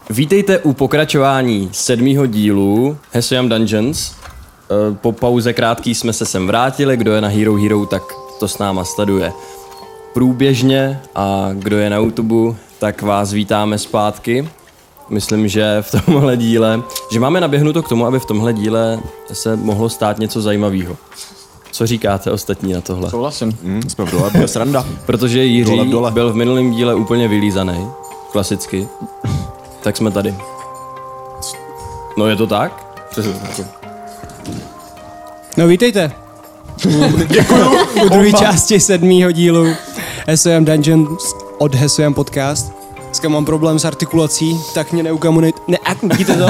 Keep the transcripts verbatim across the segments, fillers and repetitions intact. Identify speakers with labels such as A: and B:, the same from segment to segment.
A: Vítejte u pokračování sedmého dílu Hesoyam Dungeons. Po pauze krátký jsme se sem vrátili, kdo je na Hero Hero, tak to s náma sleduje průběžně a kdo je na YouTube, tak vás vítáme zpátky. Myslím, že v tomhle díle, že máme naběhnuto k tomu, aby v tomhle díle se mohlo stát něco zajímavého. Co říkáte ostatní na tohle?
B: Souhlasím.
C: Mm, jsme v dole, byl sranda.
A: Protože Jiří
C: dole, dole.
A: byl v minulém díle úplně vylízaný, klasicky, tak jsme tady. No je to tak? Přesně tak.
D: No vítejte. Děkuju. U druhé části sedmého dílu Hesoyam Dungeons od Hesoyam Podcast. Dneska mám problém s artikulací, tak mě neukamunujte. Ne, vidíte to?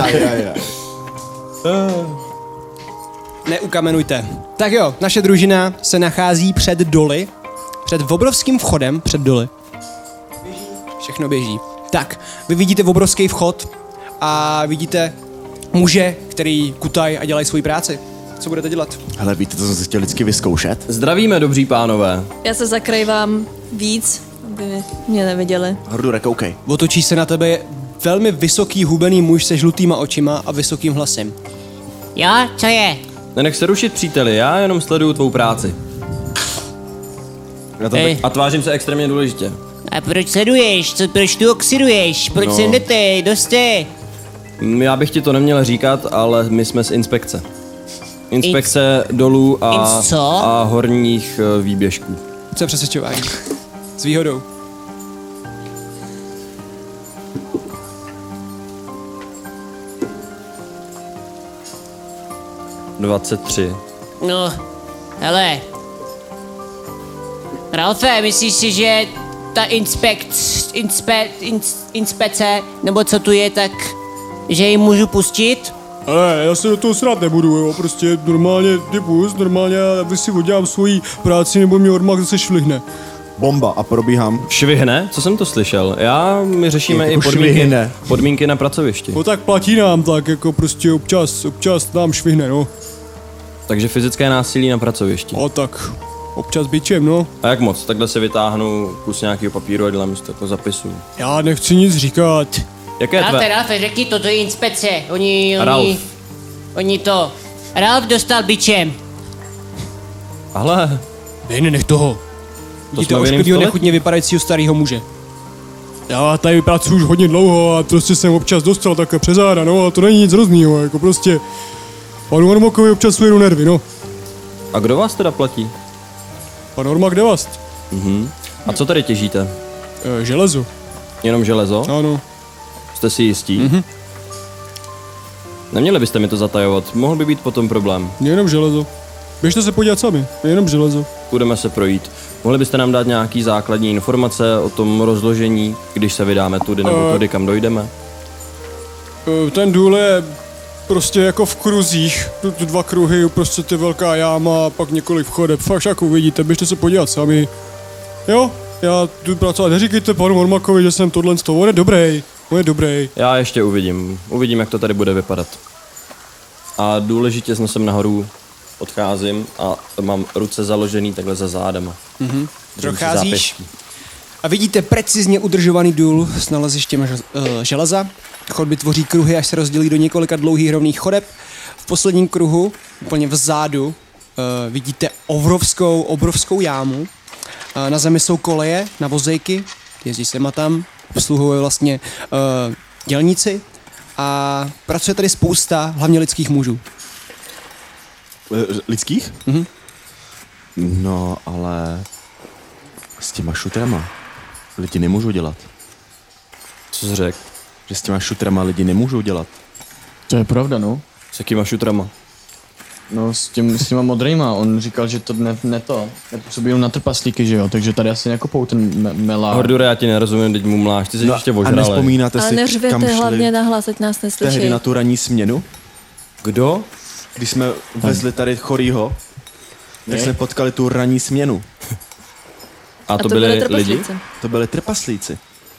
D: Neukamenujte. Tak jo, naše družina se nachází před doly, před obrovským vchodem, před doly. Všechno běží. Tak, vy vidíte obrovský vchod a vidíte muže, který kutají a dělají svoji práci. Co budete dělat?
C: Hele, víte, co jsem si chtěl vždycky vyzkoušet?
A: Zdravíme, dobří pánové.
E: Já se zakrývám víc, aby mě neviděli.
C: Hordure, koukej.
D: Otočí se na tebe velmi vysoký hubený muž se žlutýma očima a vysokým hlasem.
F: Jo, co je?
A: Nenech se rušit, příteli, já jenom sleduju tvou práci.
C: Já tam
F: Ej.
A: A tvářím se extrémně důležitě.
F: A proč sleduješ? Co, proč tu oxiduješ? Proč
A: No.
F: sem jdete? Doste?
A: Mm, Já bych ti to neměl říkat, ale my jsme z inspekce. Inspekce dolů a,
F: Ins co?
A: a horních eh, výběžků.
D: Co je přesvědčování? S výhodou.
A: dvacet tři.
F: No, hele. Ralfe, myslíš si, že ta inspekt, inspe, ins, inspece, nebo co tu je, tak, že ji můžu pustit?
D: Ale já se do toho srát nebudu, jo, prostě normálně typus, normálně já si udělám svoji práci, nebo mě Ormak zase švihne.
C: Bomba a probíhám.
A: Švihne? Co jsem to slyšel? Já, my řešíme
C: Jako
A: i podmínky,
C: švihne.
A: podmínky na pracovišti.
D: No tak platí nám tak, jako prostě občas, občas nám švihne, no.
A: Takže fyzické násilí na pracovišti.
D: A tak, občas bičem, no.
A: A jak moc? Takhle si vytáhnu kus nějakého papíru a dělám si to jako zapisu.
D: Já nechci nic říkat.
A: Jaké je
F: Ralfe,
A: tvé?
F: Ralfe, řekni to, to je inspece. Oni, oni,
A: Ralf.
F: oni to. Ralf dostal bičem.
A: Ale
D: Dej, nech toho. Vidíte
A: jsme v jiném
D: ošklivýho
A: století?
D: nechutně vypadajícího starého muže. Já tady pracuji už hodně dlouho a prostě jsem občas dostal takhle přes záda, no a to není nic hroznýho, jako prostě panu Ormakovi občas ujedu nervy, no.
A: a kdo vás teda platí?
D: Pan Ormak jde vás.
A: A co tady těžíte?
D: E, železo,
A: Jenom železo?
D: ano.
A: Jste si jistí? Mm-hmm. Neměli byste mi to zatajovat, mohl by být potom problém.
D: Jenom železo. Běžte se podívat sami, jenom železo.
A: Budeme se projít. Mohli byste nám dát nějaký základní informace o tom rozložení, když se vydáme tudy nebo
D: Eh.
A: tudy, kam dojdeme?
D: E, ten důl je prostě jako v kruzích, tu, tu dva kruhy, prostě ty velká jáma a pak několik vchodeb, fakt však uvidíte, běžte se podívat sami. Jo, já tu pracovat, neříkejte panu Ormakovi, že jsem tohle z toho, on je dobrý, on je dobrý.
A: Já ještě uvidím. Uvidím, jak to tady bude vypadat. A důležitě jsem nahoru odcházím a mám ruce založený takhle za zádama. Mm-hmm.
D: Procházíš a vidíte precizně udržovaný důl s nalezištěm uh, železa. Chodby tvoří kruhy, až se rozdělí do několika dlouhých rovných chodeb. V posledním kruhu, úplně vzadu, uh, vidíte obrovskou, obrovskou jámu. Uh, na zemi jsou koleje na vozejky, jezdí sem a tam, obsluhuje vlastně uh, dělníci a pracuje tady spousta hlavně lidských mužů.
C: E, lidských? Mhm. No, ale s těma šutrama lidi nemůžou dělat.
A: Co jsi řekl?
C: Že s těma šutrama lidi nemůžou dělat.
B: To je pravda, no.
A: S jakýma šutrama?
B: No s, tím, s těma modrýma, on říkal, že to ne, ne to, nepůsobí na trpaslíky, že jo, takže tady asi nekopou ten me- melák.
A: Hordure, já ti nerozumím, teď mu mláš, ty jsi
C: No,
A: ještě
C: a
A: ožralej.
C: nevzpomínáte
E: Ale
C: si, kam
E: neřvěte
C: šli
E: hlavně nahlas, ať nás neslyší.
C: tehdy na tu ranní směnu?
A: Kdo?
C: Když jsme vezli tady chorýho, tak jsme potkali tu ranní směnu.
A: A to,
E: A to
A: byli
E: byly
A: lidi?
E: trpaslíci.
C: To byli trpaslíci.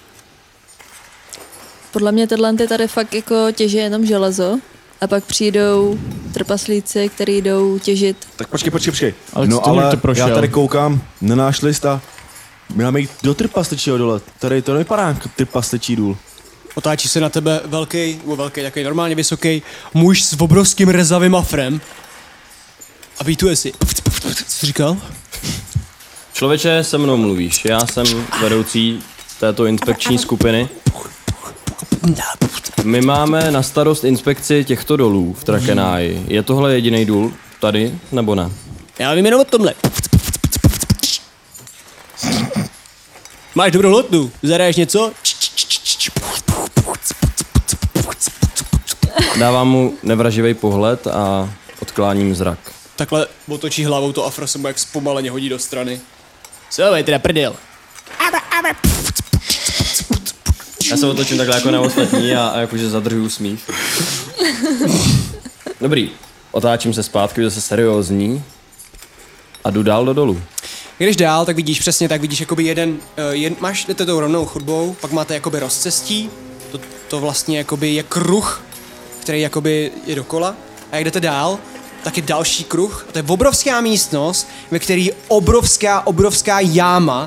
E: Podle mě tyhle ty tady fakt jako těží jenom železo a pak přijdou trpaslíci, kteří jdou těžit.
C: Tak počkej, počkej, počkej.
B: Ale
C: no
B: co to, jak
C: ale
B: to prošel?
C: já tady koukám na náš list a my máme jít do trpasličího dole. Tady to nevypadá jako trpasličí důl.
D: Otáčí se na tebe velký, nebo velký, takový normálně vysoký muž s obrovským rezavým afrem. A vítuje si. Co jsi říkal?
A: Člověče, se mnou mluvíš. Já jsem vedoucí této inspekční skupiny. My máme na starost inspekci těchto dolů v Trakenáji. Je tohle jediný důl tady, nebo ne?
D: Já vím jenom o tomhle. Máš dobrou lotnu, zahraješ něco?
A: Dávám mu nevraživý pohled a odkláním zrak.
D: Takhle otočí hlavou, to afro se mu jak zpomaleně hodí do strany. Co je teda prdel?
A: Já se otočím takhle jako na ostatní a, a jakože zadržuju smích. Dobrý, otáčím se zpátky, zase seriózní a jdu dál do dolu.
D: Když dál, tak vidíš přesně, tak vidíš jakoby jeden, uh, jen, máš, jdete tou rovnou chodbou, pak máte jakoby rozcestí, to, to vlastně jakoby je kruh, který jakoby je dokola, a jak jdete dál, tak je další kruh, a to je obrovská místnost, ve které je obrovská, obrovská jáma.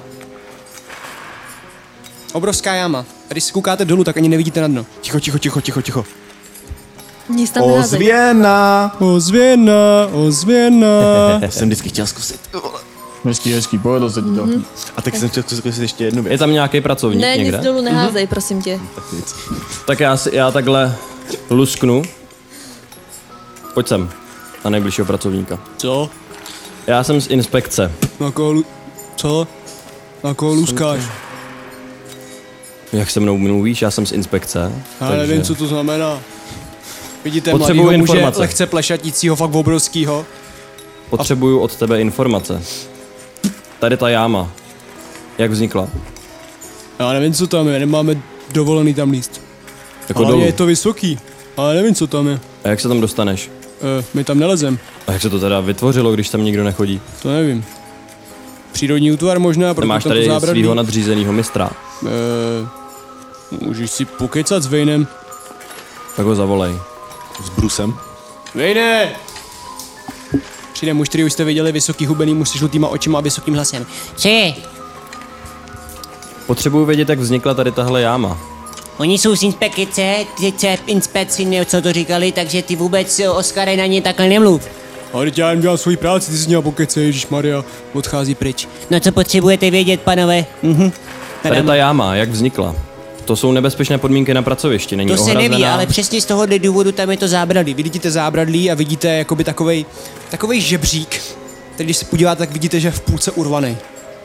D: Obrovská jáma. A když se koukáte dolů, tak ani nevidíte na dno.
C: Ticho, ticho, ticho, ticho, ticho.
E: Nic tam neházej.
C: Ozvěna!
D: Ozvěna, ozvěna.
C: Já jsem vždycky chtěl zkusit.
B: Hezký, hezký, povedlo se ti to. Mm-hmm.
C: A tak jsem chtěl zkusit ještě jednu věc.
A: Je tam nějaký pracovník
E: Ne,
A: někde?
E: nic dolů neházej, prosím tě.
A: Tak já, si, já takhle lusknu. Pojď sem, na nejbližšího pracovníka.
D: Co?
A: Já jsem z inspekce.
D: Na koho, lu- co? Na koho luskáš?
A: Jak se mnou mluvíš, já jsem z inspekce.
D: Já nevím, co to znamená. Vidíte
A: Potřebuju
D: mladýho muže,
A: informace.
D: lehce plešatícího, fakt obrovskýho.
A: Potřebuju od tebe informace. Tady ta jáma. Jak vznikla?
D: Já nevím, co tam je, nemáme dovolený tam líst.
A: Jako
D: Ale
A: dolů.
D: je to vysoký, ale nevím, co tam je.
A: A jak se tam dostaneš?
D: E, my tam nelezem,
A: A jak se to teda vytvořilo, když tam nikdo nechodí?
D: to nevím. Přírodní útvar možná, proto
A: Nemáš
D: tam to
A: tady
D: zábradlí.
A: svýho nadřízenýho mistra.
D: E, můžeš si pokecat s Vejnem.
A: Tak ho zavolej.
C: S Brusem.
D: Vejne! Přijde muž, který už jste viděli, vysoký hubený muž se žlutýma očima a vysokým hlasem.
F: Co je?
A: Potřebuju vědět, jak vznikla tady tahle jáma.
F: Oni jsou z inspekce, ty C inspeci, ne, co to říkali, takže ty vůbec, Oskare, na ně takhle nemluv.
D: Ale já jen dělám svoji práci, ty si nějak pokece, ježišmarja, odchází pryč.
F: No co potřebujete vědět, panové? Mhm.
A: Tady ta jáma, jak vznikla? To jsou nebezpečné podmínky na pracovišti, není
F: To se
A: ohrazená.
F: neví, ale přesně z tohohle důvodu tam je to zábradlí.
D: Vy vidíte zábradlí a vidíte jakoby takovej, takovej žebřík, který když se podíváte, tak vidíte, že je v půlce urvaný.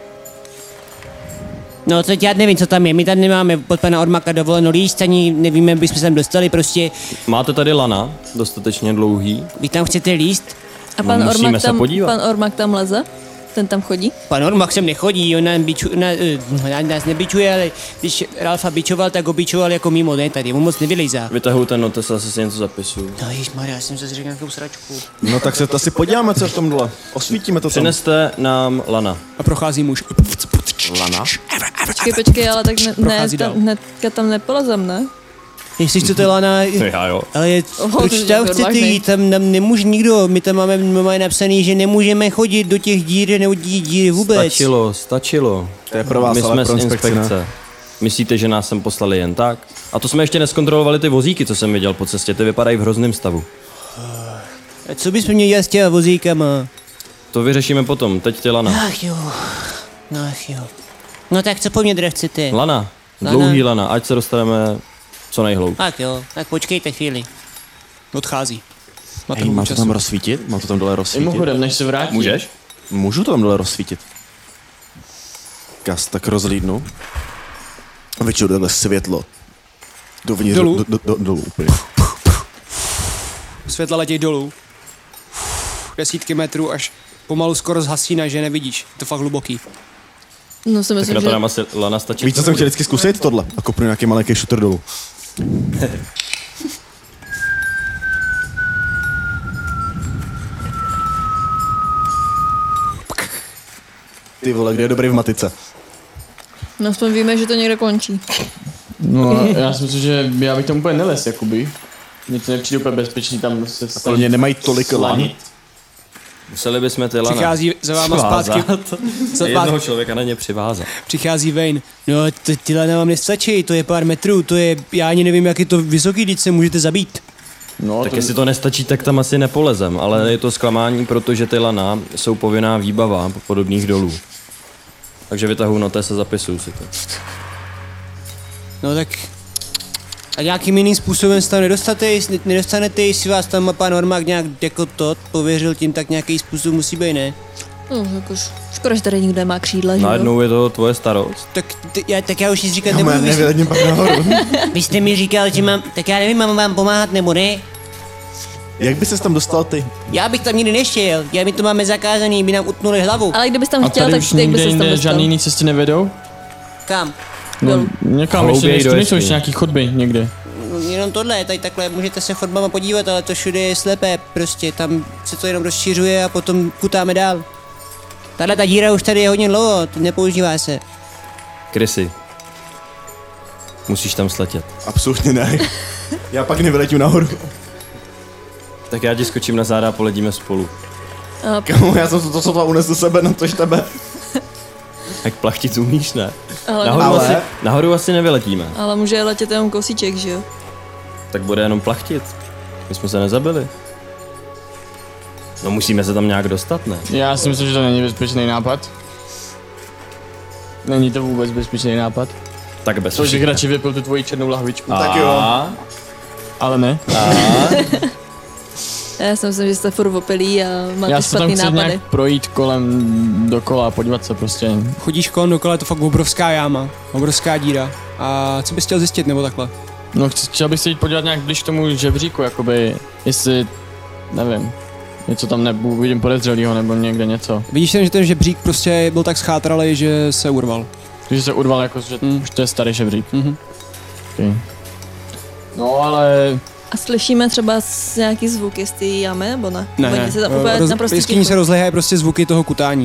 F: No to já nevím, co tam je. My tady nemáme pod pana Ormaka dovoleno líst, ani nevíme, bychom se tam dostali, prostě
A: Máte tady lana, dostatečně dlouhý.
F: vy tam chcete líst?
E: A pan
A: No, musíme
E: Ormak
A: se
E: tam,
A: podívat.
E: pan Ormak tam leze? Ten tam chodí?
F: Pan Ormak sem nechodí, on nám, biču, na, uh, nás nebičuje, ale když Ralfa bičoval, tak ho bičoval jako mimo, ne tady, on moc nevylejzá.
A: Vytahuju ten notes a zase si něco zapisuju.
F: No ježmarja, já jsem zase řekl nějakou sračku.
C: No tak se to asi podíváme, co je v tom dole. Osvítíme to tam.
A: Přineste nám lana.
D: A prochází muž.
C: Lana.
E: Počkej, počkej, ale tak ne, ne
D: Prochází dál.
E: tam, hnedka tam nepolezem, ne?
F: Jestli chcete Lana,
A: Já jo.
F: ale je,
E: Oho,
F: proč
E: to je
F: tam chcete
E: odvážný.
F: jít, tam nám nemůže nikdo, my tam máme, máme napsaný, že nemůžeme chodit do těch dír, nebo dí, díry vůbec.
A: Stačilo, stačilo.
C: To je pro vás,
A: My
C: ale
A: jsme
C: pro
A: z
C: inspekci, ne?
A: inspekce. Myslíte, že nás sem poslali jen tak? A to jsme ještě neskontrolovali ty vozíky, co jsem viděl po cestě. Ty vypadají v hrozném stavu.
F: A co bychom měli dělat s těma vozíkama?
A: To vyřešíme potom. Teď tě lana.
F: Ach jo, no ach jo. No tak co po mně teda chcete?
A: Lana.
F: Lana.
A: Dlouhý lana, ať se dostaneme co nejhloub.
F: Tak jo, tak počkejte chvíli.
D: Odchází. Na
C: Hej, má to tam rozsvítit? Má to tam dole rozsvítit?
B: Mimochodem, než se vrátí.
A: Můžeš?
C: Můžu to tam dole rozsvítit? Kas, tak rozlídnu. A většinou takhle světlo. Dovnitř,
D: Dolů?
C: do, do, do, dolů úplně.
D: Světla letějí dolů. Desítky metrů až pomalu skoro zhasína, že nevidíš. Je to fakt hluboký.
E: No si
A: Tak
E: myslím,
A: na to
E: že...
A: nám asi lana stačí.
C: Víš, co jsem chtěl vždycky zkusit? Tohle. A kopnu nějaký malinký šutr dolů. Ty vole, kde je dobrý v matice?
E: No aspoň víme, že to někde končí.
B: No, já si myslím, že já bych tam úplně nelez, jakoby. Mně to nepřijde úplně bezpečný tam se
C: Podle mě nemají tolik lan.
B: slanit.
A: Museli bychom ty lana
D: Přichází za váma zpátky.
A: Za jednoho člověka na ně přivázat.
D: Přichází Vane. No, ty, ty lana vám nestačí, to je pár metrů, to je, já ani nevím, jak je to vysoký, když se můžete zabít.
B: No,
A: Tak
B: to...
A: jestli to nestačí, tak tam asi nepolezem, ale je to zklamání, protože ty lana jsou povinná výbava podobných dolů. Takže vytahuji notes a zapisuju si to.
D: No tak... A nějakým jiným způsobem se tam nedostanete, nedostanete, jestli vás tam pan Normák nějak jako to pověřil tím, tak nějaký způsob musí být, ne?
E: No, jako škoda, že tady nikdo nemá křídla, že jo?
A: Najednou je to tvoje starost.
D: Tak, ty, já, tak já už nic říkat
C: Já
D: nebudu.
C: mám
D: Vy,
C: nevědět pak nahoru.
F: Vy jste mi říkal, že mám, tak já nevím, mám vám pomáhat nebo ne?
C: Jak by ses tam dostal ty?
F: Já bych tam nikdy neštěl, já my to máme zakázaný, by nám utnuli hlavu.
E: Ale kdybys tam
B: A
E: chtěl,
B: tady
E: tak
B: už
E: jak bys
B: nikde
E: se tam
B: jinde
E: dostal?
B: žádný jiný cesty nevedou?
F: Kam?
B: No,
E: Dolů.
B: někam, ještě
A: Hlouběji
B: nejsou,
A: do
B: nejsou ještě
A: jeskyně.
B: nějaký chodby někde.
F: Jenom tohle, tady takhle můžete se chodbama podívat, ale to všude je slepé, prostě tam se to jenom rozšiřuje a potom kutáme dál. Tahle ta díra už tady je hodně dlouho, to nepoužívá se.
A: Krysy. Musíš tam sletět.
C: Absolutně ne. Já pak nevyletím nahoru.
A: Tak já ti skočím na záda a poledíme spolu.
C: Kamu, já jsem to, to, to unesl sebe, na tož tebe.
A: Jak plachtit umíš, ne?
E: Ale,
A: Nahoru,
C: Ale-
A: asi, nahoru asi nevyletíme.
E: ale může letět jenom kousíček, že jo?
A: Tak bude jenom plachtit. My jsme se nezabili. No musíme se tam nějak dostat, ne?
B: Já si myslím, že to není bezpečný nápad. Není to vůbec bezpečný nápad.
A: Tak bez
B: To bych radši vypil tu tvoji černou lahvičku.
C: Tak jo.
B: Ale ne.
E: Já si myslím, že jste furt opilí a máte
B: Já se tam
E: špatný
B: chci
E: nápady.
B: nějak projít kolem dokola a podívat se prostě.
D: chodíš kolem dokola, je to fakt obrovská jáma, obrovská díra. A co bys chtěl zjistit, nebo takhle?
B: No chci, chtěl bych se jít podívat nějak blíž k tomu žebříku, jakoby, jestli, nevím, něco tam nebudu, vidím podezřelýho nebo někde něco.
D: Vidíš ten, že ten žebřík prostě byl tak schátralej, že se urval.
B: Že se urval jako, že
D: Mm.
B: už to je starý žebřík.
D: Mhm.
B: Okay. No ale
E: A slyšíme třeba z nějaký zvuky z té jamy, nebo ne?
D: Ne,
E: Oni
D: ne.
E: se tam úplně
D: Roz,
E: naprosto
D: v jeskyni
E: ticho.
D: se rozléhají prostě zvuky toho kutání.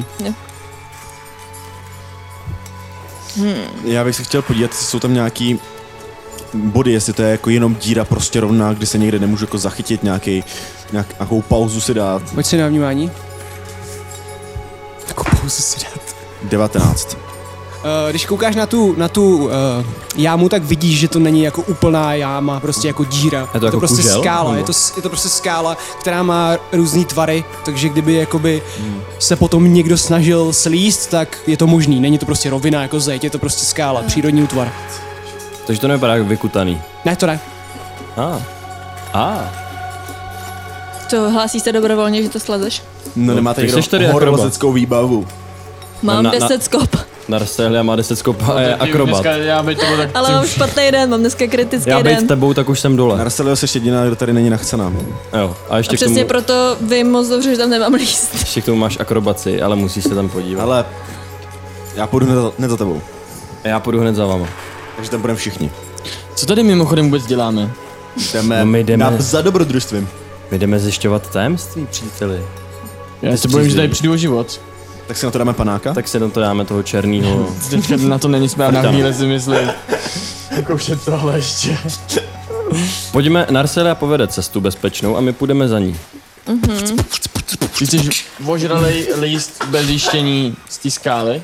C: Já bych se chtěl podívat, jestli jsou tam nějaký body, jestli to je jako jenom díra prostě rovná, kdy se někde nemůžu jako zachytit nějaký, nějak, nějakou pauzu si dát.
D: Pojď si na vnímání. Takovou pauzu si dát.
C: devatenáct.
D: Uh, když koukáš na tu, na tu uh, jámu, tak vidíš, že to není jako úplná jáma, prostě jako díra.
A: Je to jako
D: prostě
A: kužel?
D: skála,
A: Nebo?
D: je to, je to prostě skála, která má různý tvary, takže kdyby jakoby hmm. se potom někdo snažil slíst, tak je to možný. Není to prostě rovina jako zeď, je to prostě skála, přírodní útvar.
A: Takže to nevypadá jako vykutaný.
D: Ne, to ne.
A: A. Ah. A. Ah.
E: To hlásíš se dobrovolně, že to slezeš?
C: No nemáte
A: ty
C: někdo
A: jsi tady
C: horolezeckou výbavu.
E: Mám
A: na- na-
E: deset skop,
A: Narstehlia má deset skop a je akrobat.
B: Dneska, já bych to byl tak...
E: ale mám špatný den, mám dneska kritický
A: Já být
E: den.
A: tebou, tak už jsem dole.
C: Narastelio jsi jediná, kdo tady není nachcená.
A: Jo. A
E: A
A: ještě k
E: přesně
A: tomu,
E: proto vím moc dobře, že tam nemám líst.
A: ještě k tomu máš akrobaci, ale musíš se tam podívat.
C: Ale já půjdu hned za, hned za tebou.
A: A já půjdu hned za váma.
C: Takže tam budeme všichni.
B: Co tady mimochodem vůbec děláme?
C: Jdeme,
A: No my jdeme-
C: na, za dobrodružstvím.
A: My jdeme zjišťovat tajemství, příteli.
B: Já se bojím, že tady přijdu o život.
C: Tak si na to dáme panáka.
A: Tak si na to dáme toho černýho.
B: Teďka na to není správná
A: Frťan.
B: chvíle si myslím. Zkoušet tohle ještě.
A: Pojďme, Narselia povede cestu bezpečnou a my půjdeme za ní.
B: Ty jsi ožralej líst bez jištění z té skály.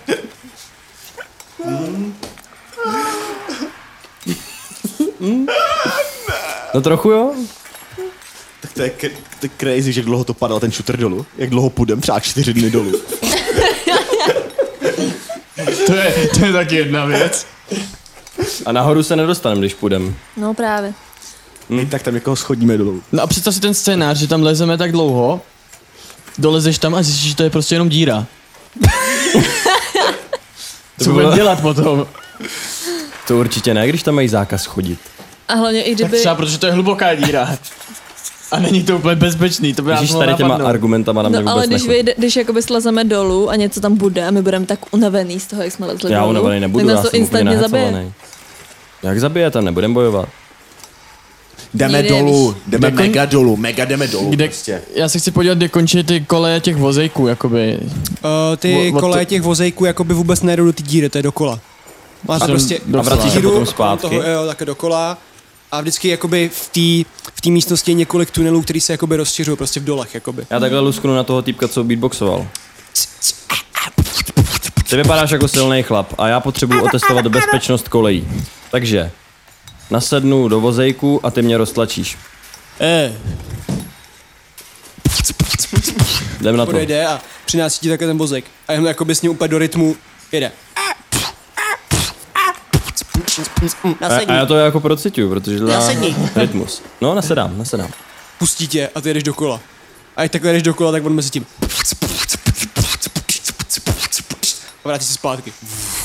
A: No trochu jo.
C: Tak to je, k- to je crazy, že jak dlouho to padal ten šutr dolů. Jak dlouho půjdem, třeba čtyři dny dolů.
B: To je, to je taky jedna věc.
A: A nahoru se nedostaneme, když půjdeme.
E: No právě.
C: Hmm. Tak tam někoho schodíme dolů.
B: No a představ si ten scénář, že tam lezeme tak dlouho, dolezeš tam a zjistíš, že to je prostě jenom díra.
A: To
B: Co
A: by
B: budeme
A: bylo-
B: dělat potom?
A: To určitě ne, když tam mají zákaz chodit.
E: A hlavně i
B: Tak
E: kdyby...
B: třeba protože to je hluboká díra. A není to úplně bezpečný, to by nás
A: Ježíš,
B: mohlo
A: tady těma
B: napadnout.
A: argumentama na mě
E: No
A: vůbec
E: ale když,
A: nechodí.
E: vyjde, když jakoby slezeme dolů a něco tam bude a my budeme tak unavený z toho, jak jsme lezli
A: Já
E: dolů,
A: unavený nebudu,
E: tak
A: já
E: nás to
A: jsem úplně
E: instantně zabije.
A: nahecovaný. Jak zabijete, nebudem bojovat.
C: Jdeme
E: Nikdy
C: dolů,
E: nevíš.
C: jdeme
B: Kde kon-
C: mega dolů, mega jdeme dolů.
B: Kde,
C: Prostě.
B: já se chci podívat, kde končí ty koleje těch vozejků, jakoby.
D: Uh, ty
B: O- o to-
D: koleje těch vozejků jakoby vůbec nejedou do té díry, to je dokola. Máte
B: A
D: prostě
B: do-
A: A vrací se
D: díru,
A: potom
D: kolem
A: zpátky.
D: Toho, jo, také dokola. A vždycky jakoby v té v té místnosti je několik tunelů, který se jakoby rozšiřují prostě v dolech, jakoby.
A: Já takhle lusknu na toho týpka, co beatboxoval. Ty vypadáš jako silný chlap a já potřebuji otestovat bezpečnost kolejí. Takže nasednu do vozejku a ty mě roztlačíš.
D: Eh,
A: Jdem na to.
D: podejde a přináší ti také ten vozek. A jenom jakoby s ním úplně do rytmu jede.
A: A, a
F: Nasedni.
A: já to jako procituju, protože to dá
F: Nasedni.
A: rytmus. No, nasedám, nasedám.
D: Pustí tě a ty jedeš dokola. A jak takhle jdeš dokola, tak on mezi tím. A vrátí se zpátky.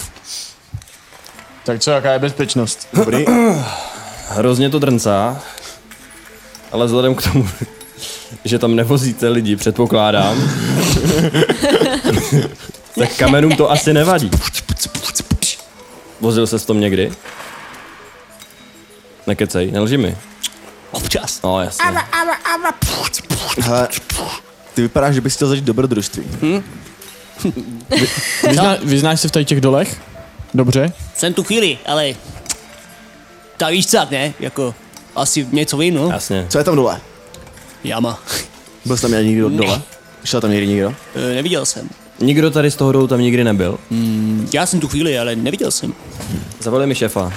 B: Tak co, jaká je bezpečnost?
C: Dobrý.
A: Hrozně to drncá, ale vzhledem k tomu, že tam nevozíte lidi, předpokládám, tak kamerům to asi nevadí. Vozil ses v tom někdy? Nekecej, nelži mi.
F: Občas.
A: No, jasně.
C: Hele, ty vypadáš, že bys chtěl začít dobrodružství.
B: Vyzná, vyznáš se v tady těch dolech? Dobře.
F: Jsem tu chvíli, ale... Ta víš co, ne? Jako... Asi něco vím, no.
A: Jasně.
C: Co je tam dole?
F: Jama.
C: Byl jsi tam někdo
F: Ne.
C: dole? Šel tam někdy někdo?
F: E, neviděl jsem.
A: Nikdo tady z toho dolů tam nikdy nebyl.
F: Já jsem tu chvíli, ale neviděl jsem.
A: Zavolej mi šéfa.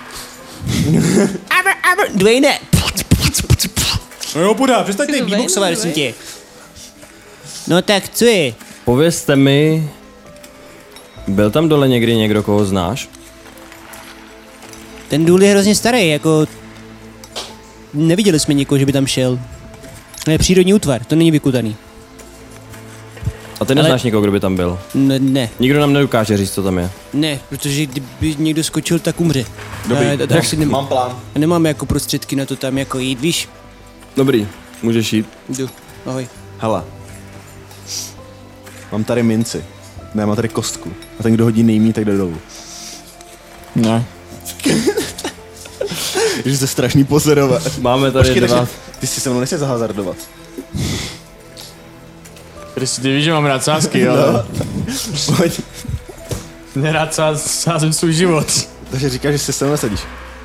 F: Dwayne!
D: No jo, podá, přestaňte
E: Dwayne,
F: Beatboxovat,
E: Dwayne.
F: prosím tě. No tak, co je?
A: Povězte mi, byl tam dole někdy někdo, koho znáš?
F: Ten důl je hrozně starý, jako... Neviděli jsme někoho, že by tam šel. To je přírodní útvar, to není vykutaný.
A: A ty neznáš nikoho, kdo by tam byl?
F: Ne, ne,
A: Nikdo nám nedokáže říct, co tam je.
F: ne, protože kdyby někdo skočil, tak umře.
C: Dobrý,
F: A, tak si nem,
C: mám plán.
F: nemáme jako prostředky na to tam jako jít, víš?
A: Dobrý, můžeš jít.
F: Jdu, ahoj.
C: Hele. Mám tady minci. Ne, mám tady kostku. A ten, kdo hodí nejmí, tak jde dolů.
B: Ne.
C: Že jste strašný pozorovat.
A: Máme tady
C: Počkej,
A: dva.
C: takže ty si se mnou nechceš zahazardovat.
B: Když ty víš, že mám rád sázky, ale
C: Pojď.
B: nerád sáz, sázím svůj život.
C: Takže říkáš, že si se mnou nesedíš.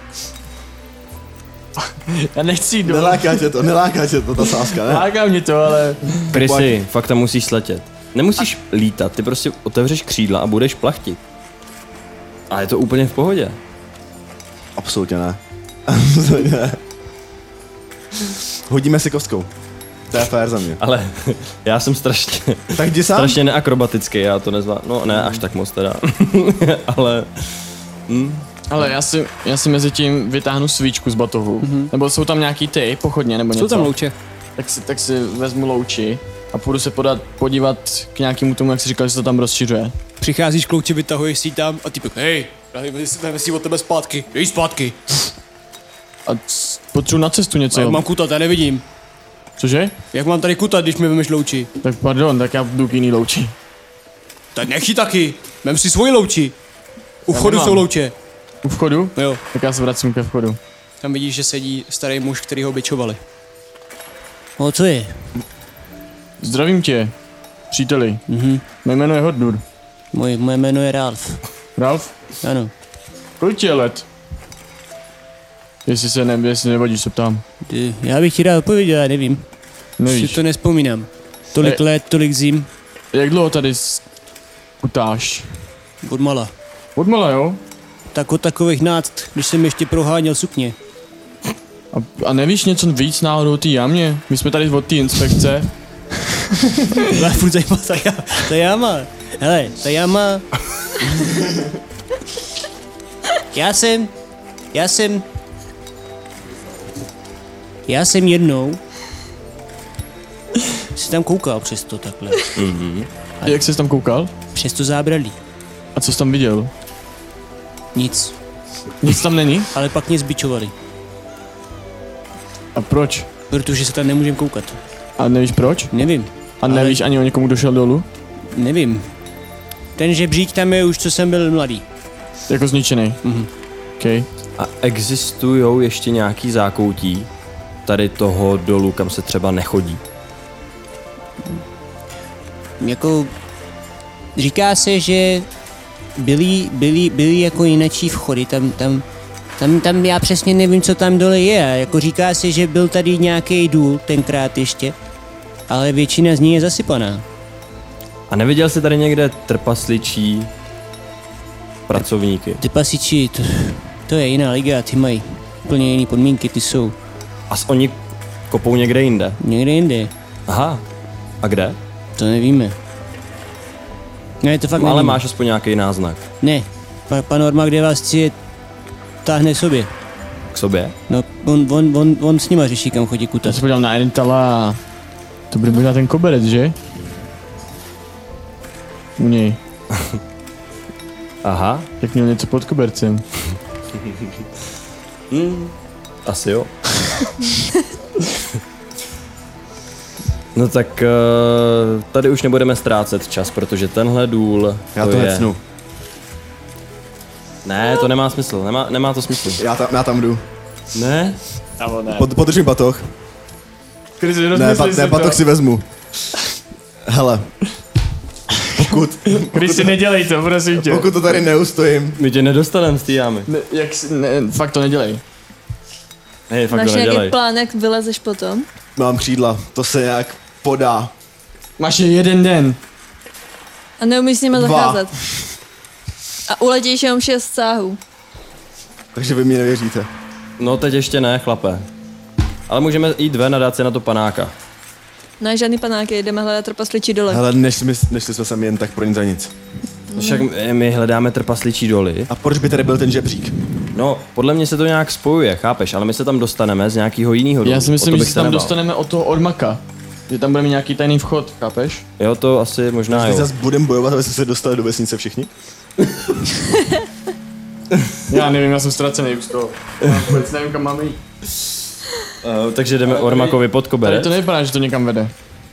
B: Já nechci jít dolů.
C: Neláká tě to, neláká tě to, ta sázka, ne?
B: Láká mě to, ale...
A: Prysy, fakt tam musíš sletět. Nemusíš lítat, ty prostě otevřeš křídla a budeš plachtit. A je to úplně v pohodě.
C: Absolutně ne. Absolutně ne. Hodíme si kostkou. To je fér za mě.
A: Ale já jsem strašně,
C: Tak jdi sám.
A: strašně neakrobatický, já to nezvá. No ne, až tak moc teda. Ale
B: Ale já si, já si mezi tím vytáhnu svíčku z batohu. Mm-hmm. Nebo jsou tam nějaký ty, pochodně, nebo něco.
D: Jsou tam louče.
B: Tak si, tak si vezmu louči a půjdu se podat, podívat k nějakému tomu, jak jsi říkal, že se to tam rozšiřuje.
D: Přicházíš k louči, vytahuješ si ji tam a typek, hej, vezme si od tebe zpátky, dej zpátky.
B: A c- potřebuji na cestu něco.
D: Jak mám kutat, já nevidím.
B: Cože?
D: Jak mám tady kutat, když mi vemeš louči?
B: Tak pardon, tak já jdu k jiný louči.
D: Tak nech ji taky, vem si svoji louči. U vchodu
B: nemám.
D: jsou louče.
B: U vchodu?
D: Jo,
B: Tak já se vracím ke vchodu.
D: tam vidíš, že sedí starý muž, který ho bičovali.
F: O, co je?
B: Zdravím tě, příteli.
F: Mhm.
B: Mé jméno je Hodnur.
F: Moje, moje jméno je Ralf.
B: Ralf,
F: Ano.
B: kolik ti je let? Jestli se ne, jestli nevadíš, se ptám.
F: Ty, já bych ti dal odpovědět, já nevím.
B: Nevíš.
F: Si to nespomínám. Tolik
B: Ne.
F: let, tolik zim,
B: Jak dlouho tady s- kutáš?
F: odmala.
B: Odmala, jo?
F: Tak od takových náct, když jsem ještě proháněl sukně.
B: A, a nevíš něco víc náhodou o té jamě? My jsme tady od té inspekce.
F: Já furt zajímá ta, já, ta jáma. Hele, ta jáma... Já jsem... Já jsem... Já jsem jednou... Si tam koukal přes to takhle.
B: A jak jsi tam koukal?
F: Přes to zábradlí.
B: A co jsi tam viděl?
F: Nic.
B: Nic tam není?
F: Ale pak mě zbičovali.
B: A proč?
F: Protože se tam nemůžem koukat.
B: A nevíš proč?
F: Nevím.
B: A nevíš ani o někomu, kdo šel dolů?
F: Nevím. Ten žebřík tam je už, co jsem byl mladý.
B: Jako zničený.
F: Mhm.
B: Okay.
A: a existují ještě nějaký zákoutí tady toho dolu, kam se třeba nechodí?
F: Jako... Říká se, že byly, byly, byly jako jinačí vchody, tam, tam, Tam, tam já přesně nevím, co tam dole je. Jako říká se, že byl tady nějaký důl tenkrát ještě, ale většina z ní je zasypaná.
A: A neviděl jsi tady někde trpasličí pracovníky?
F: Ty pasiči, to, to je jiná liga, ty mají úplně jiné podmínky, ty jsou
A: A s oni kopou někde jinde?
F: někde jinde.
A: Aha. A kde?
F: To nevíme. Ne, to fakt
A: No, ale
F: nevíme.
A: máš aspoň nějaký náznak.
F: Ne, pa, pan Orma, kde vás chci, táhne sobě.
A: K sobě?
F: No, on, on, on, on s nima řeší, kam chodí
B: Já
F: kutat.
B: se podívám na Edentala a to bude možná ten koberec, že? U něj.
A: Aha.
B: Jak měl něco pod kobercem.
A: Hmm. Asi jo. No tak uh, tady už nebudeme ztrácet čas, protože tenhle důl,
C: Já to,
A: to je...
C: hecnu.
A: Ne, to nemá smysl, nemá, nemá to smysl.
C: Já tam, já tam jdu.
A: Ne?
B: Abo ne.
C: Pod, podržím batoh.
B: Chris,
C: Ne, ba, ne, batoh si vezmu. Hele. Pokud,
B: Chris, si nedělej to, prosím tě.
C: pokud to tady neustojím.
A: My tě nedostaneme z té jámy.
B: Ne, jak si, ne, fakt to nedělej.
A: Hej, fakt
E: Máš
A: to
E: nějaký
A: nedělej.
E: plán, jak vylezeš potom?
C: Mám křídla, to se nějak podá.
B: Máš je jeden den.
E: A neumíš s nimi
C: Dva.
E: zacházet. A uletíš jenom šest sáhů.
C: Takže vy mi nevěříte.
A: No teď ještě ne, chlape. Ale můžeme jít ven a dát si na to panáka.
E: Ne, žádný panáky, jdeme hledat trpasličí dole.
C: Hele, než jsme, než jsme sem jen tak pro nic za nic.
A: Však my- my hledáme trpasličí doly.
C: A proč by tady byl ten žebřík?
A: No, podle mě se to nějak spojuje, chápeš? Ale my se tam dostaneme z nějakého jiného dolu.
B: Já si
A: O
B: myslím,
A: to
B: že
A: bych
B: se tam
A: nebál.
B: dostaneme od toho Ormaka. Že tam bude mít nějaký tajný vchod, chápeš?
A: Jo, to asi možná
C: Teď
A: jo.
C: zase budeme bojovat, aby jsme se dostali do vesnice všichni?
B: Já nevím, já jsem ztracený už z toho. Já vůbec nevím, kam máme jít.
A: Uh, takže jdeme Ormakovi pod
B: Tady
A: koberec.
B: to nevypadá, že to někam vede.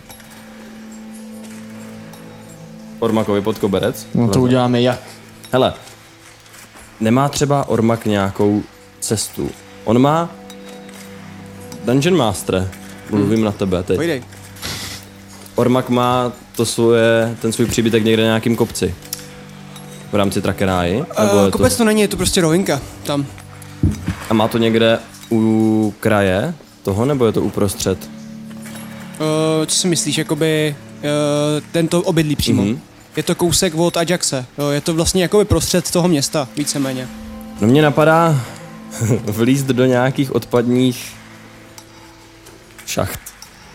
A: Ormakovi pod koberec.
B: No to uděláme jak?
A: Hele, nemá třeba Ormak nějakou cestu? On má Dungeon Master. Mluvím na tebe teď.
D: Pojdej.
A: Ormak má to svoje, ten svůj příbytek někde na nějakým kopci. V rámci Trakeráji? Nebo
D: Uh,
A: je
D: kopec
A: to,
D: to není, je to prostě rovinka. Tam.
A: a má to někde u kraje toho, nebo je to uprostřed?
D: Uh, co si myslíš, jakoby uh, tento obydlí přímo?
A: Mhm.
D: Mm-hmm. Je to kousek od Ajaxe. Jo, je to vlastně jakoby prostřed toho města, víceméně.
A: No mě napadá vlízt do nějakých odpadních šacht.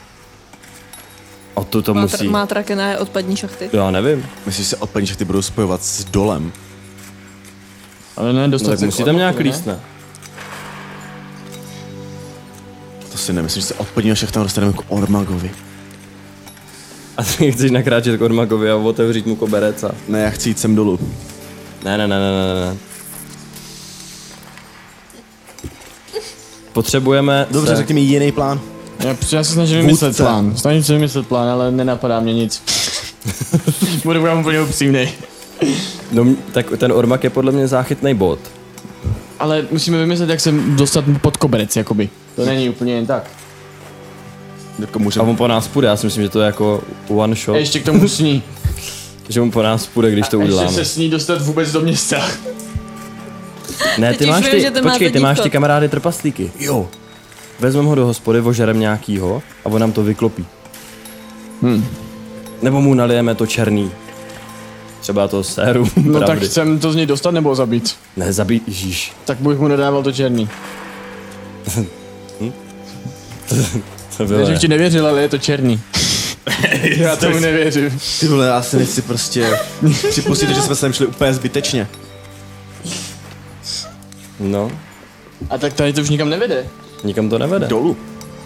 A: O to to
E: Má,
A: musí.
E: tr- má trakené odpadní šachty.
A: Já nevím.
C: Myslíš, že se odpadní šachty budou spojovat s dolem?
B: Ale ne,
A: No,
B: dostat
A: tak
B: se
A: musí
B: k
A: tam
B: Ormaku,
A: nějak
B: ne?
A: líst, ne?
C: To si nemyslím, že se odpadního šachta dostaneme k Ormagovi.
A: A ty chceš nakráčet k Ormakovi a otevřít mu koberec a...
C: Ne, já chci jít sem dolů.
A: Ne, ne, ne, ne, ne, ne. Potřebujeme
C: Dobře,
A: se...
C: řekni mi jiný plán.
B: Já, já se snažím vymyslet
C: Vůdce.
B: plán. Snažím se vymyslet plán, ale nenapadá mě nic. Budu vám úplně upřímnej.
A: No, m- tak ten Ormak je podle mě záchytný bod.
B: Ale musíme vymyslet, jak se dostat pod koberec, jakoby. To není úplně jen tak.
C: Jako
A: A
C: můžeme...
A: on po nás půjde, já si myslím, že to je jako one shot.
B: A ještě k tomu sní.
A: Že on po nás půjde, když to
B: A ještě
A: uděláme.
B: se sní dostat vůbec do města.
A: Ne,
E: Teď
A: ty
E: už
A: máš
E: vím,
A: ty,
E: že to má
A: počkej, ty
E: zadní
A: máš ty
E: vchod.
A: kamarády trpaslíky. Jo. Vezmeme ho do hospody, ožerem nějakýho a on nám to vyklopí.
B: Hm.
A: Nebo mu nalijeme to černý. Třeba to sérum
B: No tak
A: pravdy.
B: chcem to z něj dostat nebo zabít.
A: Ne, zabij, ježíš.
B: Tak bych mu nedával to černý.
A: To bylo.
B: Takže bych ti nevěřil, ale je to černý. Já tomu nevěřím.
C: Ty vole, já si nechci prostě připustit, že jsme sem šli úplně zbytečně.
A: No,
B: A tak tady to už nikam nevede.
A: nikam to nevede.
C: Dolů.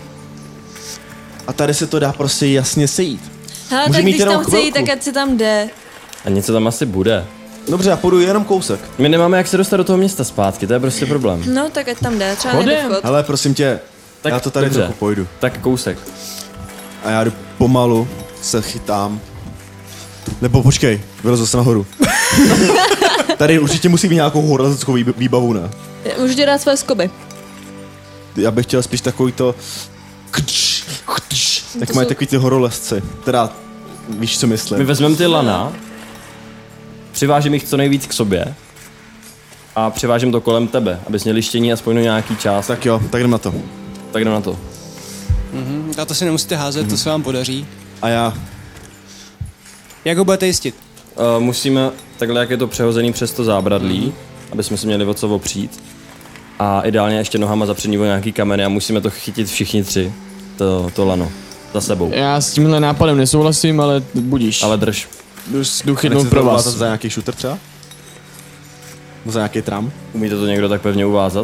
C: A tady se to dá prostě jasně sejít.
E: Hele,
C: Může
E: tak
C: mít
E: když
C: jenom
E: tam chce jít,
C: chvilku.
E: tak ať si tam jde.
A: A něco tam asi bude.
C: Dobře, já půjdu jenom kousek.
A: My nemáme jak se dostat do toho města zpátky, to je prostě problém.
E: No, tak ať tam jde, třeba
B: Chodem.
E: nejde vchod.
C: Hele, prosím tě,
A: Tak
C: já to tady
A: dobře.
C: trochu pojdu.
A: Tak kousek.
C: A já jdu pomalu, se chytám. Nebo počkej, vylezu se nahoru. Tady určitě musí být nějakou horolezeckou výb- výbavu, ne?
E: Můžu ti dát své skoby.
C: Já bych chtěl spíš takový to... Kč, kč, tak
E: To
C: mají
E: jsou-
C: takový ty horolezci. Teda, víš, co
A: My
C: myslím.
A: vezmeme ty lana, přivážeme jich co nejvíc k sobě a převážím to kolem tebe, abys měl lištění aspoň na nějaký čas.
C: Tak jo, tak jdem na to.
A: Tak jdem na to.
D: Mhm, a to si nemusíte házet, mm-hmm. to se vám podaří.
C: A já,
D: Jak ho budete jistit?
A: Uh, musíme, takhle jak je to přehozený přes to zábradlí, mm. aby jsme se měli o co opřít. A ideálně ještě nohama zapřední o nějaký kameny a musíme to chytit všichni tři, to, to lano, za sebou.
B: Já s tímhle nápadem nesouhlasím, ale budíš.
A: Ale drž.
B: Jdu, jdu chytnout pro vás.
C: za nějaký shooter třeba? Za nějaký tram?
A: Umíte to někdo tak pevně uvázat?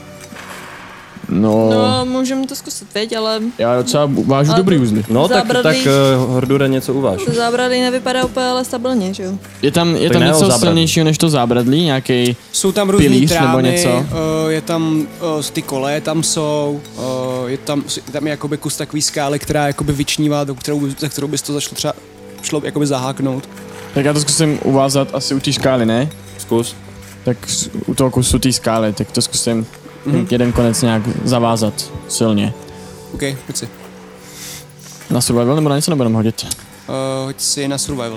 B: No,
E: No, můžeme to zkusit, veď, ale
B: já docela vážu
E: Ale
B: dobrý
E: to-
B: uzly.
A: No tak,
E: Zábradlí-
A: tak uh, Hordure něco uváž.
E: to zábradlí nevypadá úplně ale stabilně, že jo?
B: Je tam, je
A: Tak
B: tam
A: ne o
B: něco
A: zábradlí.
B: silnějšího než to zábradlí? Nějaký
D: Jsou tam různý
B: Pilíř nebo
D: trámy,
B: něco?
D: uh, je tam uh, ty koleje tam jsou, uh, je tam, je tam je jakoby kus takový skály, která jakoby vyčnívá, do kterou, za kterou bys to zašlo třeba šlo jakoby zaháknout.
B: Tak já to zkusím uvázat asi u té skály, ne?
A: Zkus.
B: Tak s- u toho kusu té skály, tak to zkusím mm-hmm. jeden konec nějak zavázat silně.
D: OK, pojď si.
B: Na survival nebo na něco nebudeme hodit?
D: Uh, hoď si na survival.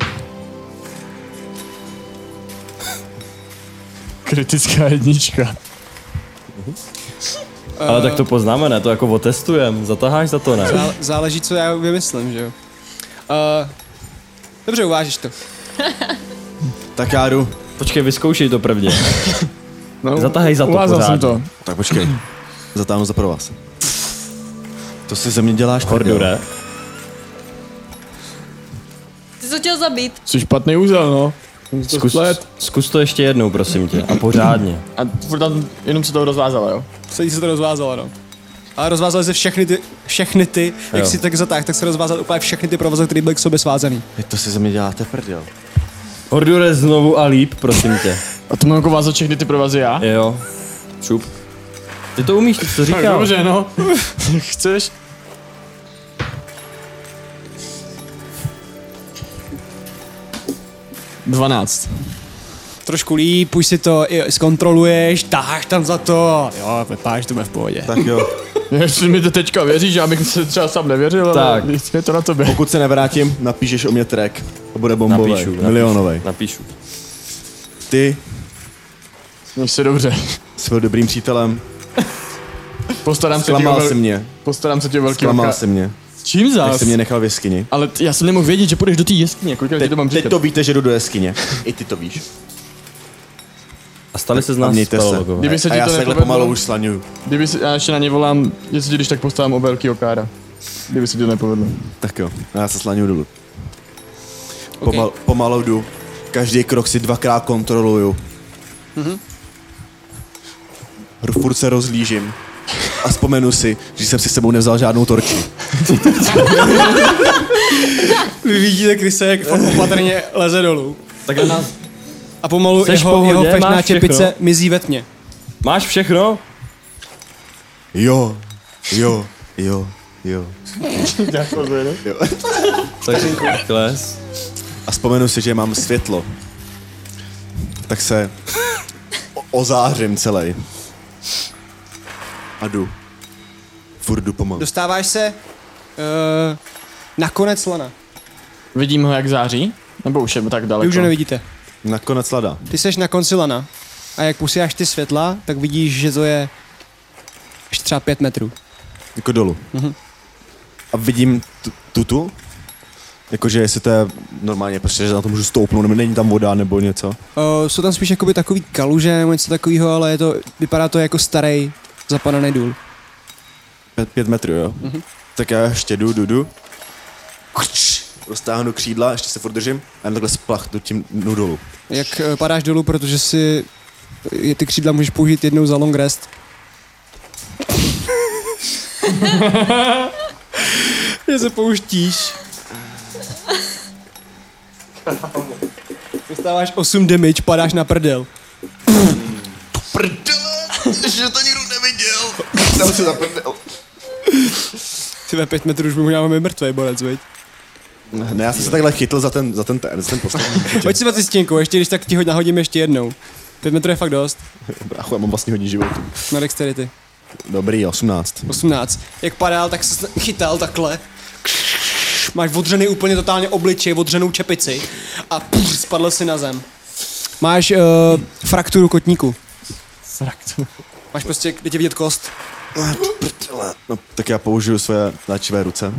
B: Kritická jednička.
A: Ale tak to poznáme, ne? To jako otestujem. Zataháš za to, ne?
D: Zá, záleží, co já vymyslím, že jo. Uh, dobře, uvážíš to.
C: Tak já jdu.
A: Počkej, vyzkoušej to prvně.
B: No,
A: Zatahej za to
B: uvázal jsem
A: pořádně.
B: to.
C: Tak počkej. Zatáhnu za pro vás. To si ze mě děláš,
A: Hordure.
E: Ty jsi to chtěl zabít.
B: Jsi špatný úzel, no.
A: Zkus, zkus to ještě jednou, prosím tě. A pořádně.
B: A furt tam jenom se to rozvázalo, jo?
D: Celý se to rozvázalo, no. Ale rozvázaly se všechny ty, všechny ty, jak
A: Jo.
D: si tak zatáh, tak se rozvázaly úplně všechny ty provazy, které byly k sobě svázaný.
C: Teď to si ze mě děláte prdel.
A: Hordure znovu a líp, prosím tě.
B: A to mám jako vázat všechny ty provazy já?
A: Jo. Šup. Ty to umíš, ty jsi to
B: Tak
A: říkal.
B: dobře, no. Chceš? Dvanáct.
D: Trošku líp, už si to i zkontroluješ, taháš tam za to. Jo, vypáš, to bude v pohodě.
C: Tak jo.
B: Jestli mi to teďka věříš, já bych se třeba sám nevěřil,
A: Tak.
B: ale je to na tobě.
C: Pokud se nevrátím, napíšeš o mě track. To bude bombový.
A: Napíšu, napíšu.
C: Milionový.
A: Napíšu.
C: Ty
B: Měj se dobře.
C: jsi byl dobrým přítelem.
B: Postarám se tě o
C: Zklamal
B: vel...
C: jsi mě.
B: Postarám se tě o velký
C: Zklamal
B: oka.
C: jsi mě.
B: Čím
C: Jak
B: zás?
C: jsi mě nechal v jeskyni.
B: Ale t- já jsem nemohl vědět, že půjdeš do té jeskyně. Kolikrát ti
C: Teď,
B: to mám
C: teď
B: říkat?
C: to víte, že jdu do jeskyně. I ty to víš.
A: A stali se z
C: A
A: nás
C: mějte se.
A: speleologové.
B: Kdyby se
C: A
B: ti
C: já
B: to
C: se takhle
B: nepovedlo,
C: pomalu už slaňuju.
B: kdyby si, já ještě na ně volám, jestli ti když tak postarám o velký okára. Kdyby se ti to nepovedlo.
C: Tak jo, já se slaňuju dolů. Pomal, pomalu jdu. Každý krok si dvakrát kontroluju.
D: Mhm.
C: Mm-hmm. Furt se rozhlížím. A vzpomenu si, že jsem si s sebou nevzal žádnou torči.
D: Vy vidíte Krise, jak fakt opatrně leze dolů.
A: Tak na nás.
D: A pomalu
A: Seš v
D: jeho,
A: pohodě?
D: jeho fešná
A: Máš všechno?
D: čepice mizí ve tmě.
A: Máš všechno?
C: Jo, jo, jo, jo.
A: Tak kles.
C: A vzpomenu si, že mám světlo. Tak se o- ozářím celý. A jdu. Furt jdu pomalu.
D: Dostáváš se uh, na konec lana.
B: Vidím ho, jak září? Nebo už je tak daleko?
D: Vy už ho nevidíte.
C: Nakonec lada.
D: Ty seš na konci lana. A jak posíláš ty světla, tak vidíš, že to je ještě třeba pět metrů.
C: Jako dolů.
D: Mhm.
C: A vidím tu- tutu. Jakože jestli to je normálně, prostě, že na to můžu stoupnout, nebo není tam voda, nebo něco.
D: Uh, jsou tam spíš jakoby takový kaluže nebo něco takového, ale je to, vypadá to jako starý zapadaný důl.
C: Pět, pět metrů, jo? Mm-hmm. Tak já ještě jdu, jdu, jdu. Roztáhnu křídla, ještě se furt držím a jen takhle splachnu tím dnu dolů.
D: Jak uh, padáš dolů, protože si je, ty křídla můžeš použít jednou za long rest. Že se pouštíš. Dostáváš osm damage, padáš na prdel.
C: Prdele, že to nikdo neviděl. Tam se zaprdel.
D: Ty ve pět metrů už by možná být mrtvej borec, veď?
C: Ne, já jsem se takhle chytl za ten, za ten, ten, za ten poslední.
D: Pojď si ty stěnku, ještě když tak ti hoď nahodím ještě jednou. Pět metrů je fakt dost.
C: Brácho, já mám vlastně hodně životů.
D: Na dexterity.
C: Dobrý, osmnáct.
D: osmnáct. Jak padal, tak se chytal takhle. Máš odřený úplně totálně obličej, odřenou čepici a půr, spadl si na zem. Máš uh, frakturu kotníku.
B: Frakturu.
D: Máš prostě, kde tě vidět kost.
C: No, tak já použiju své léčivé ruce.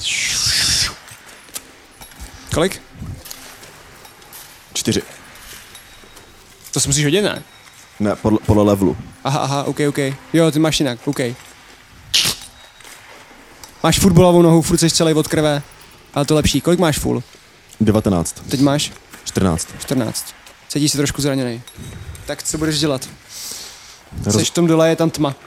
D: Kolik?
C: Čtyři.
D: To si musíš hodit, ne?
C: Ne, podle, podle levelu.
D: Aha, aha, ok, ok. Jo, ty máš jinak, ok. Máš fotbalovou nohu, furt jsi celý od krve. Ale to lepší. Kolik máš full?
C: devatenáct.
D: Teď máš
C: čtrnáct.
D: čtrnáct. Cítíš se trošku zraněný. Tak co budeš dělat?
C: Roz...
D: Seš v tom dole, je tam tma.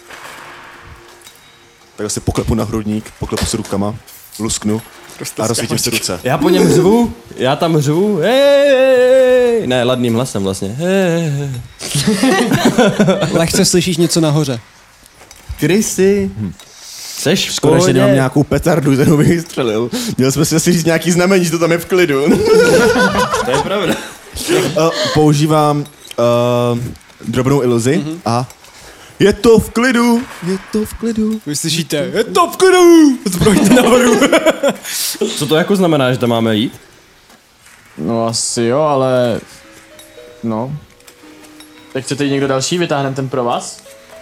C: Tak asi poklepu na hrudník, poklepu se rukama, lusknu a rozsvítím si ruce.
A: Já po něm řvu, já tam řvu, hej, hej, ne, ladným hlasem vlastně, hej, hej.
D: Lehce slyšíš něco nahoře.
A: Krysy, hm. Seš v
C: Škoda, že
A: pohodě?
C: nemám nějakou petardu, kterou bych střelil. Měl jsme si asi říct nějaký znamení, že to tam je v klidu.
A: To je pravda.
C: uh, používám uh, drobnou iluzi mm-hmm. a je to v klidu, je to v klidu.
D: Vy slyšíte, je to v klidu! Zbrojte nahoru.
A: Co to jako znamená, že tam máme jít?
B: No asi jo, ale... No. Tak chcete jít někdo další? Vytáhneme ten pro vás?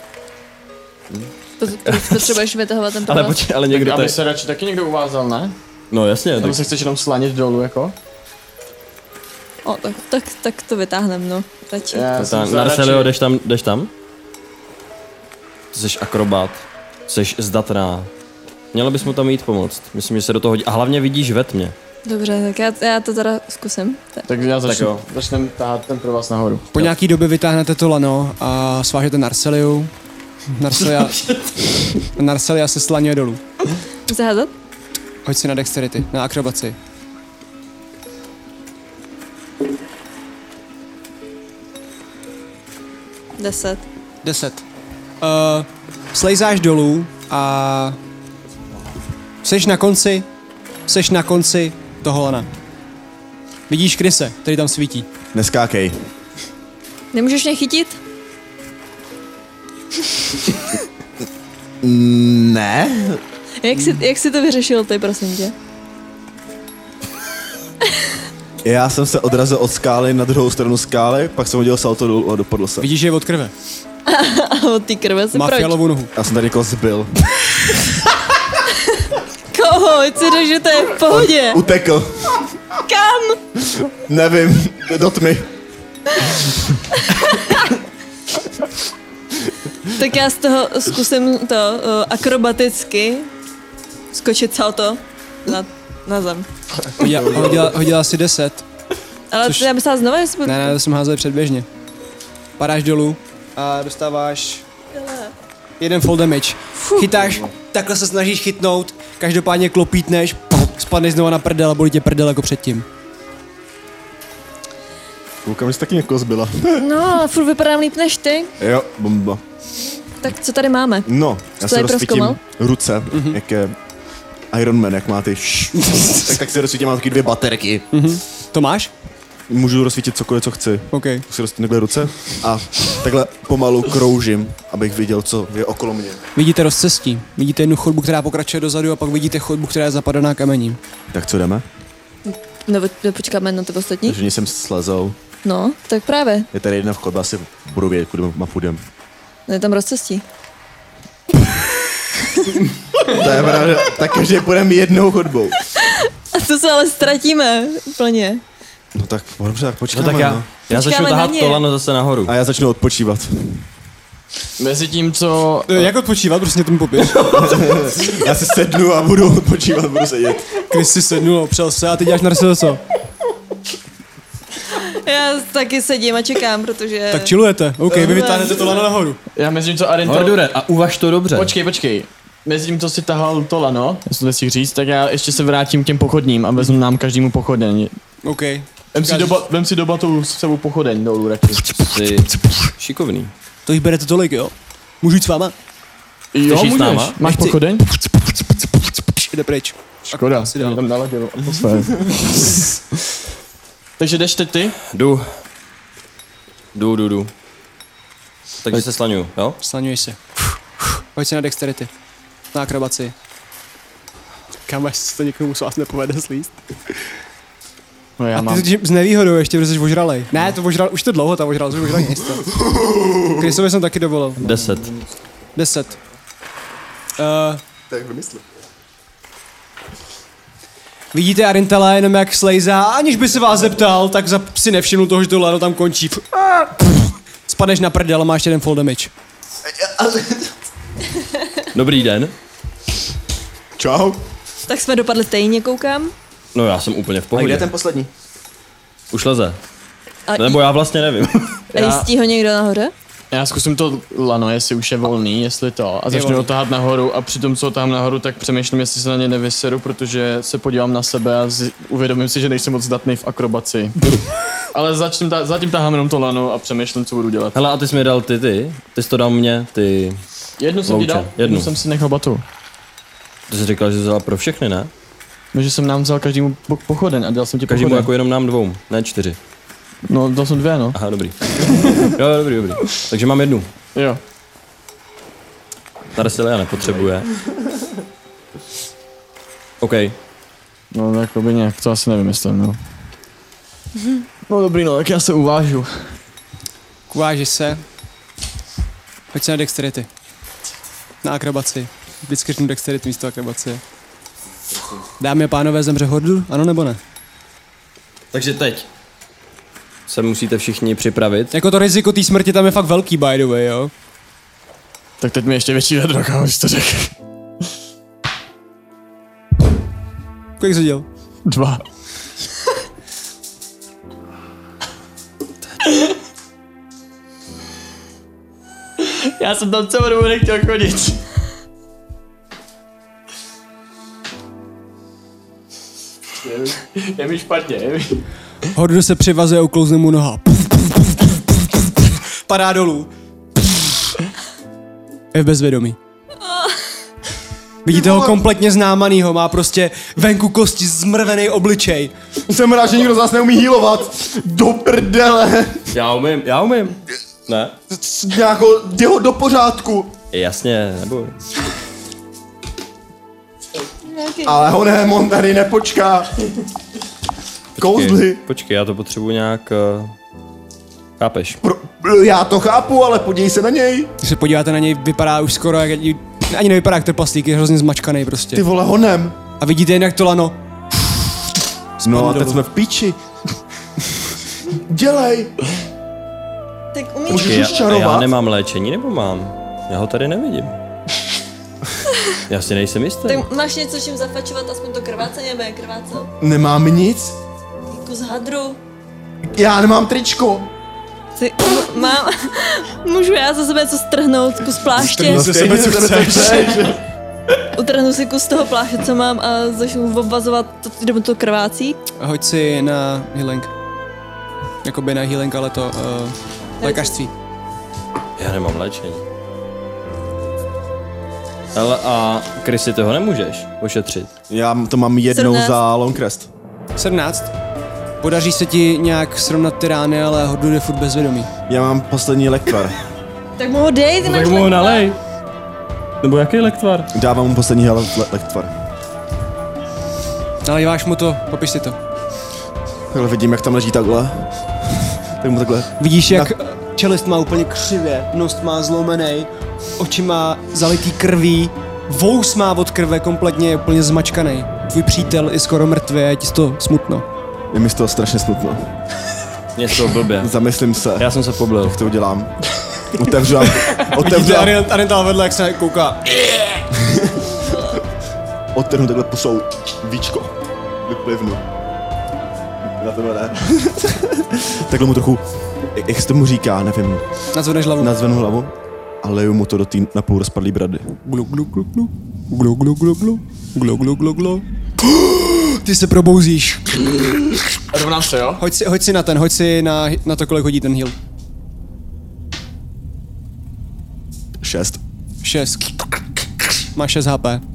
E: Proč potřebuješ vytahovat ten
A: Ale
E: provaz?
A: počkej, ale
B: Někdo
A: někdo
B: aby
A: tady...
B: se radši taky někdo uvázal, ne?
A: No jasně,
B: Nebo
A: tak...
B: se chceš jenom slanit dolů, jako?
E: O, tak, tak, tak to vytáhnem, no. Radši.
B: Já
A: Ta,
B: jsem se
A: Narcelio,
B: radši-
A: jdeš tam, jdeš tam? Ty jsi akrobat, jsi zdatná. Měla bys mu tam jít pomoct, myslím, že se do toho hodí. A hlavně vidíš ve tmě.
E: Dobře, tak já, já to teda zkusím. Tak.
B: Tak já
A: Tak
B: začnu,
A: jo.
B: začnem tahat ten pro vás nahoru.
D: Po nějaký době vytáhnete to lano a svážete Narceliu. Narcelia, Narcelia se slaňuje dolů.
E: Chci házet?
D: Hoď si na dexterity, na akrobaci.
E: Deset.
D: Deset. Uh, slejzáš dolů a seš na konci, seš na konci toho lana. Vidíš Kryse, který tam svítí.
C: Neskákej.
E: Nemůžeš mě chytit?
C: Ne.
E: Jak jsi, jak jsi to vyřešil ty, prosím tě?
C: Já jsem se odrazil od skály na druhou stranu skály, pak jsem hodil salto dolů a dopadl jsem.
D: Vidíš, že je od krve.
E: A od té krve se
D: Má
E: proč?
D: fialovou nohu.
C: Já jsem tady někoho zbyl.
E: Koho? Ať si řekl, že to je v pohodě.
C: Utekl.
E: Kam?
C: Nevím, do tmy.
E: Tak já z toho zkusím to uh, akrobaticky skočit salto na, na zem.
D: Hodila, hodila, hodila si deset.
E: Ale
D: Což-
E: Což... já bych se znova, jestli budu...
D: Ne, ne, to jsem házel předběžně. Padáš dolů a dostáváš jeden full damage. Chytáš, takhle se snažíš chytnout, každopádně klopítneš, spadneš znovu na prdel a bolí tě prdel jako předtím.
C: Koukám, že jsi taky někoho zbyla.
E: No, ale furt vypadám líp než ty.
C: Jo, bomba.
E: Tak co tady máme?
C: No, já
E: Co
C: se
E: tady
C: rozsvítím
E: prozkoumal?
C: ruce, mm-hmm. jak je Iron Man, jak má ty š... tak, tak si rozsvítím, mám taky dvě baterky.
D: Mhm. To máš?
C: Můžu rozsvítit cokoliv, co chci.
D: OK.
C: Tak si rozsvítím takhle ruce a takhle pomalu kroužím, abych viděl, co je okolo mě.
D: Vidíte rozcestí. Vidíte jednu chodbu, která pokračuje dozadu a pak vidíte chodbu, která je zapadaná kamením.
C: Tak co jdeme?
E: No, po- počkáme na ty ostatní.
C: Takže jsem slezou.
E: No, tak právě.
C: Je tady jedna vchodba, asi budu vědět, kudy ma půjdem.
E: No, je tam rozcestí.
C: To je pravda, tak každý půjdeme jednou chodbou.
E: A to se ale ztratíme úplně.
C: No tak dobře, tak
A: No
C: počkáme.
A: tak já,
C: no.
A: já začnu
E: Počkáme na
A: tahat
E: ně.
A: to lano zase nahoru.
C: A já začnu odpočívat.
B: Mezi tím, co...
D: E, jak odpočívat, prostě tomu popiš.
C: Já si sednu a budu odpočívat, budu sedět.
D: Chris si sednul, opřel se a ty děláš Narcel co?
E: Já taky sedím a čekám, protože...
D: Tak chillujete. OK, vy vytáhnete to lano nahoru.
B: Já mezi tím, co Arin to...
A: Hordure, a uvaž to dobře.
B: Počkej, počkej. Mezi tím, co si tahal to lano, jestli to si říct, tak já ještě se vrátím k těm pochodním a vezmu nám každému pochodeň.
D: OK.
B: Vem si, doba, vem si dobatou s sebou pochodeň dolů, radši.
A: Jsi šikovný.
D: To jich berete tolik, jo? Můžu jít s váma?
B: Jo,
A: jít s
B: můžeš.
A: náma?
B: Máš
D: Nechci.
B: pochodeň?
D: Jde pryč.
B: Škoda,
D: si dál.
B: tam naladilo atmosféru. Takže jdeš teď ty?
A: Jdu. Jdu, jdu, jdu. Takže se slaňuju, jo?
D: Slaňuješ se. Hoď si na dexterity. Na akrobaci. Kam až se to někomu z vás nepovede slíst?
B: No já
D: A ty
B: mám.
D: to s nevýhodou ještě, protože jsi ožralej. Ne, to ožral, už to dlouho, ta ožral, už ožralej nejste. Krysovi jsem taky dovolil.
A: Deset.
D: Deset. Uh,
C: Tak vymysli.
D: vidíte Arintela jenom jak slejzá, aniž by se vás zeptal, tak za, si nevšimnu toho, že to lano tam končí. Spadneš na prdel a máš jeden full damage.
A: Dobrý den.
C: Čau.
E: Tak jsme dopadli stejně, koukám.
A: No já jsem úplně v
C: A kde
A: pohodě.
C: je ten poslední?
A: Už leze.
E: A,
A: Nebo já vlastně nevím.
E: a jistí ho někdo nahoře?
B: Já zkusím to lano, jestli už je volný, jestli to. A začnu
D: volný.
B: ho tahat nahoru a při tom, co ho tahám nahoru, tak přemýšlím, jestli se na ně nevyseru, protože se podívám na sebe a z- uvědomím si, že nejsem moc zdatný v akrobaci. Ale začím ta- zatím tahám jenom to lano a přemýšlím, co budu dělat.
A: Hele, a ty jsi mi dal ty, ty. Ty jsi to dal mě, ty.
B: Jednu jsem ti
A: Louče,
B: dal,
A: jednu.
B: jednu jsem si nechal batu.
A: Ty jsi říkal, že jsi vzala pro všechny, ne?
B: No, že jsem nám vzal každému po- pochoden a dal jsem ti
A: Každému
B: pochoden.
A: jako jenom nám dvou, ne čtyři.
B: No, dal jsem dvě, no.
A: Aha, dobrý. Jo, dobrý, dobrý. Takže mám jednu.
B: Jo.
A: Tarasilia nepotřebuje. OK.
B: No, jako by nějak, to asi nevymyslím, no. No dobrý, no, tak já se uvážu.
D: Uváži se. Pojď se na dexterity. Na akrobaci. Vždycky řeknu dexterity místo akrobacie. Dámy a pánové, zemře hordu? Ano nebo ne?
A: Takže teď se musíte všichni připravit.
D: Jako to riziko té smrti tam je fakt velký, by the way, jo?
B: Tak teď mi ještě větší vedro, kámo, to řekl.
D: Kolik jsi dělal?
B: Dva. Já jsem tam celou dobu nechtěl chodit. Je mi, je mi špatně, je mi...
D: Hordu se přivazuje a uklouzne mu noha. Padá dolů. Je v bezvědomí. Vidíte ho kompletně známanýho, má prostě venku kosti zmrvený obličej.
C: Jsem rád, že nikdo z nás neumí healovat. Do prdele.
A: Já umím, já umím. Ne?
C: Nějakou, jde ho do pořádku.
A: Jasně, neboj.
C: Ale honem, on tady nepočká. Kouzly.
A: Počkej, počkej, já to potřebuji nějak... Uh... Chápeš?
C: Pro, já to chápu, ale podívej se na něj.
D: Když se podíváte na něj, vypadá už skoro jak... Ani nevypadá jak trpaslík, je hrozně zmačkaný prostě.
C: Ty vole, honem.
D: A vidíte jen jak to lano.
C: No a teď
D: dolů.
C: jsme v píči. Dělej.
E: Tak umíš...
C: Můžeš
A: já,
C: už čarovat?
A: já nemám léčení, nebo mám? Já ho tady nevidím. Já si nejsem jistý.
E: Tak máš něco, čím zafačovat aspoň to krvácení, nebo je krvácel?
C: Nemám nic.
E: Kus hadru.
C: Já nemám tričko.
E: Ty, m- mám... Můžu já za sebe co strhnout, kus pláště?
C: Ze sebe, co chceš.
E: Utrhnu si kus toho pláště, co mám a začnu obvazovat to, kde mu to krvácí.
D: Hoď si na healing. Jakoby na healing, ale to uh, lékařství.
A: Já nemám léčení. Ale a Chrissy, toho nemůžeš ošetřit.
C: Já to mám jednou
E: sedmnáct.
C: za long rest.
D: sedmnáct. Podaří se ti nějak srovnat ty rány, ale Hordu jde furt bezvědomí.
C: Já mám poslední lektvar.
E: Tak mu ho dej, ty máš
A: Tak mu ho
E: lekva.
A: nalej. Nebo jaký lektvar?
C: Dávám mu poslední hele- le- lektvar.
D: Nalíváš mu to, popiš si to.
C: Takhle vidím, jak tam leží takhle. Tak mu takhle.
D: Vidíš, jak čelist má úplně křivě, nos má zlomený, oči má zalitý krví, vous má od krve kompletně úplně zmačkaný. Tvůj přítel je skoro mrtvý a je ti z toho smutno.
C: Je mi z toho strašně smutno.
A: Mě z toho blbě.
C: Zamyslím se,
A: Já jsem se poblil.
C: jak to udělám. Otevřu vám,
D: Vidíte
C: otevřu vám,
D: Arental vedle, jak se kouká.
C: odtrhnu takhle pusou víčko. Vyplivnu. Na tohle ne. Takhle mu trochu, jak- jak se tomu říká, nevím,
D: Nadzvedneš hlavu.
C: nazvenu hlavu a leju mu to do té napůl rozpadlý brady.
D: Glu, glu, glu, glu. Glu, glu, glu, glu. Glu, glu, glu, glu. Ty se probouzíš.
B: Rovnám se, jo?
D: Hoď si, hoď si na ten, hoď si na, na to, kolik hodí ten heal.
C: Šest.
D: šest. Máš šest H P.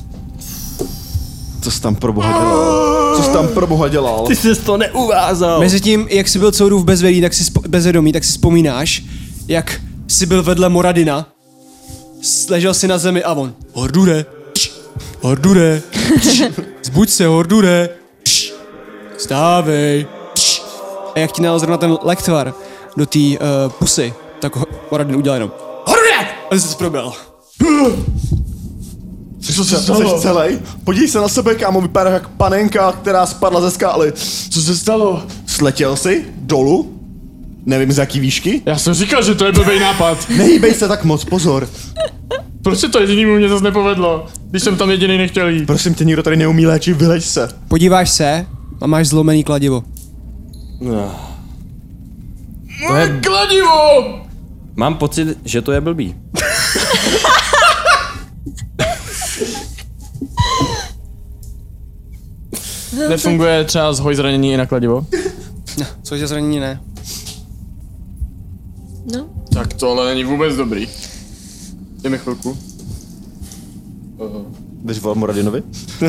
C: Co jsi tam pro boha dělal? Co jsi tam pro boha dělal?
A: Ty jsi to neuvázal.
D: Mezitím, jak jsi byl celou dobu v bezvědomí, tak si spo- bezvědomí, tak si vzpomínáš, jak jsi byl vedle Moradina, s- ležel si na zemi a on Hordure, Hordure, zbuď se, Hordure. Stávej. Pš. A jak ti nalezl zrovna ten lektvar do té uh, pusy, tak ho Moradin udělal jenom. Horuje! A ty jsi se probral.
C: Co se stalo? Jsi celý? Podívej se na sebe, kámo, vypadá jak panenka, která spadla ze skály.
B: Co se stalo?
C: Sletěl jsi dolů? Nevím z jaký výšky.
B: Já jsem říkal, že to je blbý nápad.
C: Nehýbej se tak moc, pozor.
B: Proč se to jedinýmu mě zase nepovedlo, když jsem tam jediný nechtěl jít?
C: Prosím tě, nikdo tady neumí léčit, vyleč se.
D: Podíváš se a máš zlomený kladivo.
A: No.
B: To je kladivo!
A: Mám pocit, že to je blbý.
B: Nefunguje třeba zhoj zranění i na kladivo?
D: No, což je zranění ne.
E: No.
B: Tak to ale není vůbec dobrý. Dej mi chvilku. Uh,
C: Jdeš volat Moradinovi?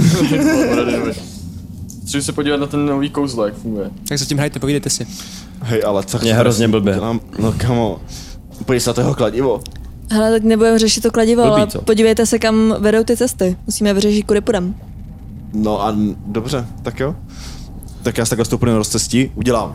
B: Chci se podívat na ten nový kouzlo, jak funguje.
D: Tak zatím hrajte, povídejte si.
C: Hej, ale co
A: Mě hrozně blbě.
C: Dělám, no kamo, podívej se na toho kladivo.
E: Hele, tak nebudeme řešit to kladivo,
A: Blbý,
E: ale
A: co?
E: podívejte se, kam vedou ty cesty. Musíme vyřešit, kudy půjdem.
C: No a n- dobře, tak jo. Tak já se takhle stoupnu do cestí, udělám.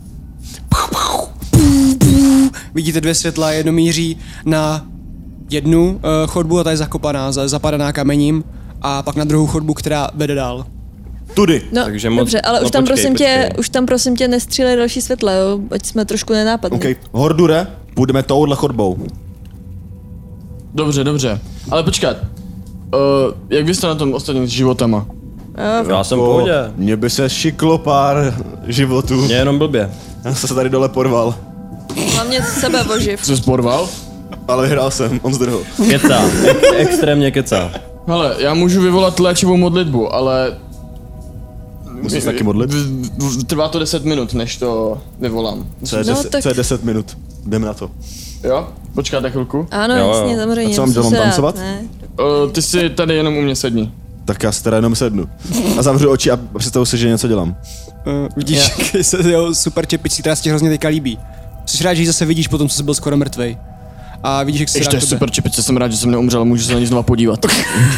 D: Vidíte dvě světla, jedno míří na jednu uh, chodbu a ta je zakopaná, za- zapadaná kamením. A pak na druhou chodbu, která vede dál.
C: Tudy.
E: No,
A: Takže moc-
E: dobře, ale
A: no
E: už tam
A: počkej,
E: prosím tě,
A: počkej.
E: už tam prosím tě nestřílej další světla, jo? Ať jsme trošku nenápadní.
C: OK, Hordure, půjdeme touhle chodbou.
B: Dobře, dobře. Ale počkat. Uh, jak vy jste na tom ostatním s životama?
A: Já jsem v pohodě.
C: Mně by se šiklo pár životů.
A: Mě jenom blbě.
C: Já jsem se tady dole porval.
E: Hlavně sebe oživ.
B: Jsi sporval?
C: Ale vyhrál jsem, on zdrhl.
A: Kecá. Ek- extrémně kecá.
B: Hele, já můžu vyvolat léčivou modlitbu, ale...
C: Musíš se taky modlit?
B: V- v- Trvá to deset minut, než to vyvolám.
C: Co je,
E: No,
C: deset,
E: tak-
C: co je deset minut? Jdeme na to.
B: Jo? Počkáte chvilku.
E: Ano,
A: Jo, jo.
E: jasně, samozřejmě.
C: A co mám
E: musím
C: dělat,
E: se
C: mám
E: dát,
C: tancovat?
E: Ne?
B: Uh, ty si tady jenom u mě sedni.
C: Tak já si teda jenom sednu. A zavřu oči a představu si, že něco dělám.
D: Uh, vidíš, jak se jo, super čepicí, která se ti hrozně teďka líbí. Jsi rád, že ji zase vidíš po tom, co jsi byl skoro mrtvej. A vidíš, jak se
B: Ještě
D: dá
B: je
D: k tobě.
B: super čepice, jsem rád, že jsem neumřel, můžu se na ní znova podívat.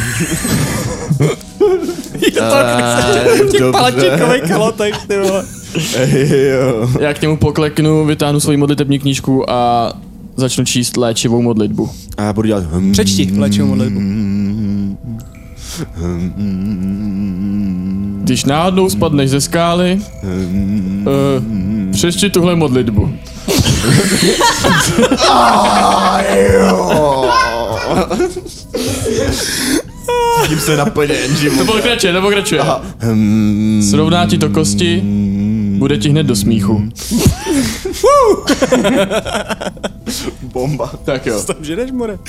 D: Těch palačinkovej kalotej, ty vole.
C: jo.
B: Já k němu pokleknu, vytáhnu svoji modlitební knížku a začnu číst léčivou modlitbu.
C: A já budu dělat... hm,
D: Přečti léčivou modlitbu.
B: Když náhodou spadneš ze skály, uh, přečti tuhle modlitbu.
C: Tím se naplněn
B: To
C: život.
B: pokračuje, to pokračuje.
C: Hmm,
B: Srovná ti to kosti, bude ti hned do smíchu.
C: bomba.
B: Tak jo.
D: Tam žedeš, more.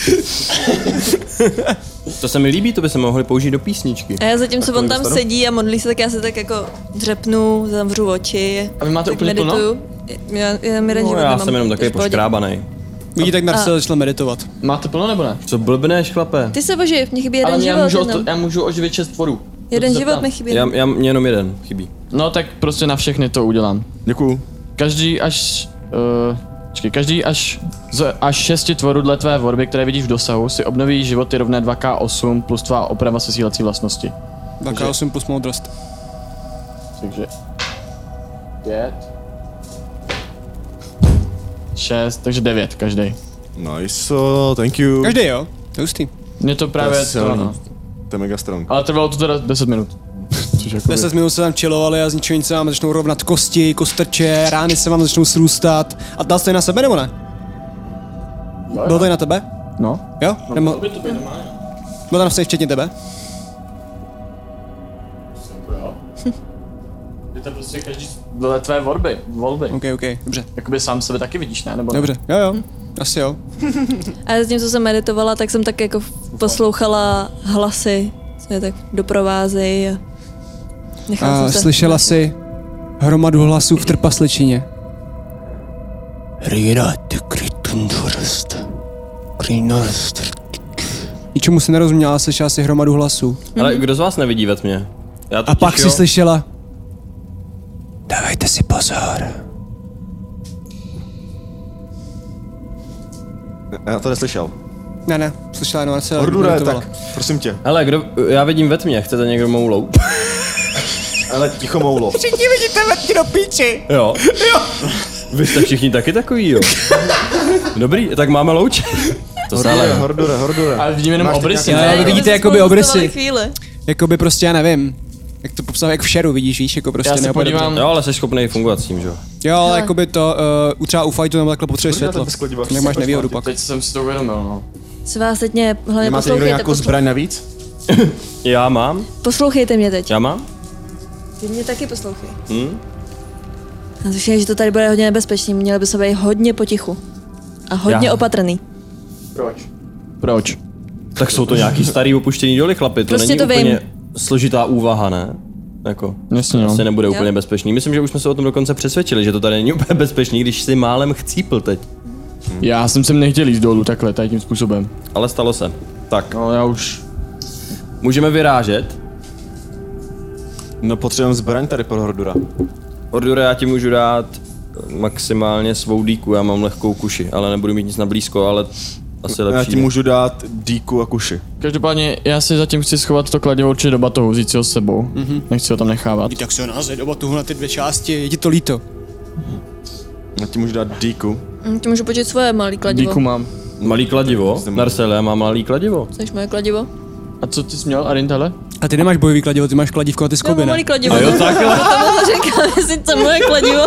A: To se mi líbí, to by se mohli použít do písničky.
E: A já zatímco on tam
C: dostanu?
E: sedí a modlí se, tak já se tak jako dřepnu, zavřu oči.
B: A vy máte
E: tak
B: úplně plno?
E: medituju. Já, jenom jeden
A: No,
E: život
A: já
E: nemám,
A: jsem jenom
E: to
A: takový
E: je v pohodě.
A: poškrábanej.
D: Vidíte, jak Narcel začal meditovat.
B: Máte plno nebo ne?
A: Co blbneš, chlape?
E: Ty se oživ, mě chybí jeden
B: Ale já
E: život.
B: můžu,
E: jenom.
B: osto- já můžu oživit šest tvorů.
E: Jeden
B: To se
E: život
B: zeptám.
E: mi chybí.
A: Já, já, mě jenom jeden chybí.
B: No tak prostě na všechny to udělám.
C: Děkuju.
B: Každý až... Uh, počkej, každý až, z, až šesti tvorů dle tvé vorby, které vidíš v dosahu, si obnoví životy rovné dva ká osm plus tvá oprava se sílací vlastnosti.
D: dva ká osm plus moudrost.
B: Takže... Pět... Šest, takže devět každý.
C: Nice, oh, thank you.
D: Každý, jo? To je hustý.
B: Mně to
C: To
B: právě...
C: je
B: To,
C: silný.
B: no.
C: To je mega strong.
B: Ale trvalo to teda deset minut. Což jako
D: Deset minut se tam chillovali a z ničeho nic se vám začnou rovnat kosti, kostrče, rány se vám začnou srůstat. A dal jsi to i na sebe, nebo ne? Bylo to i na tebe?
B: No.
D: Jo? Nebo,
B: by to být normálně.
D: bylo to na včetně tebe?
B: Je to prostě každý dle tvé vorby, volby.
D: OK, OK, dobře.
B: Jakoby sám sebe taky vidíš, ne? Nebo ne?
D: Dobře, jo, jo. Asi jo.
E: A tím, co jsem meditovala, tak jsem tak jako poslouchala hlasy, co mě tak doprovázejí a nechala
D: A
E: jsem se...
D: slyšela jsi hromadu hlasů v trpasličině. Ničemu si nerozuměla, slyšela si hromadu hlasů.
A: Ale kdo z vás nevidí ve tmě? Já
D: A
A: totiž,
D: pak si
A: jo.
D: slyšela. Dávejte si pozor.
C: Já to neslyšel.
D: Ne, ne, slyšela jenom, se
C: Hordure,
D: meditovala.
C: tak, prosím tě.
A: Hele, kdo, já vidím ve tmě, chcete někdo mou loup?
C: Ale ticho moulo.
D: Všichni vidíte vrtky do píči.
A: Jo. jo. Vy jste všichni taky takový, jo. Dobrý, tak máme louče. To
C: Hordure, hordure, hordure.
B: Ale vidíme jenom obrysy.
D: Jo,
B: ne?
D: vy vidíte
E: jsme
D: jakoby
E: spolu
D: obrysy.
E: zůstávali chvíli.
D: Jakoby prostě, já nevím. Jak to popsal, jak v šeru, vidíš, víš, jako prostě
B: Já se
D: neopět
B: podívám.
D: dobře.
A: Jo, ale jsi schopný fungovat s tím, že jo.
D: Jo, ale jakoby to, uh, třeba u fightu tam takhle potřebuje světlo. Tak máš nevýhodu pak.
B: Teď jsem si to uvědomil, no.
E: Se vás teď mě, hlavně
C: Nemáte někdo
E: poslouchejte,
C: nějakou
E: poslu-
C: zbraň navíc?
A: Já mám?
E: poslouchejte mě teď.
A: Já mám?
E: Ty mě taky poslouchej.
A: Hm?
E: Já slyším, že to tady bude hodně nebezpečný, měli by se být hodně potichu. A hodně
A: Já.
E: opatrný.
B: Proč? Proč?
A: Tak jsou to nějaký starý opuštěný doly, chlapi. To
E: Prostě
A: není
E: to vím.
A: úplně složitá úvaha, ne? Jako,
B: Jasně, no.
A: asi nebude
E: Jo.
A: úplně bezpečný. Myslím, že už jsme se o tom dokonce přesvědčili, že to tady není úplně bezpečný, když si málem chcípl teď.
B: Já jsem sem nechtěl jít dolů takhle, tady tím způsobem.
A: Ale stalo se. Tak,
B: No já už...
A: můžeme vyrážet.
C: No potřebujeme zbraň tady pro Hordura.
A: Ordure, já ti můžu dát maximálně svou díku, já mám lehkou kuši, ale nebudu mít nic na blízko, ale asi lepší.
C: Já ti
A: ne?
C: můžu dát díku a kuši.
B: Každopádně já si zatím chci schovat to kladivo určitě do batohu, vzít si ho s sebou. Mm-hmm. Nechci ho tam nechávat.
D: Tak se ho názej do batohu na ty dvě části, je ti to líto.
C: Já ti můžu dát díku.
E: Hm, Ti můžu počít svoje malý kladivo.
B: Díku mám.
A: Malý kladivo? Narcel, já mám malý kladivo.
E: Chceš moje kladivo?
B: A co ty jsi měl, Arintele?
D: A ty nemáš bojový kladivo, ty máš kladívko a ty
E: Já
D: skoby,
E: mám
D: ne?
E: malý kladivo.
A: A jo, takhle.
E: To tomu říkám, jestli to moje kladivo.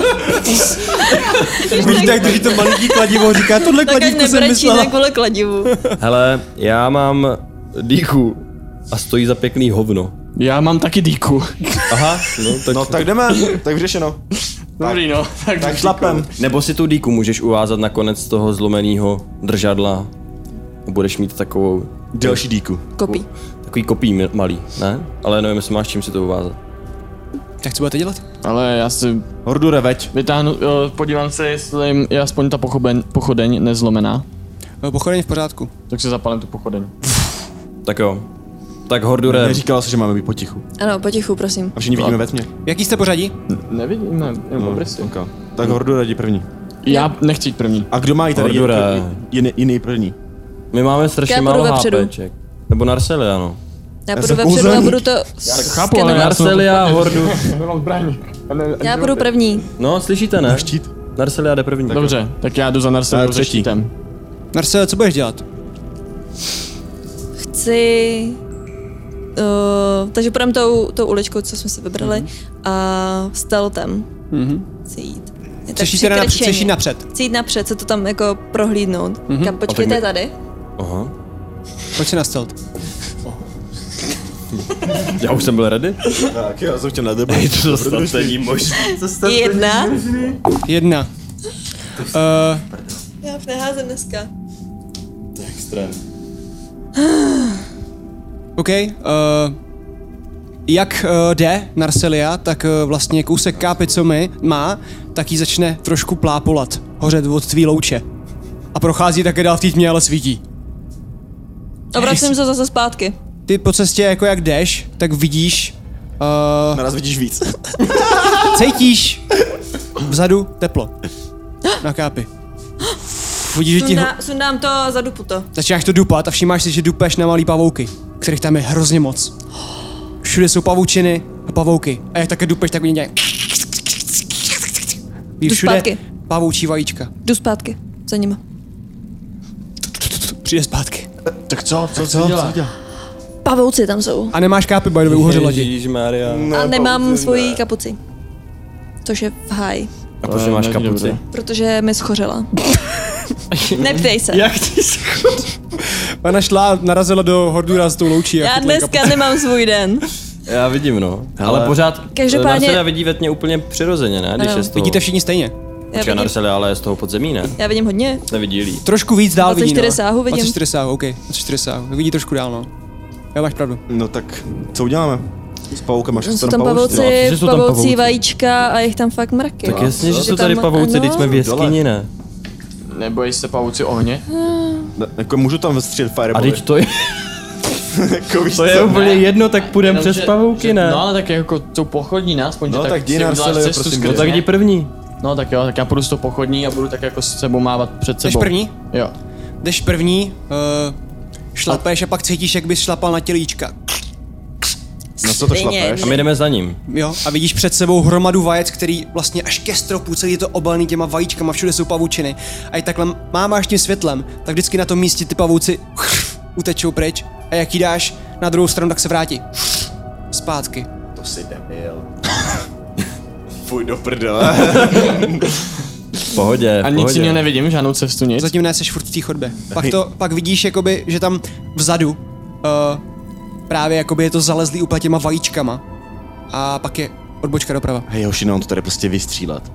D: Vidíte, jak drží to maliký kladivo, říká, tohle
E: Tak ať
D: kladívko jsem
E: nebrečí
D: myslela.
E: na kvůli kladivu.
A: Hele, já mám díku a stojí za pěkný hovno.
B: Já mám taky díku.
A: Aha, no tak,
C: No tak jdeme, tak vyřešeno.
B: Dobrý no, tak,
C: Tak šlapem.
A: Nebo si tu díku můžeš uvázat na konec toho zlomeného držadla. Budeš mít takovou,
C: Další díku.
E: Kopí.
A: takový kopí mi- malý, ne? Ale nevím, jestli máš čím si to uvázat.
D: Tak co budete dělat?
B: Ale já si
C: Hordure, veď.
B: vytáhnu, jo, podívám se, jestli je aspoň ta pochodeň, pochodeň nezlomená.
D: Pochodeň v pořádku.
B: Tak si zapálím tu pochodeň.
A: Tak jo. Tak Hordure,
C: Neříkalo se, že máme být potichu.
E: Ano, potichu, prosím.
C: A všichni vidíme ve tmě.
D: Jaký jste pořadí?
B: Nevidíme, jenom obrysy.
C: Okay. Tak Hordure, jdi první.
B: Já nechci jít první.
C: A kdo má jít tady
A: Hordure.
C: jiný, jiný, jiný první?
A: my máme strašně
E: Já
A: málo
E: půjdu vepředu.
A: HPček. Nebo Narcelia, no.
E: Já
C: Já
E: půjdu
C: jsem
E: vepředu a
C: kouzelník.
E: budu to
B: Chápu, ale
E: skenovat.
B: já jsem
A: Narcelia, Hordu.
B: Nemám zbraň.
E: Já budu první.
A: No, slyšíte, ne?
C: Štít.
A: Narcelia jde první.
B: Dobře, tak já jdu za
C: Já
B: Narcelou se
C: třetí.
B: štítem.
D: Narcele, co budeš dělat?
E: Chci... Uh, takže půjdem tou, tou uličkou, co jsme si vybrali, a stealthem
D: Mhm.
E: chci jít. Je tak
D: Chceš jít teda napřed,
E: přikrčeně.
D: chceš jít napřed.
E: Chci jít napřed, se to tam jako prohlídnout. Mm-hmm. Kam, počkejte
A: my-
E: tady.
A: Aha.
D: Pojď si na stealth.
A: Já už jsem byl ready.
C: Tak já jsem chtěl na tebe.
A: To snad není možné.
E: Jedna.
D: Jedna. Uh,
E: Já už neházím dneska.
A: Extrém.
D: OK. Uh, jak uh, jde Narcelia, tak uh, vlastně kousek kápy, co my má, tak jí začne trošku plápolat, hořet od tvý louče. A prochází také dál v té tmě, ale svítí.
E: A vracím se zase zpátky.
D: Ty po cestě, jako jak jdeš, tak vidíš, uh,
C: Naraz vidíš víc.
D: cítíš vzadu teplo na kápy. Vidíš, že ti ho...
E: Sundá, sundám to a zadupu to.
D: Začínáš to dupat a všímáš si, že dupeš na malý pavouky, kterých tam je hrozně moc. Všude jsou pavučiny a pavouky. A jak také dupeš, tak oni dělají... Ví
E: Jdu
D: všude
E: zpátky.
D: pavoučí vajíčka.
E: Jdu zpátky. Za nima.
D: Přijde zpátky.
B: Tak co, co,
C: Co? Co dělá?
E: Pavouci tam jsou.
D: A nemáš kápy, by the way, uhořela ti.
A: Ježišmarja.
C: No,
E: A nemám
C: pavouci,
E: svoji
C: ne.
E: kapuci. Což je v háji.
A: A proč nemáš
B: není
A: kapuci?
B: dobrý.
E: Protože mi schořela. Neptej se.
A: Jak ty jsi...
D: Ona šla, narazila do Hordura s tou loučí. a
E: Já
D: chytla jí
E: dneska
D: kapuci.
E: nemám svůj den.
A: Já vidím, no.
C: Hele.
A: Ale pořád
E: Každopádně-
A: Narcelia vidí ve tmě úplně přirozeně, ne? Když
E: Ano.
A: je z toho...
D: Vidíte všichni stejně.
E: Já
A: Počkej,
E: vidím,
A: Narcelia, ale je z toho podzemí, ne?
E: já vidím hodně.
A: Nevidí líp.
D: Trošku víc dál vidí,
E: dvacet čtyři
D: no.
E: sáhu vidím.
D: dvacet čtyři sáhu, OK. dvacet čtyři sáhu. Vidí trošku dál, no. Já máš pravdu.
C: No tak, co uděláme? S pavoukama,
E: Jsou
C: jsou
E: tam
C: pavouci?
E: pavouci,
A: No, že jsou tam
E: pavoucí
A: pavouci.
E: vajíčka a jich tam fakt mraky.
A: Tak jasně, že
E: Že
A: jsou tady
E: tam-
A: pavouci, teď
E: ano.
A: jsme v jeskyni, ne?
B: Nebojí se pavouci ohně?
C: Ne, jako můžu tam vystřílet
A: A
C: firebaly.
A: teď to je,
C: Jako víš
A: to je
C: co?
A: úplně jedno, tak půjdeme
B: Jenom,
A: přes
B: že-
A: pavouky,
B: že-
A: ne?
B: No ale tak jako jsou pochodní, ne? Aspoň, že
C: No, tak
B: si
C: jdi,
B: uděláš
C: Narcelio,
B: cestu
C: prosím
B: skrz
C: tě.
A: No tak
B: ně.
A: jdi první.
B: No tak jo, tak já půjdu z toho pochodní a budu tak jako s sebou mávat před sebou.
D: Jdeš první?
B: Jo.
D: Jdeš první, uh, šlapeš a pak cítíš, jak bys šlapal na tělíčka.
C: No co to
E: Stejně.
C: šlapeš?
A: A my jdeme za ním.
D: Jo, a vidíš před sebou hromadu vajec, který vlastně až ke stropu, celý je to obalný těma vajíčkama, všude jsou pavučiny. A i takhle mámáš tím světlem, tak vždycky na tom místě ty pavouci utečou pryč. A jak jí dáš na druhou stranu, tak se vrátí. Zpátky.
C: To si debil. Fuj do prdele.
A: V pohodě,
B: A
A: v
B: nic
A: pohodě.
B: jiného nevidím, žádnou cestu, nic.
D: Zatím nejseš furt v té chodbě. Pak to, pak vidíš jakoby, že tam vzadu uh, právě jakoby je to zalezlý úplně těma vajíčkama. A pak je odbočka doprava.
C: Hej, hoši, no, on to tady prostě vystřílet.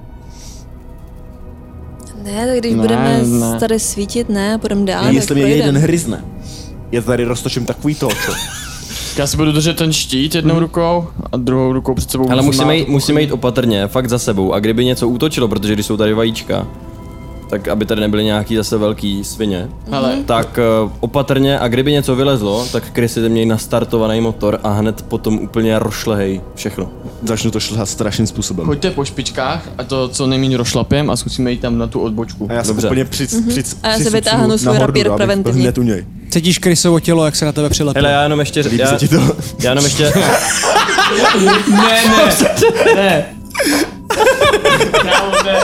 E: Ne, tak když
B: Ne,
E: budeme
B: ne.
E: tady svítit, ne, půjdeme dál,
C: A
E: tak
C: jestli mě
E: projdem.
C: jeden hryzne, já tady roztočím takový to, co?
B: Já si budu držet ten štít jednou rukou a druhou rukou před sebou.
A: Ale
B: musím
A: musíme
B: mát-
A: jít, musíme jít opatrně, fakt za sebou. A kdyby něco útočilo, protože když jsou tady vajíčka, tak aby tady nebyly nějaký zase velký svině,
B: Hele,
A: tak uh, opatrně a kdyby něco vylezlo, tak Chrisy měj nastartovaný motor a hned potom úplně rošlehej všechno.
C: Začnu to šlehat strašným způsobem.
B: choďte po špičkách a to co nejméně rošlapem a zkusíme jít tam na tu odbočku.
C: A já jsem
A: Dobře.
C: úplně při, mm-hmm. při,
E: A já si
C: při-
E: vytáhnu
C: na
E: svůj
C: hordu,
E: rapír
C: abych
E: preventivně.
C: hned u něj.
D: Cítíš Krysovo tělo, jak se na tebe přilepí.
A: Hele, já jenom ještě...
C: Líbí
A: Já,
C: se ti to?
A: já jenom ještě...
B: Ne, ne, ne. Kámo, ne.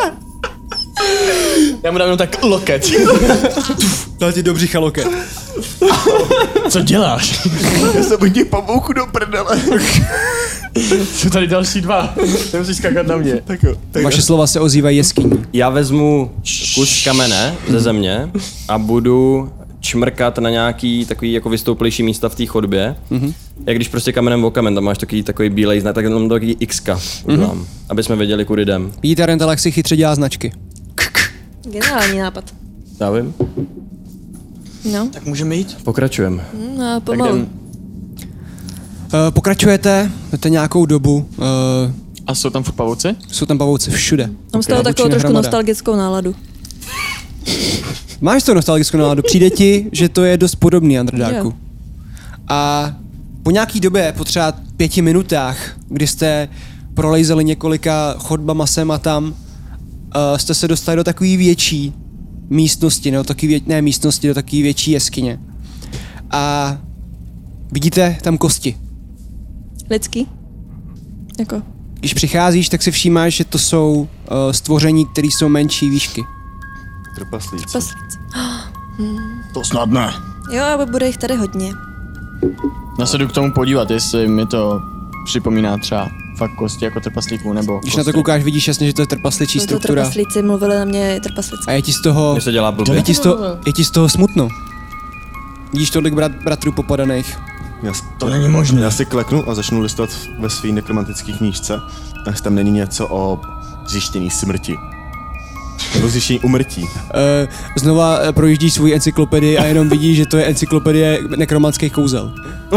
B: Já mu dám jenom tak loket.
D: Dal ti do břicha loket.
B: Co děláš?
C: Já jsem hodně pavouku do prdele.
B: Jsou tady další dva. Nemusíš skákat na mě.
C: Tak jo, tak
D: Vaše slova se ozývají jeskyní.
A: Já vezmu kus kamene ze země a budu čmrkat na nějaký takový jako vystouplejší místa v té chodbě. Mm-hmm. Jak když prostě kamenem o kamen, tam máš takový, takový bílej znak, tak tam takový X-ka udělám, mm-hmm. aby jsme věděli, kudy jdem.
D: Vidíte, Rental, jak si chytře dělá značky.
E: Geniální nápad.
A: Já vím.
E: No,
B: Tak můžeme jít?
A: Pokračujeme.
E: no
B: Tak
E: pomalu.
B: jdem.
D: Uh, pokračujete, jdete nějakou dobu, uh,
B: A jsou tam furt pavouci?
D: jsou tam pavouci všude.
E: Mám z toho
D: Pavučina
E: takovou trošku
D: hromada.
E: nostalgickou náladu.
D: Máš to nostalgickou náladu, přijde ti, že to je dost podobný Underdarku.
E: Jo.
D: A po nějaký době, po třeba pěti minutách, kdy jste prolejzali několika chodbama sem a tam, uh, jste se dostali do takové větší místnosti, ne, do takový vě- ne místnosti, do takové větší jeskyně. A vidíte tam kosti.
E: Lidský? Jako,
D: Když přicházíš, tak si všímáš, že to jsou uh, stvoření, které jsou menší výšky.
C: Trpaslíci.
E: paslíci.
B: To snad ne.
E: Jo, ale bude jich tady hodně.
B: Já se jdu k tomu podívat, jestli mi to připomíná třeba fakt kosti jako trpaslíků nebo
D: Když
B: kosti.
D: na to koukáš, vidíš jasně, že to je trpasličí
E: Jsou to
D: struktura.
E: trpaslíci, mluvili na mě trpaslici.
D: A je ti z toho,
A: Mně se dělá
D: je
A: blbě.
D: ti z toho, je ti z toho smutno. Vidíš tolik brat, bratrů popadaných.
C: Já, s-
B: To není možné.
C: já si kleknu a začnu listovat ve své nekromantické knížce, až tam není něco o zjištění smrti. Nebo zjištění umrtí.
D: Uh, znova eh, projíždíš svůj encyklopedii a jenom vidíš, že to je encyklopedie nekromanských kouzel.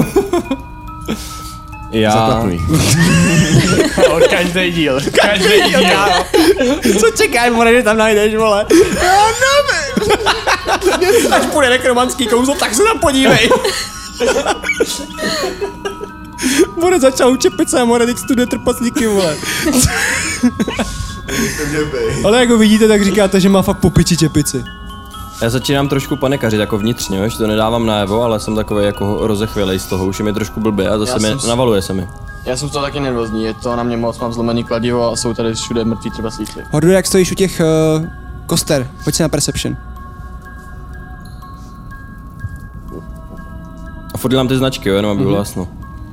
A: Já...
C: Zaklapuj.
B: Od každý díl. Každý díl.
D: Co čekáš, more, že tam najdeš, vole? Já nevím. Až půjde nekromanský kouzlo, tak se tam podívej. More začal učit pice a more teď studuje trpaslíky, vole. Ale jak ho vidíte, tak říkáte, že má fakt po piči čepici.
A: Já začínám trošku panikařit jako vnitřně, jo, že to nedávám najevo, ale jsem takový jako rozechvělej z toho, už je mi trošku blbě a zase
B: Já
A: mi
B: jsem s-
A: navaluje se mi.
B: Já jsem z toho taky nervózní, je to na mě moc, mám zlomený kladivo a jsou tady všude mrtví trpaslíci.
D: Hordu, jak stojíš u těch uh, koster, pojď si na perception.
A: A furt dělám ty značky, jo, jenom aby bylo jasno.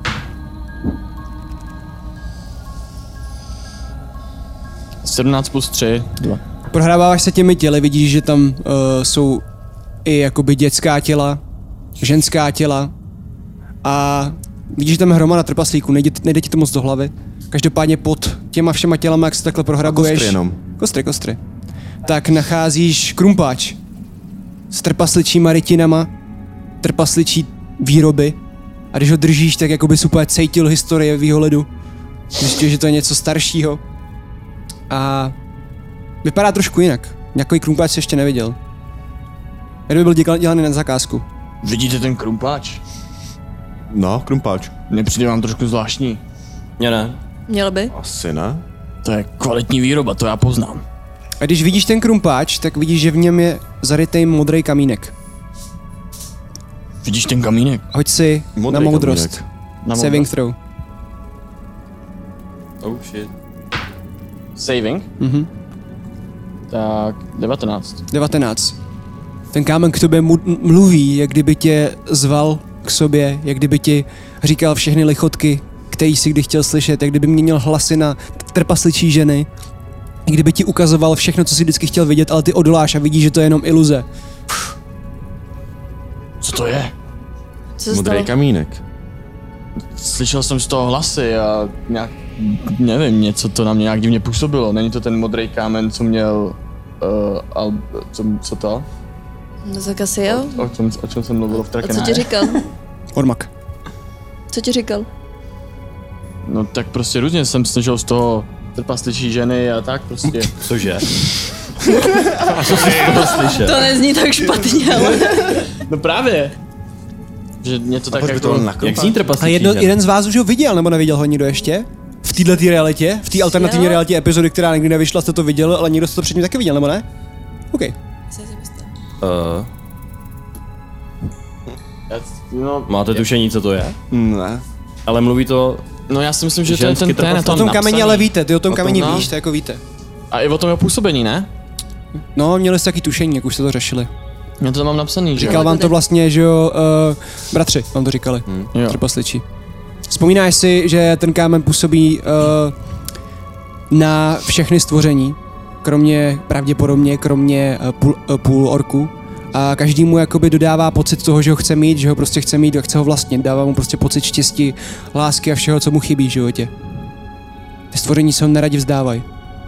B: sedmnáct plus tři. dva.
D: Prohráváš se těmi těly, vidíš, že tam uh, jsou i jakoby dětská těla, ženská těla a vidíš, že tam je hromada trpaslíků, nejde, nejde ti to moc do hlavy. Každopádně pod těma všema tělama, jak se takhle prohrabuješ...
C: Kostry jenom.
D: Kostry, kostry. Tak nacházíš krumpáč s trpasličíma rytinama, trpasličí výroby a když ho držíš, tak jako bys úplně cítil historie v jeho ledu. Zjistíš, že to je něco staršího. A vypadá trošku jinak. Nějaký krumpáč jsi ještě neviděl. Kdyby byl dělal- dělaný na zakázku.
B: Vidíte ten krumpáč?
C: No, krumpáč.
B: Nepřijde vám trošku zvláštní?
A: Mně ne.
E: Mělo by?
C: Asi ne.
B: To je kvalitní výroba, to já poznám.
D: A když vidíš ten krumpáč, tak vidíš, že v něm je zarytej modrý kamínek.
B: Vidíš ten kamínek?
D: Hoď si
C: Modrý
D: na moudrost.
C: kamínek.
B: Na
D: Saving throw.
A: Oh shit.
B: Saving?
D: Mhm.
B: Tak devatenáct.
D: devatenáct. Ten kámen k tobě mu- mluví, jak kdyby tě zval k sobě, jak kdyby ti říkal všechny lichotky, který jsi kdy chtěl slyšet, jak kdyby měnil hlasy na trpasličí ženy, jak kdyby ti ukazoval všechno, co jsi vždycky chtěl vidět, ale ty odoláš a vidíš, že to je jenom iluze.
B: Co to je?
E: Co se
C: Modrý
E: stalo?
C: kamínek.
B: Slyšel jsem z toho hlasy a nějak, nevím, něco to na mě nějak divně působilo. Není to ten modrý kámen, co měl, uh, al, co, co to?
E: No tak asi jo.
B: O, čem, o čem jsem mluvil v
E: A co
B: Trakenáře?
E: ti říkal?
D: Ormak.
E: Co ti říkal?
B: No tak prostě různě jsem slyšel z toho trpasličí ženy a tak prostě.
A: Cože? Co jsi z toho slyšel?
E: To nezní tak špatně, ale...
B: No právě. Že něco tak
C: Proč by to
B: jako...
C: bylo nakropat?
A: Jak zní trpasličí
D: A jedno,
A: žena?
D: jeden z vás už ho viděl, nebo neviděl ho nikdo ještě? V této realitě? V té alternativní
E: Jo.
D: realitě epizody, která nikdy nevyšla, jste to viděl, ale někdo jste to předtím taky viděl, nebo ne? OK.
A: Uh,
B: No,
A: máte tušení, co to je?
C: Ne.
A: Ale mluví to...
B: no já si myslím, že to je
A: Ženský
B: ten, ten,
A: trpasličí.
D: O
B: ten
D: tom kameni
B: napsaný.
D: ale víte, ty o tom
B: O tom,
D: kameni
B: no.
D: víš, to jako víte.
B: A i o tom jeho působení, ne?
D: No, měli jste taky tušení, jak už jste to řešili.
B: Já to tam mám napsaný, že
D: Říkal
B: jo?
D: vám to vlastně, že jo, uh, bratři vám to říkali, hmm.
B: Jo.
D: trpasličí. Vzpomínáš si, že ten kámen působí uh, na všechny stvoření, kromě, pravděpodobně, kromě uh, půl, uh, půl orku. A každý mu jakoby dodává pocit toho, že ho chce mít, že ho prostě chce mít a chce ho vlastnit. Dává mu prostě pocit štěstí, lásky a všeho, co mu chybí v životě. Ty stvoření se ho neradi vzdávají.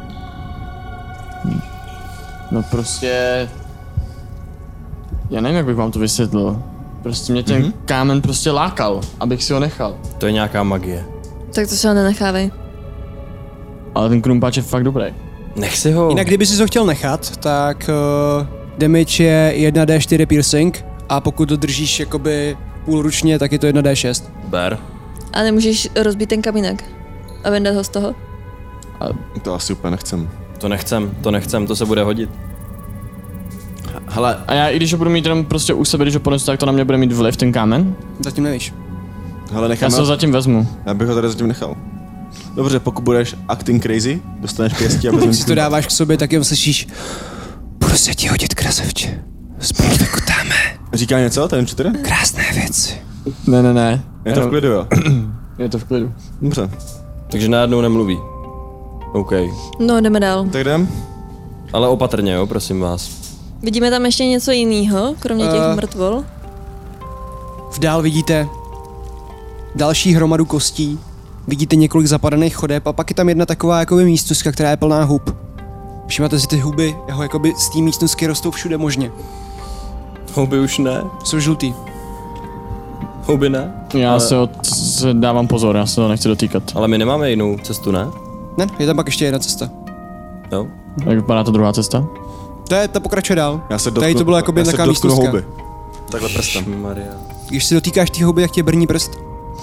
B: No prostě... Já nevím, jak bych vám to vysvětlil. Prostě mě ten mm-hmm. kámen prostě lákal, abych si ho nechal.
A: To je nějaká magie.
E: Tak to se ho nenechávej.
B: Ale ten krumpáč je fakt dobrý.
A: Nech si ho.
D: Jinak kdyby si ho chtěl nechat, tak uh, damage je jedna dé čtyři piercing a pokud to držíš jakoby půlručně, tak je to jedna dé šest.
A: Ber.
E: A nemůžeš rozbít ten kamínek a vyndat ho z toho?
C: To asi úplně nechcem.
A: To nechcem, to nechcem, to se bude hodit.
C: Hele,
B: A já i když ho budu mít jenom prostě u sebe, když ho ponesu, tak to na mě bude mít vliv, ten kámen?
D: Zatím nevíš.
C: hele
B: Já
C: necháme,
B: se ho zatím vezmu.
C: já bych ho tady zatím nechal. Dobře, pokud budeš acting crazy, dostaneš pěstí a vezmeš
D: Když to dáváš k sobě, tak jen slyšíš budu se ti hodit krasavče. Spolu vykutáme.
C: Říká něco, ten čtyři?
D: Krásné věci.
B: Ne, ne, ne.
C: Je to v klidu, jo?
B: Je to v klidu.
C: Dobře,
A: Takže najednou nemluví. OK.
E: No, jdeme dál.
C: tak jdem.
A: Ale opatrně, jo, prosím vás.
E: Vidíme tam ještě něco jiného, kromě těch
D: Eh.
E: mrtvol?
D: V dál vidíte další hromadu kostí. Vidíte několik zapadaných chodeb a pak je tam jedna taková jakoby místnostka, která je plná hub. Všimáte si ty huby, jeho jakoby z té místnosti rostou všude možně.
A: Houby už ne.
D: Jsou žlutý.
A: Houby ne.
B: Já
A: Ale-
B: se, ho, se dávám pozor, já se ho nechci dotýkat.
A: Ale my nemáme jinou cestu, ne?
D: Ne, je tam pak ještě jedna cesta.
A: Jo.
B: Jak vypadá ta druhá cesta?
D: To je, ta pokračuje dál.
C: Já se
D: Tady
C: dotknu,
D: to bylo jakoby
C: já se
D: taková
C: dotknu
D: místnostka.
C: houby. Takhle prstem.
A: Maria.
D: Když si dotýkáš té houby, jak tě brní prst.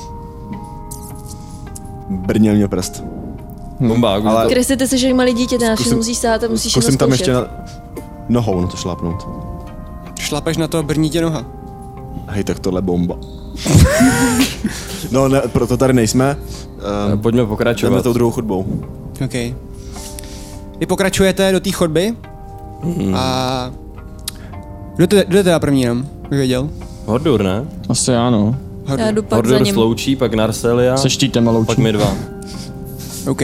C: Brněl mě prst.
A: Bombák.
C: Ale-
A: Ale...
E: Krysy, ty jsi jak malý dítě, ty
C: Zkusím-
E: Zkusím, musíš stát a musíš
C: Zkusím
E: jenom
C: tam
E: zkoušet.
C: ještě na... nohou na to šlápnout.
D: Šlapeš na to a brní tě noha.
C: Hej, tak tohle je bomba. No, ne, proto tady nejsme. Um,
A: Pojďme
C: jdeme
A: pokračovat.
C: tou druhou chodbou.
D: OK. Vy pokračujete do té chodby
A: Hmm.
D: a... Kdo to, kdo je teda první jenom? Bych věděl.
A: Hordur, ne?
B: Asi ano.
E: Já jdu pak za
A: Hordur
E: ním.
A: sloučí, pak Narselia,
B: Se štítem a
A: pak
B: loučím.
A: my dva.
D: OK.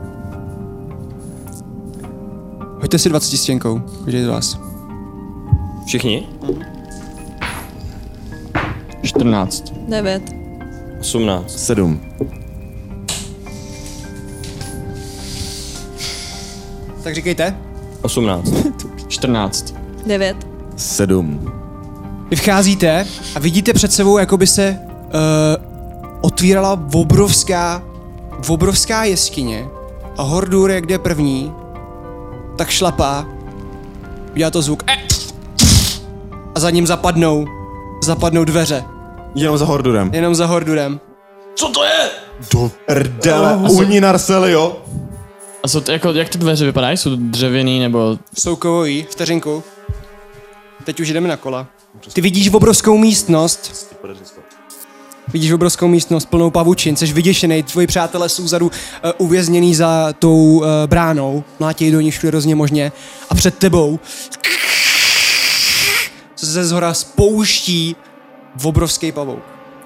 D: Hoďte si dvacet stěnkou, každý z vás.
A: Všichni?
B: čtrnáct.
E: Devět.
A: osmnáct.
C: Sedm.
D: Tak říkejte.
A: osmnáct.
B: čtrnáct.
E: Devět.
C: Sedm.
D: Vy vcházíte a vidíte před sebou, jako by se uh, otvírala obrovská, obrovská jeskyně a Hordur, jak jde první, tak šlapá, udělá to zvuk eh, a za ním zapadnou, zapadnou dveře,
C: Jenom za Hordurem.
D: jenom za Hordurem.
C: Do rdele, uhni Narselio.
B: A jsou to, jako, jak ty dveře vypadají? Jsou dřevěný nebo...
D: Jsou kovový, vteřinku. Teď už jdeme na kola. Ty vidíš obrovskou místnost, Vidíš obrovskou místnost plnou pavučin, jsi vyděšený, tvoji přátelé jsou vzadu uh, uvězněný za tou uh, bránou, mlátějí do ní všude hrozně možně a před tebou se ze zhora spouští obrovský pavouk.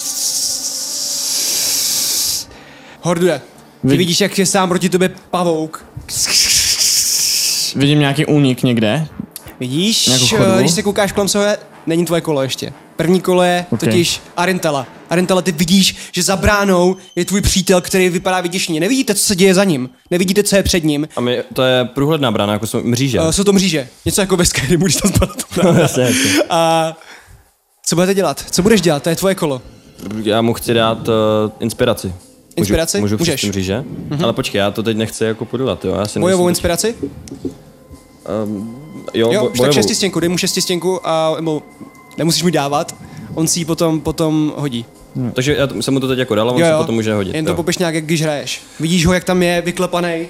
D: Horduje, ty
B: Vy-
D: vidíš, jak je sám proti tobě pavouk.
B: Vidím nějaký únik někde.
D: Vidíš,
B: Nějakou
D: uh,
B: chodbu?
D: když se koukáš kolem sebe, není tvoje kolo ještě. První kolo je
B: Ok.
D: totiž Arintela. Arintela, ty vidíš, že za bránou je tvůj přítel, který vypadá vyděšeně. Nevidíte, co se děje za ním. Nevidíte, co je před ním.
A: A my, to je průhledná brána, jako jsou mříže.
D: Uh, jsou to mříže. Něco jako ve Skyrimu, když tam spadl.
A: No, jasně, jasně.
D: A co budete dělat? Co budeš dělat? To je tvoje kolo.
A: Já mu chci dát uh, inspiraci. Můžu,
D: Inspiraci?
A: Můžu
D: Můžeš.
A: přes ty mříže? Mm-hmm. Ale počkej, já to teď nechci jako podělat, jo. Já si
D: Bojovou
A: nejsem
D: inspiraci?
A: teď- Jo,
D: Jo,
A: bo,
D: tak
A: bojovou.
D: šestistěnku, dej mu šestistěnku a nebo nemusíš mu dávat. On si ji potom, potom hodí.
A: Takže já t- jsem mu to teď jako dal a on
D: Jo,
A: si
D: jo.
A: potom může hodit.
D: Jen to
A: jo.
D: popiš nějak, jak když hraješ. Vidíš ho, jak tam je vyklepaný.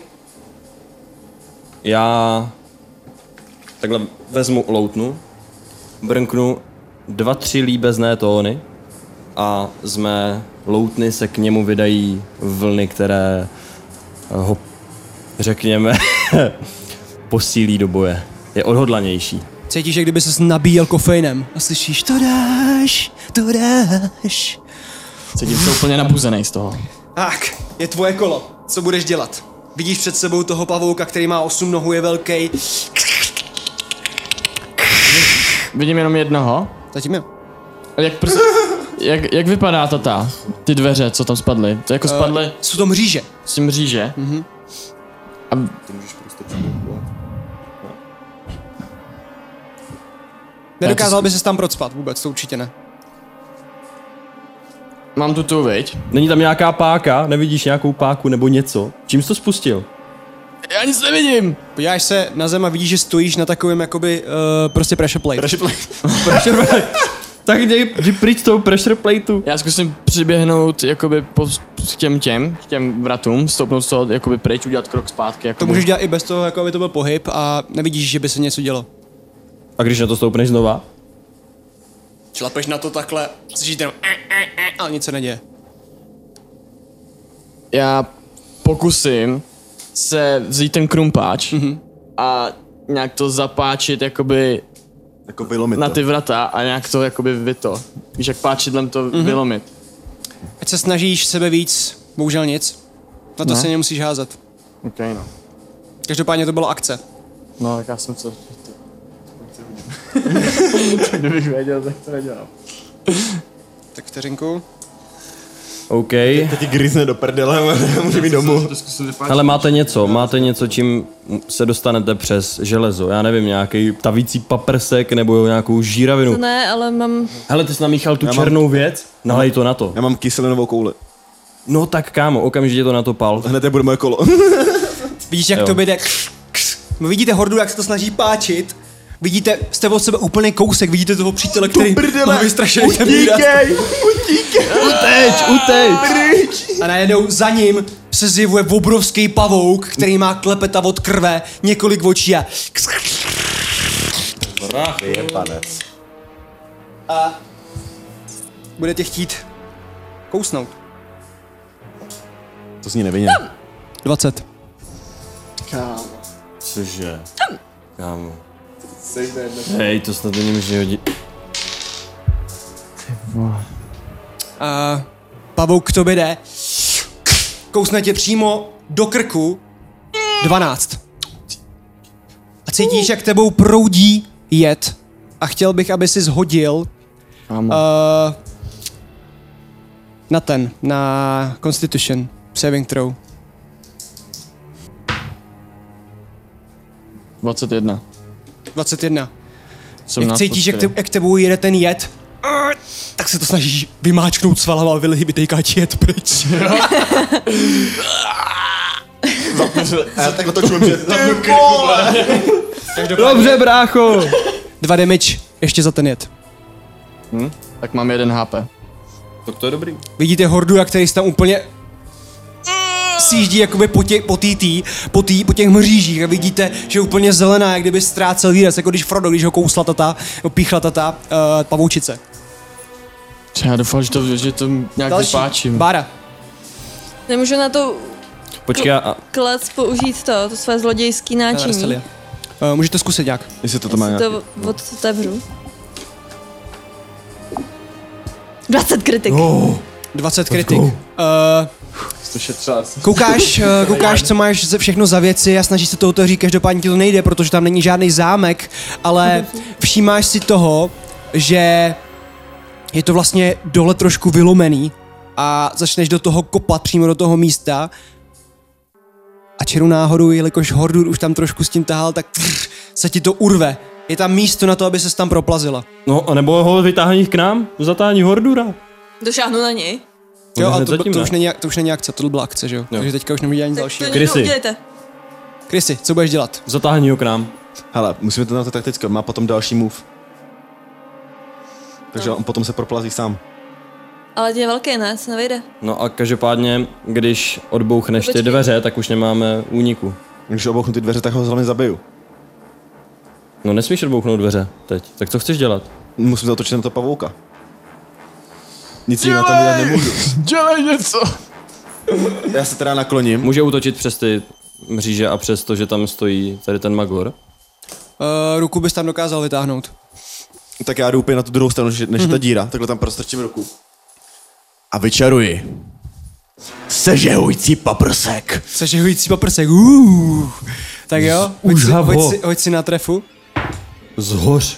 A: Já takhle vezmu loutnu, brnknu dva, tři líbezné tóny a z mé loutny se k němu vydají vlny, které ho, řekněme, posílí do boje. Je odhodlanější.
D: Cítíš, jak kdyby ses nabíjel kofeinem. A slyšíš, to dáš, to dáš.
B: Cítím se úplně nabuzený z toho.
D: Tak, je tvoje kolo. Co budeš dělat? Vidíš před sebou toho pavouka, který má osm nohů, je velký.
B: Vidím jenom jednoho.
D: Zatím jo.
B: A jak, prs... jak, jak vypadá tata? Ty dveře, co tam spadly? To jako spadly
D: Uh, jsou to mříže.
B: s tím mříže.
D: Mhm.
B: A
D: Nedokázal by ses tam procpat vůbec, to určitě ne.
B: mám tu tu, viď?
A: Není tam nějaká páka? Nevidíš nějakou páku nebo něco? Čím jsi to spustil?
B: Já nic nevidím!
D: Podíváš se na zem a vidíš, že stojíš na takovém jakoby, uh, prostě pressure plate.
A: Pressure plate. Tak jdi, jdi pryč z toho pressure plateu.
B: Já zkusím přiběhnout jakoby po, k těm těm, k těm vratům, stoupnout z toho jakoby pryč, udělat krok zpátky. Jakoby.
D: To můžeš dělat i bez toho, jako aby to byl pohyb a nevidíš, že by se něco dělo.
A: A když na to stoupneš znova?
D: Šlapeš na to takhle, slyšíš ten ale nic se neděje.
B: Já pokusím se vzít ten krumpáč
D: Mhm.
B: a nějak to zapáčit jakoby
C: Jako vylomit
B: na
C: to.
B: ty vrata a nějak to jakoby vy to. Víš, jak páčidlem to
D: Mhm.
B: vylomit.
D: Ať se snažíš sebe víc, bohužel nic. Na to
B: Ne.
D: se nemusíš házet.
B: OK, no.
D: Každopádně to bylo akce.
B: No, tak já jsem co... Kdybych věděl, tak to nedělám.
D: Tak vteřinku.
A: OK.
C: Teď ti grizne do prdele, může být domů.
A: Ale máte něco, máte něco, čím se dostanete přes železo. Já nevím, nějaký tavící paprsek nebo nějakou žíravinu.
E: To ne, ale mám...
A: Hele, ty jsi namíchal tu
C: Já mám-
A: černou věc? Nalej to na to.
C: Já mám kyselinovou kouli.
A: No tak kámo, okamžitě to na to pal.
C: Hned to bude moje kolo.
D: Vidíš, jak
A: Jo.
D: to jde. No, vidíte Hordu, jak se to snaží páčit. Vidíte, jste od sebe úplný kousek, vidíte toho přítele, který má vystrašený ten výraz.
A: Uteč, uteč!
D: A najednou za ním se zjevuje obrovský pavouk, který má klepeta od krve, několik očí a... A budete chtít kousnout.
C: To zní nevinně.
D: dvacet.
A: Cože? Kámo. Hej, to snad není možný hodit.
D: A pavouk k tobě jde. Kousne tě přímo do krku. dvanáct. A cítíš, jak tebou proudí jed. A chtěl bych, aby si zhodil
B: Kámo.
D: uh, na ten, na Constitution saving throw.
B: dvacet jedna.
D: dvacet jedna.
B: Jsem
D: Jak
B: na
D: cítíš, jak,
B: čtyři.
D: te, jak tebou jede ten jed, tak se to snažíš vymáčknout svalama a vylhy vytejká ti jed pryč.
C: A já takhle to čujem, že
A: Dobře, brácho!
D: Dva damage ještě za ten jed.
B: Hm? Tak mám jeden H P.
A: Tak to je dobrý.
D: Vidíte Hordu, jak který se tam úplně sjíždí jakoby po, tě, po, tý, tý, po, tý, po těch mřížích a vidíte, že je úplně zelená, jak kdyby ztrácel výraz, jako když Frodo, když ho kousla tata, no, píchla tata uh, pavoučice.
B: Já doufám, že to, že to nějak
D: Další.
B: vypáčím.
D: Bára.
E: Nemůžu na to
A: Počkej, a
E: klec použít to, to své zlodějský náčiní.
D: Rastelia. Uh, můžete zkusit nějak.
C: Jestli to tam má
E: Já
C: nějaký...
E: si to otevřu. dvacet kritik.
A: oh,
D: dvacet kritik. Uh,
B: To šetřás.
D: koukáš, uh, koukáš, co máš ze všechno za věci a snažíš se to otevřít, každopádně ti to nejde, protože tam není žádný zámek, ale všímáš si toho, že je to vlastně dole trošku vylomený a začneš do toho kopat přímo do toho místa a čeru náhodou, jelikož Hordur už tam trošku s tím tahal, tak pff, se ti to urve. Je tam místo na to, aby ses tam proplazila.
A: no, anebo ho vytáhni k nám, zatání Hordura.
E: Došáhnu na něj.
D: Jo,
A: hned
D: ale to,
A: zatím
D: to,
A: ne.
D: už není, to už není akce, to byla akce, že jo?
A: Jo.
D: Takže teďka už nemůže ani
E: Tak
D: další.
E: to někdo
A: Krysy.
E: udělejte.
D: Krysy, co budeš dělat?
A: Zatáhni ho k nám.
C: Hele, musíme to na to takticky, má potom další move. Takže
E: No.
C: on potom se proplazí sám.
E: Ale je velký, ne? Se nevejde.
A: No a každopádně, když odbouchneš ty
E: Počkej.
A: dveře, tak už nemáme úniku.
C: Když obouchnu ty dveře, tak ho hlavně zabiju.
A: No nesmíš odbouchnout dveře teď. Tak co chceš dělat?
C: Musím zatočit na to pavouka. Nic jiného tam dělat nemůžu.
B: Dělej něco!
C: Já se teda nakloním.
A: Může útočit přes ty mříže a přes to, že tam stojí tady ten magor.
D: Uh, ruku bys tam dokázal vytáhnout.
C: Tak já jdu úplně na tu druhou stranu, než je
D: Mhm.
C: ta díra. Takhle tam prostrčím ruku. A vyčaruji. Sežehující paprsek.
D: Sežehující paprsek. Uh. Tak jo, hoď si,
A: Užhav
D: hoď,
A: ho.
D: si, hoď si na trefu.
A: Zhoř.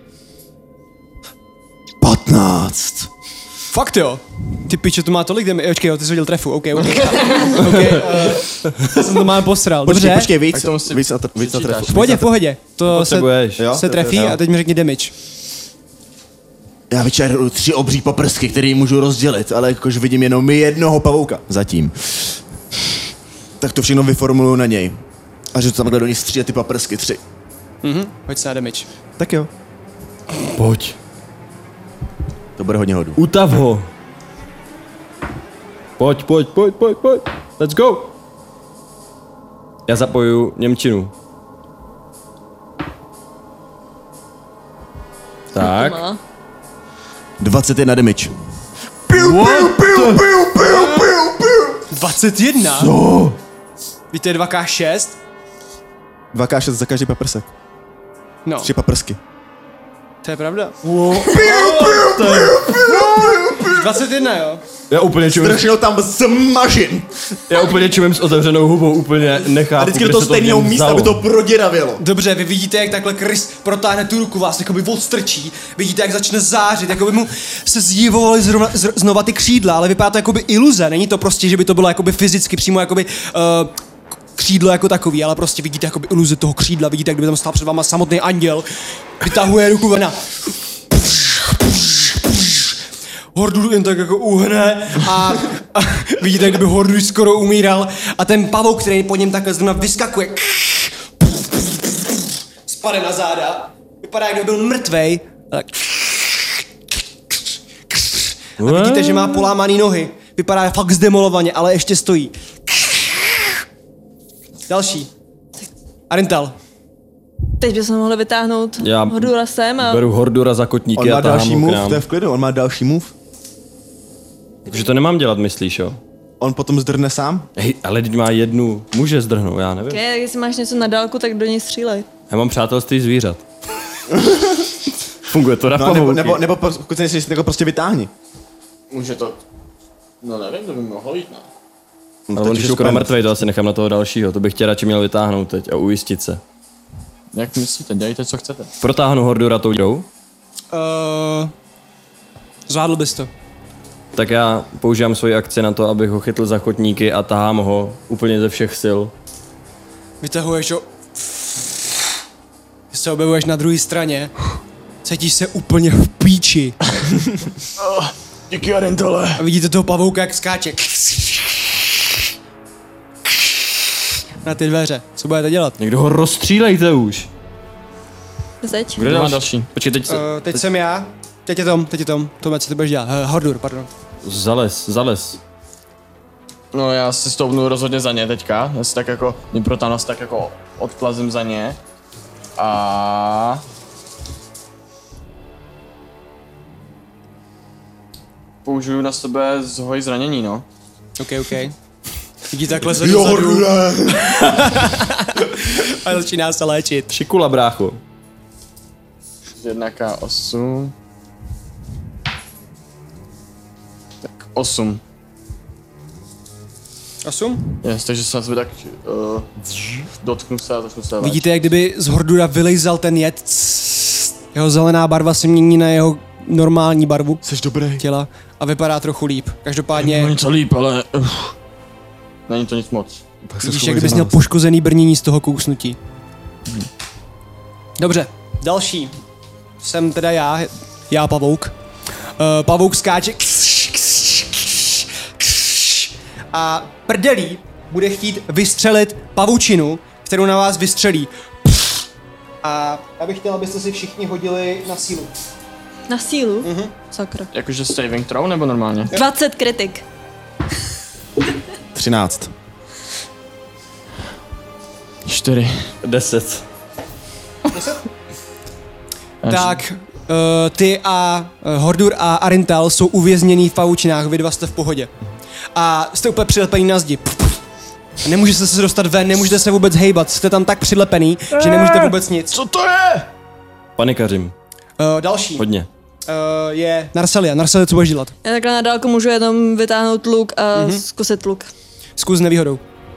C: patnáct.
D: Fakt jo. Ty piče, to má tolik demi. Počkej, jo, ty jsi hodil trefu, ok, ok. okay uh, já jsem to mám posral.
C: Počkej,
D: Dobře,
C: počkej, víc,
B: Tak to musí
C: víc na, tr- víc na
B: přičítáš.
C: trefu.
D: v pohodě, v pohodě. To se,
A: Potřebuješ.
C: Jo?
D: se trefí
C: Jo.
D: a teď mi řekni damage.
C: Já vyčaruju tři obří paprsky, které můžu rozdělit, ale jakož vidím jenom jednoho pavouka. Zatím. Tak to všechno vyformuluju na něj. A že to tamhle do ní stříde ty paprsky, tři.
D: Mhm, hoď si na damage.
C: Tak jo.
A: Pojď.
C: To bude hodně hodu.
A: Utav ho. Pojď, pojď, pojď, pojď, pojď. Let's go. Já zapoju Němčinu. Tak.
E: To má.
C: dvacet jedna damage.
D: dvacet jedna? Co? Víte, je dva ká šest?
C: dva ká šest za každý paprsek.
D: No,
C: Tři paprsky.
D: to je pravda. dvacet jedna, jo?
A: Já úplně čumím,
C: Strašně tam smažím.
A: já úplně čumím s otevřenou hubou, úplně nechápu,
C: A vždycky
A: kde
C: do
A: se
C: toho
A: to v něm
C: stejného místa,
A: vzalo.
C: aby to proděravělo.
D: Dobře, vy vidíte, jak takhle Chris protáhne tu ruku, vás jakoby odstrčí, vidíte, jak začne zářit, jako by mu se zjivovaly zrovna, zr, znova ty křídla, ale vypadá to jakoby iluze, není to prostě, že by to bylo jakoby fyzicky přímo jakoby uh, křídlo jako takový, ale prostě vidíte jakoby iluze toho křídla, vidíte, jak kdyby tam stál před váma samotný anděl, vytahuje ruku ven a Hordur jen tak jako uhne a, a vidíte, jak kdyby Hordur skoro umíral a ten pavouk, který po něm takhle zrovna vyskakuje, spadne na záda, vypadá, jak kdyby byl mrtvej. Tak. A vidíte, že má polámaný nohy, vypadá fakt zdemolovaně, ale ještě stojí. Další. Arintal.
E: Teď bychom mohli vytáhnout
A: Já
E: Hordura sem a...
A: Beru Hordura za kotníky
C: On má
A: a tahám
C: další
A: ho k
C: move,
A: nám.
C: to je v klidu, on má další move.
A: Takže to nemám dělat, myslíš, jo?
C: On potom zdrhne sám.
A: Hej, ale teď má jednu, může zdrhnout, já nevím.
E: Okay, tak jestli máš něco na dálku, tak do něj střílej.
A: Já mám přátelství zvířat. Funguje to na
C: No,
A: pavouky.
C: nebo, nebo, nebo pokud se nejsi, jako prostě vytáhni.
B: Může to... No nevím, to by mohlo jít, no.
C: No,
A: Ale
C: teď
A: on
C: už
A: je skoro
C: úplně-
A: mrtvej, to asi nechám na toho dalšího. To bych tě radši měl vytáhnout teď a ujistit se.
B: Jak myslíte, dělejte, co chcete.
A: Protáhnu Hordura tou dírou,
D: Uh, zvládl bys to.
A: tak já používám svoji akci na to, abych ho chytl za kotníky a tahám ho úplně ze všech sil.
D: Vytahuješ ho. Když se objevuješ na druhé straně, cítíš se úplně v píči.
B: Díky, Arintole.
D: A vidíte toho pavouka, jak skáče. Na ty dveře. Co budete dělat?
A: Někdo ho rozstřílejte už.
E: Zeď.
A: Kdo
B: má další?
A: Počkej, teď se...
D: Uh, teď jsem já. Teď je Tom, teď je Tom. Tome, co ty budeš dělat? Uh, Hordur, pardon.
A: Zales, zales.
B: No já si stoupnu rozhodně za ně teďka. Já si tak jako, mě protáhnu tak jako odplazím za ně. A... použiju na sebe zhoj zranění, no.
D: OK, OK. Vidí takhle se dozadu. A začíná se léčit.
A: Šikula, brácho.
B: jedna ká osm. Tak osm.
D: Osm?
B: Yes, takže se na sebe tak uh, dotknu se a začnu se léčit.
D: Vidíte, jak kdyby z Hordura vylejzal ten jed. Jeho zelená barva se mění na jeho normální barvu
C: Jseš dobrý.
D: těla a vypadá trochu líp. Každopádně
B: Není to líp, ale... Uh, není to nic moc.
D: vidíš, jak kdybys měl poškozený brnění z toho kousnutí. Dobře, další. Jsem teda já, já pavouk. Uh, pavouk skáče a prdelí bude chtít vystřelit pavučinu, kterou na vás vystřelí. A já bych chtěl, abyste si všichni hodili na sílu.
E: Na sílu? Mhm. Sakra.
B: Jakože saving throw nebo normálně?
E: dvacet kritik.
C: třináct.
B: čtyři.
A: Deset.
D: Tak, uh, ty a uh, Hordur a Arintal jsou uvězněný v pavučinách, vy dva jste v pohodě. A jste úplně přilepený na zdi. Nemůžete se dostat ven, nemůžete se vůbec hejbat, jste tam tak přilepený, že nemůžete vůbec nic.
B: Co to je?
A: Panikařím.
D: Uh, další
A: Hodně.
D: uh, je Narsalia. Narsalia, co budeš dělat?
E: Já takhle na dálku můžu jenom vytáhnout luk a mm-hmm. zkusit luk.
D: Zkus s nevýhodou.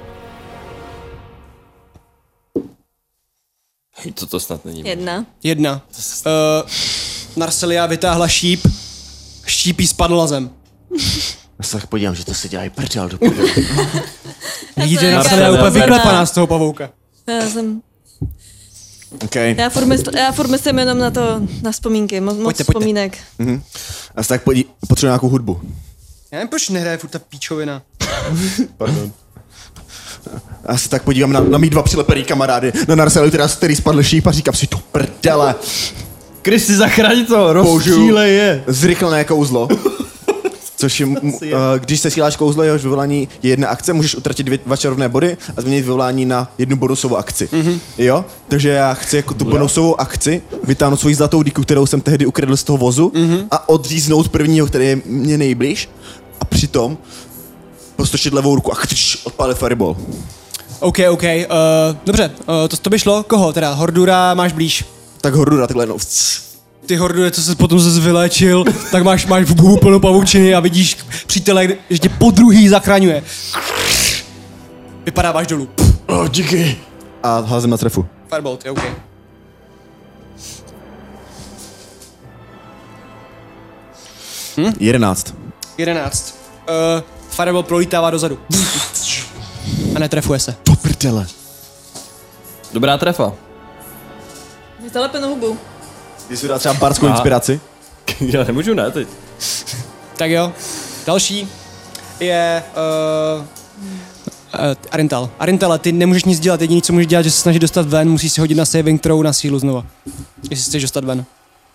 A: Hej, to to snad není.
E: Jedna.
D: Jedna. Uh, Narsalia vytáhla šíp, štípí spadl na zem.
C: Já se tak podívám, že to se dělají prdel do prdele.
D: Vidíte,
E: Já
D: Narsalia je
E: jsem
D: úplně
E: zelená.
D: vyklepaná z toho pavouka.
E: Já jsem...
C: Okay.
E: Já furt, mysl, já furt myslím jenom na to, na vzpomínky, mo, moc
D: Pojďte, pojďte.
E: vzpomínek.
C: Mhm. Já se tak podí... potřebuji nějakou hudbu.
D: Já nevím, proč nehraje furt ta píčovina.
C: Pardon. Já se tak podívám na, na mý dva přilepený kamarády, na Narselu, teda, který spadl šíp a říkám si, tu prdele.
A: Krysy, zachraň to, rozstřílej je.
C: Zrychlené kouzlo. Což je, m- uh, když se schýláš kouzlo, jehož vyvolání je jedna akce, můžeš utratit dvě, dva čarovné body a změnit vyvolání na jednu bonusovou akci. Mm-hmm. Jo? Takže já chci jako tu bonusovou akci vytáhnout svoji zlatou díku, kterou jsem tehdy ukradl z toho vozu mm-hmm. a odříznout prvního, který je mě nejblíž a přitom postočit levou ruku a chtyš, odpálit fireball.
D: OK, OK, uh, dobře, uh, to, to by šlo. Koho teda? Hordura máš blíž.
C: Tak Hordura takhle jednou.
D: Ty Hordure, co se potom zase vyléčil, tak máš, máš v buhu plnou pavučiny a vidíš přítele, že tě po druhý zachraňuje. Vypadáváš dolů.
C: Oh, díky. A házím na trefu.
D: Firebolt, je OK.
C: Hm? Jedenáct.
D: Jedenáct. Uh, Firebolt prolítává dozadu. A netrefuje se.
C: To prdele.
A: Dobrá trefa.
E: Je to lepenou hubu.
C: Když si dá třeba barskou
A: Aha.
C: inspiraci.
A: Já nemůžu, ne, teď.
D: Tak jo. Další je uh, uh, Arintal. Arintala, ty nemůžeš nic dělat, jediný co můžeš dělat, že se snaží dostat ven, musíš si hodit na saving throw na sílu znova. Jestli chceš dostat ven.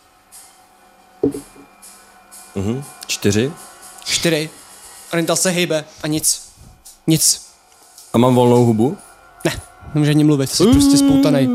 A: Mhm. Čtyři.
D: Čtyři. Arintal se hejbe a nic. Nic.
A: A mám volnou hubu?
D: Ne, nemůže ani mluvit, jsi prostě spoutanej.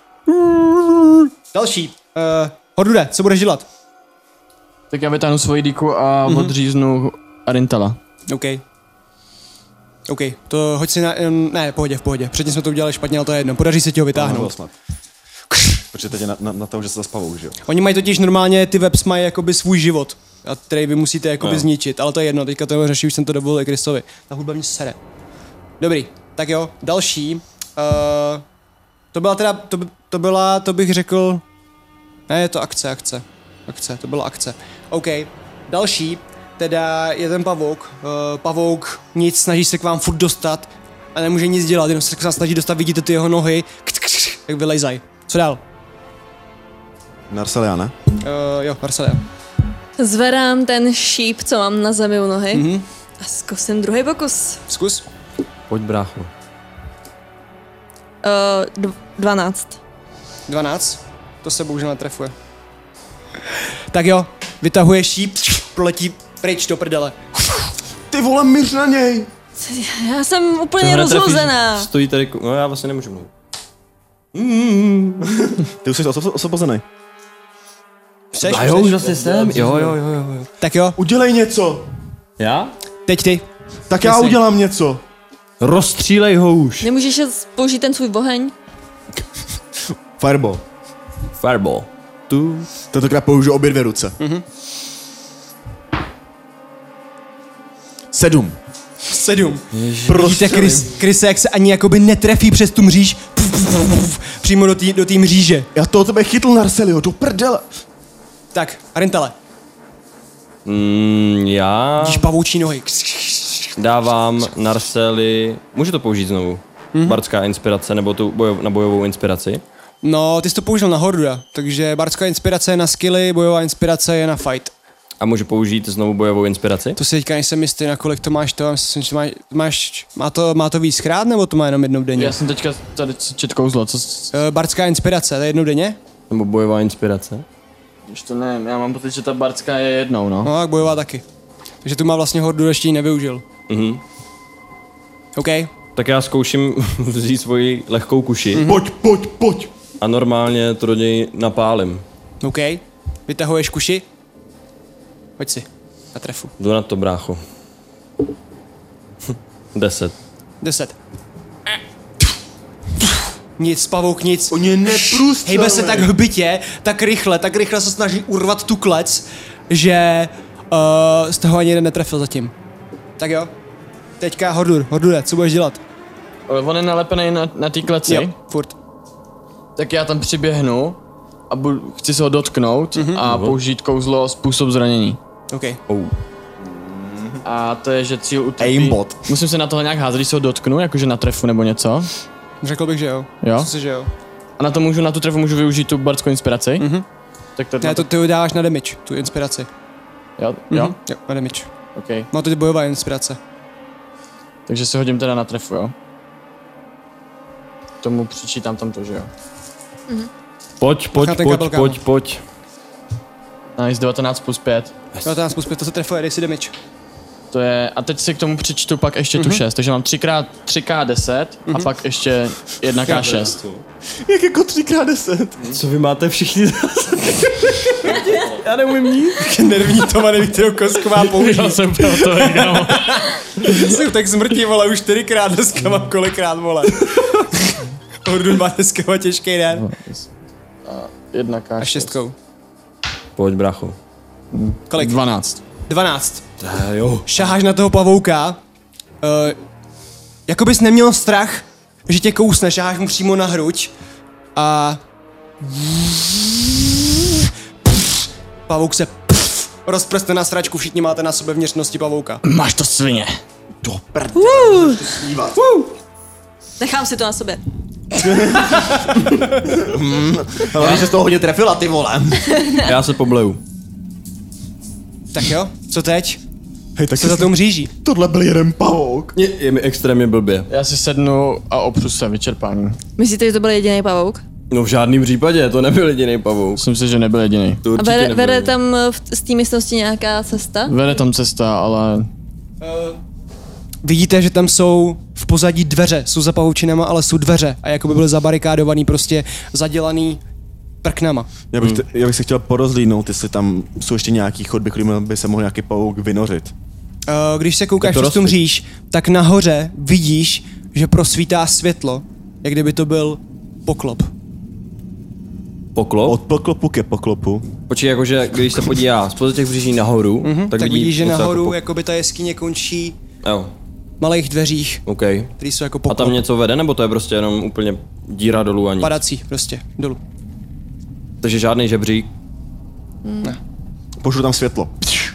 D: Další. Uh, Hordure, co budeš dělat?
B: Tak já vytáhnu svoji díku a mm-hmm. odříznu Arintala.
D: OK. OK, to hoď si na... Um, ne, v pohodě, v pohodě. Předtím jsme to udělali špatně, ale to je jedno. Podaří se ti ho vytáhnout.
C: Snad. Protože teď je na, na, na tom, že se zaspavou, že jo?
D: Oni mají totiž normálně, ty webs mají jakoby svůj život, a který vy musíte jakoby
A: No.
D: zničit, ale to je jedno, teďka to řeší, už jsem to dovolil i Krysovi. Ta hudba mě sere. Dobrý, tak jo, další. Uh, to byla teda, to, by- to byla, to bych řekl, ne, je to akce, akce, akce, to byla akce. OK, další, teda je ten pavouk, uh, pavouk nic, snaží se k vám furt dostat a nemůže nic dělat, jenom se k vám snaží dostat, vidíte ty jeho nohy, jak vylejzají. Co dál?
C: Narsalia, ne?
D: Uh, jo, Marsalia.
E: Zvedám ten šíp, co mám na zemi u nohy
D: Mhm.
E: a zkusím druhý pokus.
D: Zkus.
A: Pojď, brácho.
E: Uh, dv- dvanáct.
D: dvanáct. To se bohužel netrefuje. Tak jo, vytahuje šíp, proletí pryč do prdele.
C: Ty vole, míř na něj!
E: Já jsem
A: To
E: úplně
A: hned trefíš,
E: rozhozená.
A: Stojí tady, ku- no já vlastně nemůžu mluvit.
C: Ty už jsi oso- osvobozený.
D: Přeš,
A: A jo,
D: přeš.
A: už zase jsem. Jo, jo, jo, jo.
D: Tak jo,
C: Udělej něco.
A: Já?
D: teď ty.
C: Tak já
D: Jasně.
C: udělám něco.
A: Rozstřílej ho už.
E: Nemůžeš použít ten svůj oheň?
C: Fireball.
A: Fireball. Tu.
C: Tentokrát použiju obě dvě ruce.
D: Mhm.
C: Sedm.
D: Sedm.
C: Prostě.
D: Vidíte Chris, Chrise, jak se ani jakoby netrefí přes tu mříž, puf, puf, puf, puf, přímo do té do té mříže.
C: Já toho tebe chytl, Narselio, do prdele.
D: Tak, Arintele,
A: Mm, já
D: vidíš pavoučí nohy.
A: dávám Narceli, můžu to použít znovu? Mm-hmm. Bardská inspirace, nebo tu bojov, na bojovou inspiraci?
D: No, ty jsi to použil na Horda, takže bardská inspirace je na skilly, bojová inspirace je na fight.
A: A můžu použít znovu bojovou inspiraci?
D: To si teďka nejsem jistý, na kolik to máš to, myslím, že máš, máš má, to, má to víckrát, nebo to má jenom jednou denně?
B: Já jsem teďka tady čet kouzlo, co...
D: Uh, bardská inspirace, to je jednou denně?
A: Nebo bojová inspirace?
B: Už to nevím, já mám pocit, že ta bardská je jednou, no.
D: No, tak bojová taky. Takže tu má vlastně Hordu, ještě ji nevyužil.
A: Mhm.
D: OK,
A: Tak já zkouším vzít svoji lehkou kuši mm-hmm.
C: Pojď, pojď, pojď.
A: a normálně to do něj napálím.
D: OK. Vytahuješ kuši? Pojď si, na trefu.
A: Jdu na to, brácho. Deset.
D: Deset. Nic, pavouk, nic.
C: On je neprůstřelný.
D: Hejbe se tak hbitě, tak rychle, tak rychle se snaží urvat tu klec, že uh, z toho ani jeden netrefil zatím. Tak jo. Teďka Hordur, Hordure, co budeš dělat?
B: Ale on je nalepený na, na té kleci,
D: Jo, furt.
B: tak já tam přiběhnu a budu, chci se ho dotknout mm-hmm. a použít kouzlo způsob zranění.
D: OK.
A: Oh.
B: A to je, že cíl utrpí...
C: Aimbot.
B: Musím se na toho nějak házet, když se ho dotknu, jakože na trefu nebo něco.
D: Řekl bych, že jo.
B: Jo?
D: Myslím si, že jo.
B: A na to můžu, na tu trefu můžu využít tu bardskou inspiraci.
D: Mhm.
B: Tak to,
D: Ne, to ty dáváš na damage, tu inspiraci.
B: Jo, jo?
D: Mhm. Jo, na damage.
B: OK.
D: Má to ty bojová inspirace.
B: Takže si hodím teda na trefu, jo? Tomu přičítám tam to, že jo?
A: Pojď, pojď,
D: Na ten
A: pojď,
D: kabel, kámo.
A: pojď, pojď.
B: Nice, devatenáct plus pět.
D: devatenáct plus pět, to se trefuje, dej si damage.
B: To je, a teď si k tomu přičtu pak ještě tu šest, takže mám tři krát tři krát deset a pak ještě jedna krát šest.
C: Jak jako tři krát deset.
A: Co vy máte všichni zase? Já neumím nic.
D: Nervní to, neví, kterou kostku má použít.
B: Já jsem pro to, kámo.
D: Jsem tak smrtí, vole, už čtyřikrát dneska mám kolikrát, vole. Hordur má dneska těžký den.
B: Jedna krát
D: A šestkou.
A: Pojď, bracho.
D: Kolik?
B: dvanáct.
D: Dvanáct.
A: Jo.
D: Šaháš na toho pavouka. Uh, jako bys neměl strach, že tě kousne, šaháš mu přímo na hruď. A... Pavouk se rozprste na sračku, všichni máte na sobě vnitřnosti pavouka.
B: Máš to svině.
C: Do prdele.
E: Nechám si to na sobě.
C: Ale že z toho hodně trefila, ty vole.
A: Já se pobleju.
D: Tak jo, co teď?
C: Hej, tak
D: Co za tou mříží?
C: tohle byl jeden pavouk.
A: Je, je mi extrémně blbě.
B: Já si sednu a opřu se vyčerpání.
E: Myslíte, že to byl jediný pavouk?
A: No v žádném případě, to nebyl jediný pavouk.
B: Myslím si, že nebyl jediný.
A: To
E: A
A: určitě
E: vede,
A: nebyl.
E: vede tam v, z té místnosti nějaká cesta?
B: Vede tam cesta, ale
D: Uh, vidíte, že tam jsou v pozadí dveře, jsou za pavoučinama, ale jsou dveře a jako by byly zabarikádovaný, prostě zadělaný prknama.
C: Já bych, te, já bych se chtěl porozlídnout, jestli tam jsou ještě nějaký chodby, kterým by se mohl nějaký pavouk vynořit.
D: Uh, když se koukáš
A: Tak to
D: přes tu
A: rozsvít.
D: mříž, tak nahoře vidíš, že prosvítá světlo, jak kdyby to byl poklop.
A: Poklop?
C: Od poklopu ke poklopu.
A: Počkej, jakože když se podívá z těch bříží nahoru,
D: Mhm,
A: tak,
D: tak, tak
A: vidí
D: vidíš, že
A: něco
D: nahoru
A: Jako
D: jako by ta jeskyně končí
A: po... Jo,
D: v malých dveřích,
A: OK.
D: které jsou jako
A: A
D: poklop.
A: tam něco vede, nebo to je prostě jenom úplně díra dolů a nic?
D: Padací, prostě, dolů.
A: Takže žádný žebřík.
C: Pošlu tam světlo.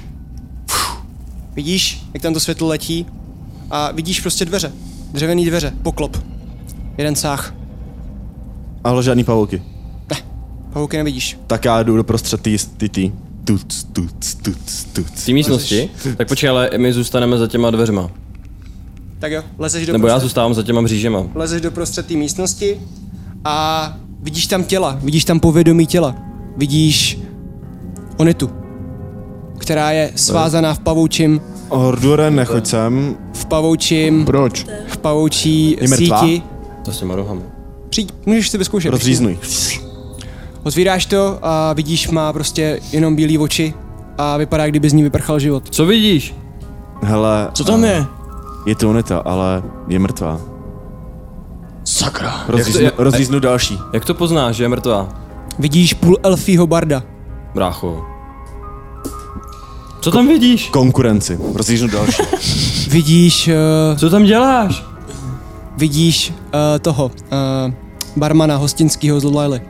D: Vidíš, jak tam to světlo letí a vidíš prostě dveře. Dřevěný dveře, poklop. Jeden sáh.
C: Ale žádný pavouky.
D: Pavouky nevidíš.
C: Tak já jdu do prostřed tý, tý, tý. Tuc, tuc, tuc, tuc.
A: V té místnosti? Tak počkej, ale my zůstaneme za těma dveřma.
D: Tak jo, lezeš do
A: Nebo já
D: prostřed-
A: zůstávám za těma mřížema.
D: lezeš do prostřed té místnosti a vidíš tam těla, vidíš tam povědomí těla. Vidíš Onitu, která je svázaná v pavoučím,
C: Hordure, nechoď sem.
D: v pavoučím,
B: proč?
D: v pavoučí
C: Je mrtvá?
D: síti.
A: To s těma rohama.
D: Přijď, můžeš si vyzkoušet.
C: Rozříznuj.
D: Otvíráš to a vidíš, má prostě jenom bílé oči a vypadá, kdyby z ní vyprchal život.
A: Co vidíš?
C: Hele,
B: Co tam je?
C: je to Oneta, ale je mrtvá.
B: Sakra.
C: Rozříznu,
A: Jak to je-
C: rozříznu další.
A: Jak to poznáš, že je mrtvá?
D: Vidíš půl elfího barda.
A: Brácho. Co tam vidíš?
C: Konkurenci. Rozříznu další.
D: Vidíš, uh,
A: Co tam děláš?
D: vidíš uh, toho, uh, barmana hostinského z Lulaily.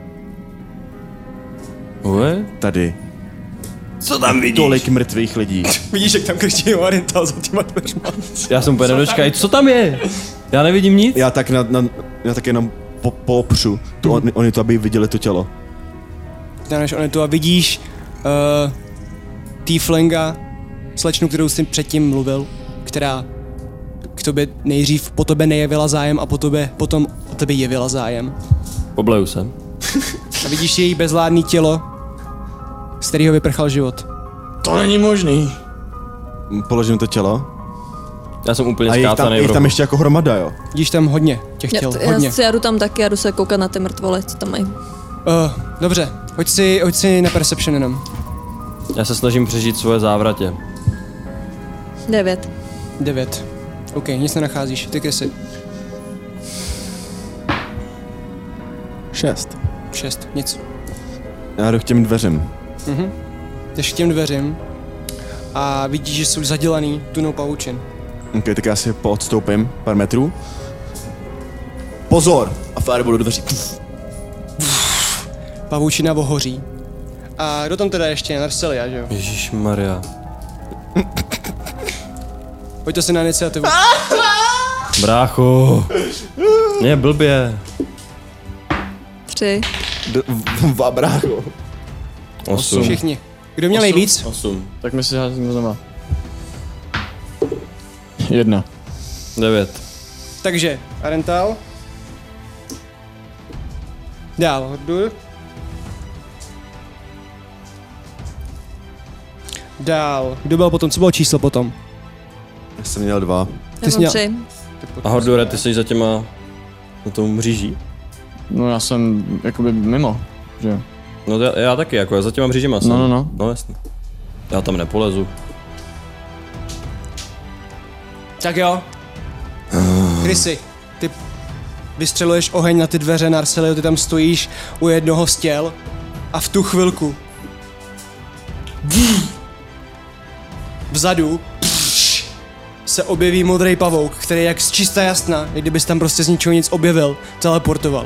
A: Uje?
C: Tady.
A: Co tam vidíš?
C: Tolik mrtvých lidí.
D: Vidíš, jak tam krčí Arental za těma dveřma.
A: Já jsem úplně nedočkaj. Co tam je? Já nevidím nic.
C: Já tak, na, na, já tak jenom po, popřu. To, on, oni to, aby viděli to tělo.
D: Dáš Onetu a vidíš uh, tieflinga, slečnu, kterou jsi předtím mluvil, která k tobě nejdřív po tobě nejevila zájem a po tobě, potom o tebe jevila zájem.
A: Pobleju se.
D: A vidíš její bezvládný tělo, z kterého vyprchal život.
B: To není možný.
C: Položím to tělo.
A: Já jsem úplně
C: A je jich tam,
A: skátaný
C: je
A: v
C: jich tam
A: rohu.
C: ještě jako hromada, jo.
D: Vidíš tam hodně těch
E: Já,
D: těl,
E: já,
D: hodně.
E: já jdu tam taky, já jdu se koukat na ty mrtvole, co tam mají.
D: Uh, dobře, hoď si, hoď si na perception jenom.
A: Já se snažím přežít svoje závratě.
E: Devět.
D: Devět. OK, nic nenacházíš, ty krysy.
C: Šest.
D: Šest, nic.
C: Já jdu k těm dveřím.
D: Jdeš k těm dveřím a vidíš, že jsou zadělaný tunou pavučin.
C: Ok, tak já si poodstoupím pár metrů. Pozor! A fireball do dveří.
D: Pavučina ohoří. A kdo tam teda ještě je? Narcelia, že jo?
A: Ježišmarja.
D: Pojďte si na iniciativu.
A: Brácho. Ne, blbě.
E: Tři.
C: Vabrácho.
A: Osm.
D: Všichni. Kdo měl nejvíc?
A: Osm.
B: Tak my si házíme znova. Jedna.
A: Devět.
D: Takže, Arental. Dál, hodu. Dál. Kdo byl potom? Co bylo číslo potom?
C: Já jsem měl dva.
E: Já
D: jsi
E: mám
D: měl-
E: tři.
A: A Hordore, ty jsi za těma... za tou mříží?
B: No já jsem jakoby mimo, že jo.
A: No já, já taky, jako já za těma mřížima jsem.
B: No, no, no.
A: No jasně. Já tam nepolezu.
D: Tak jo. Chrissy, ty vystřeluješ oheň na ty dveře, Narcelio, ty tam stojíš u jednoho z těl a v tu chvilku vzadu se objeví modrý pavouk, který jak z čista jasna, jak kdybys tam prostě z ničeho nic objevil, teleportoval.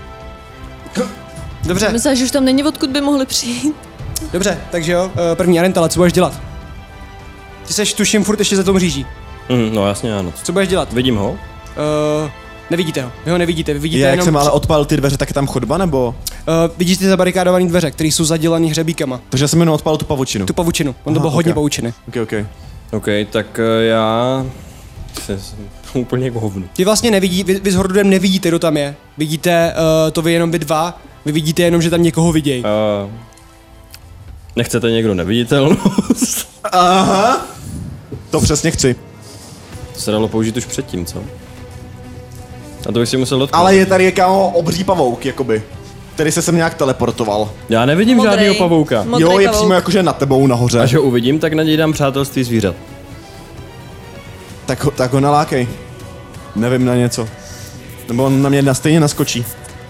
D: Dobře,
E: Myslím, že už tam není, odkud by mohli přijít.
D: dobře, takže jo, eh, první Arentala, co budeš dělat? Ty seš tuším furt ještě za tou mříží.
A: Mm, no jasně ano.
D: Co budeš dělat?
A: Vidím ho?
D: Uh, nevidíte ho, vy ho nevidíte, vy vidíte
C: Já, jak
D: jenom...
C: jsem ale odpálil ty dveře, tak je tam chodba, nebo?
D: Uh, vidíte zabarikádované dveře, které jsou zadělaný hřebíkama.
C: Takže já jsem jenom odpálil tu pavučinu.
D: Tu pavučinu, on to
C: Aha,
D: bylo hodně
C: ok.
D: pavučiny.
C: Ok, ok.
A: OK, tak eh, já... jsem úplně jako hovnu.
D: Ty vlastně nevidí, vy, vy s Hordudem nevidíte, kdo tam je. Vidíte uh, to vy jenom vy dva, vy vidíte jenom, že tam někoho vidějí.
A: Uh, nechcete někdo neviditelnost?
C: Aha. To přesně chci.
A: To se dalo použít už předtím, co? A to bych si musel dotknout.
C: Ale je tady kámo obří pavouk, jakoby. Který se sem nějak teleportoval.
A: Já nevidím
E: Modrej.
A: žádného pavouka.
E: Modrej
C: Jo, je
E: pavouk.
C: přímo jakože nad tebou nahoře.
A: Až ho uvidím, tak na něj dám přátelství zvířat.
C: Tak, ho- tak ho nalákej. Nevím na něco. Nebo on na mě na stejně naskočí.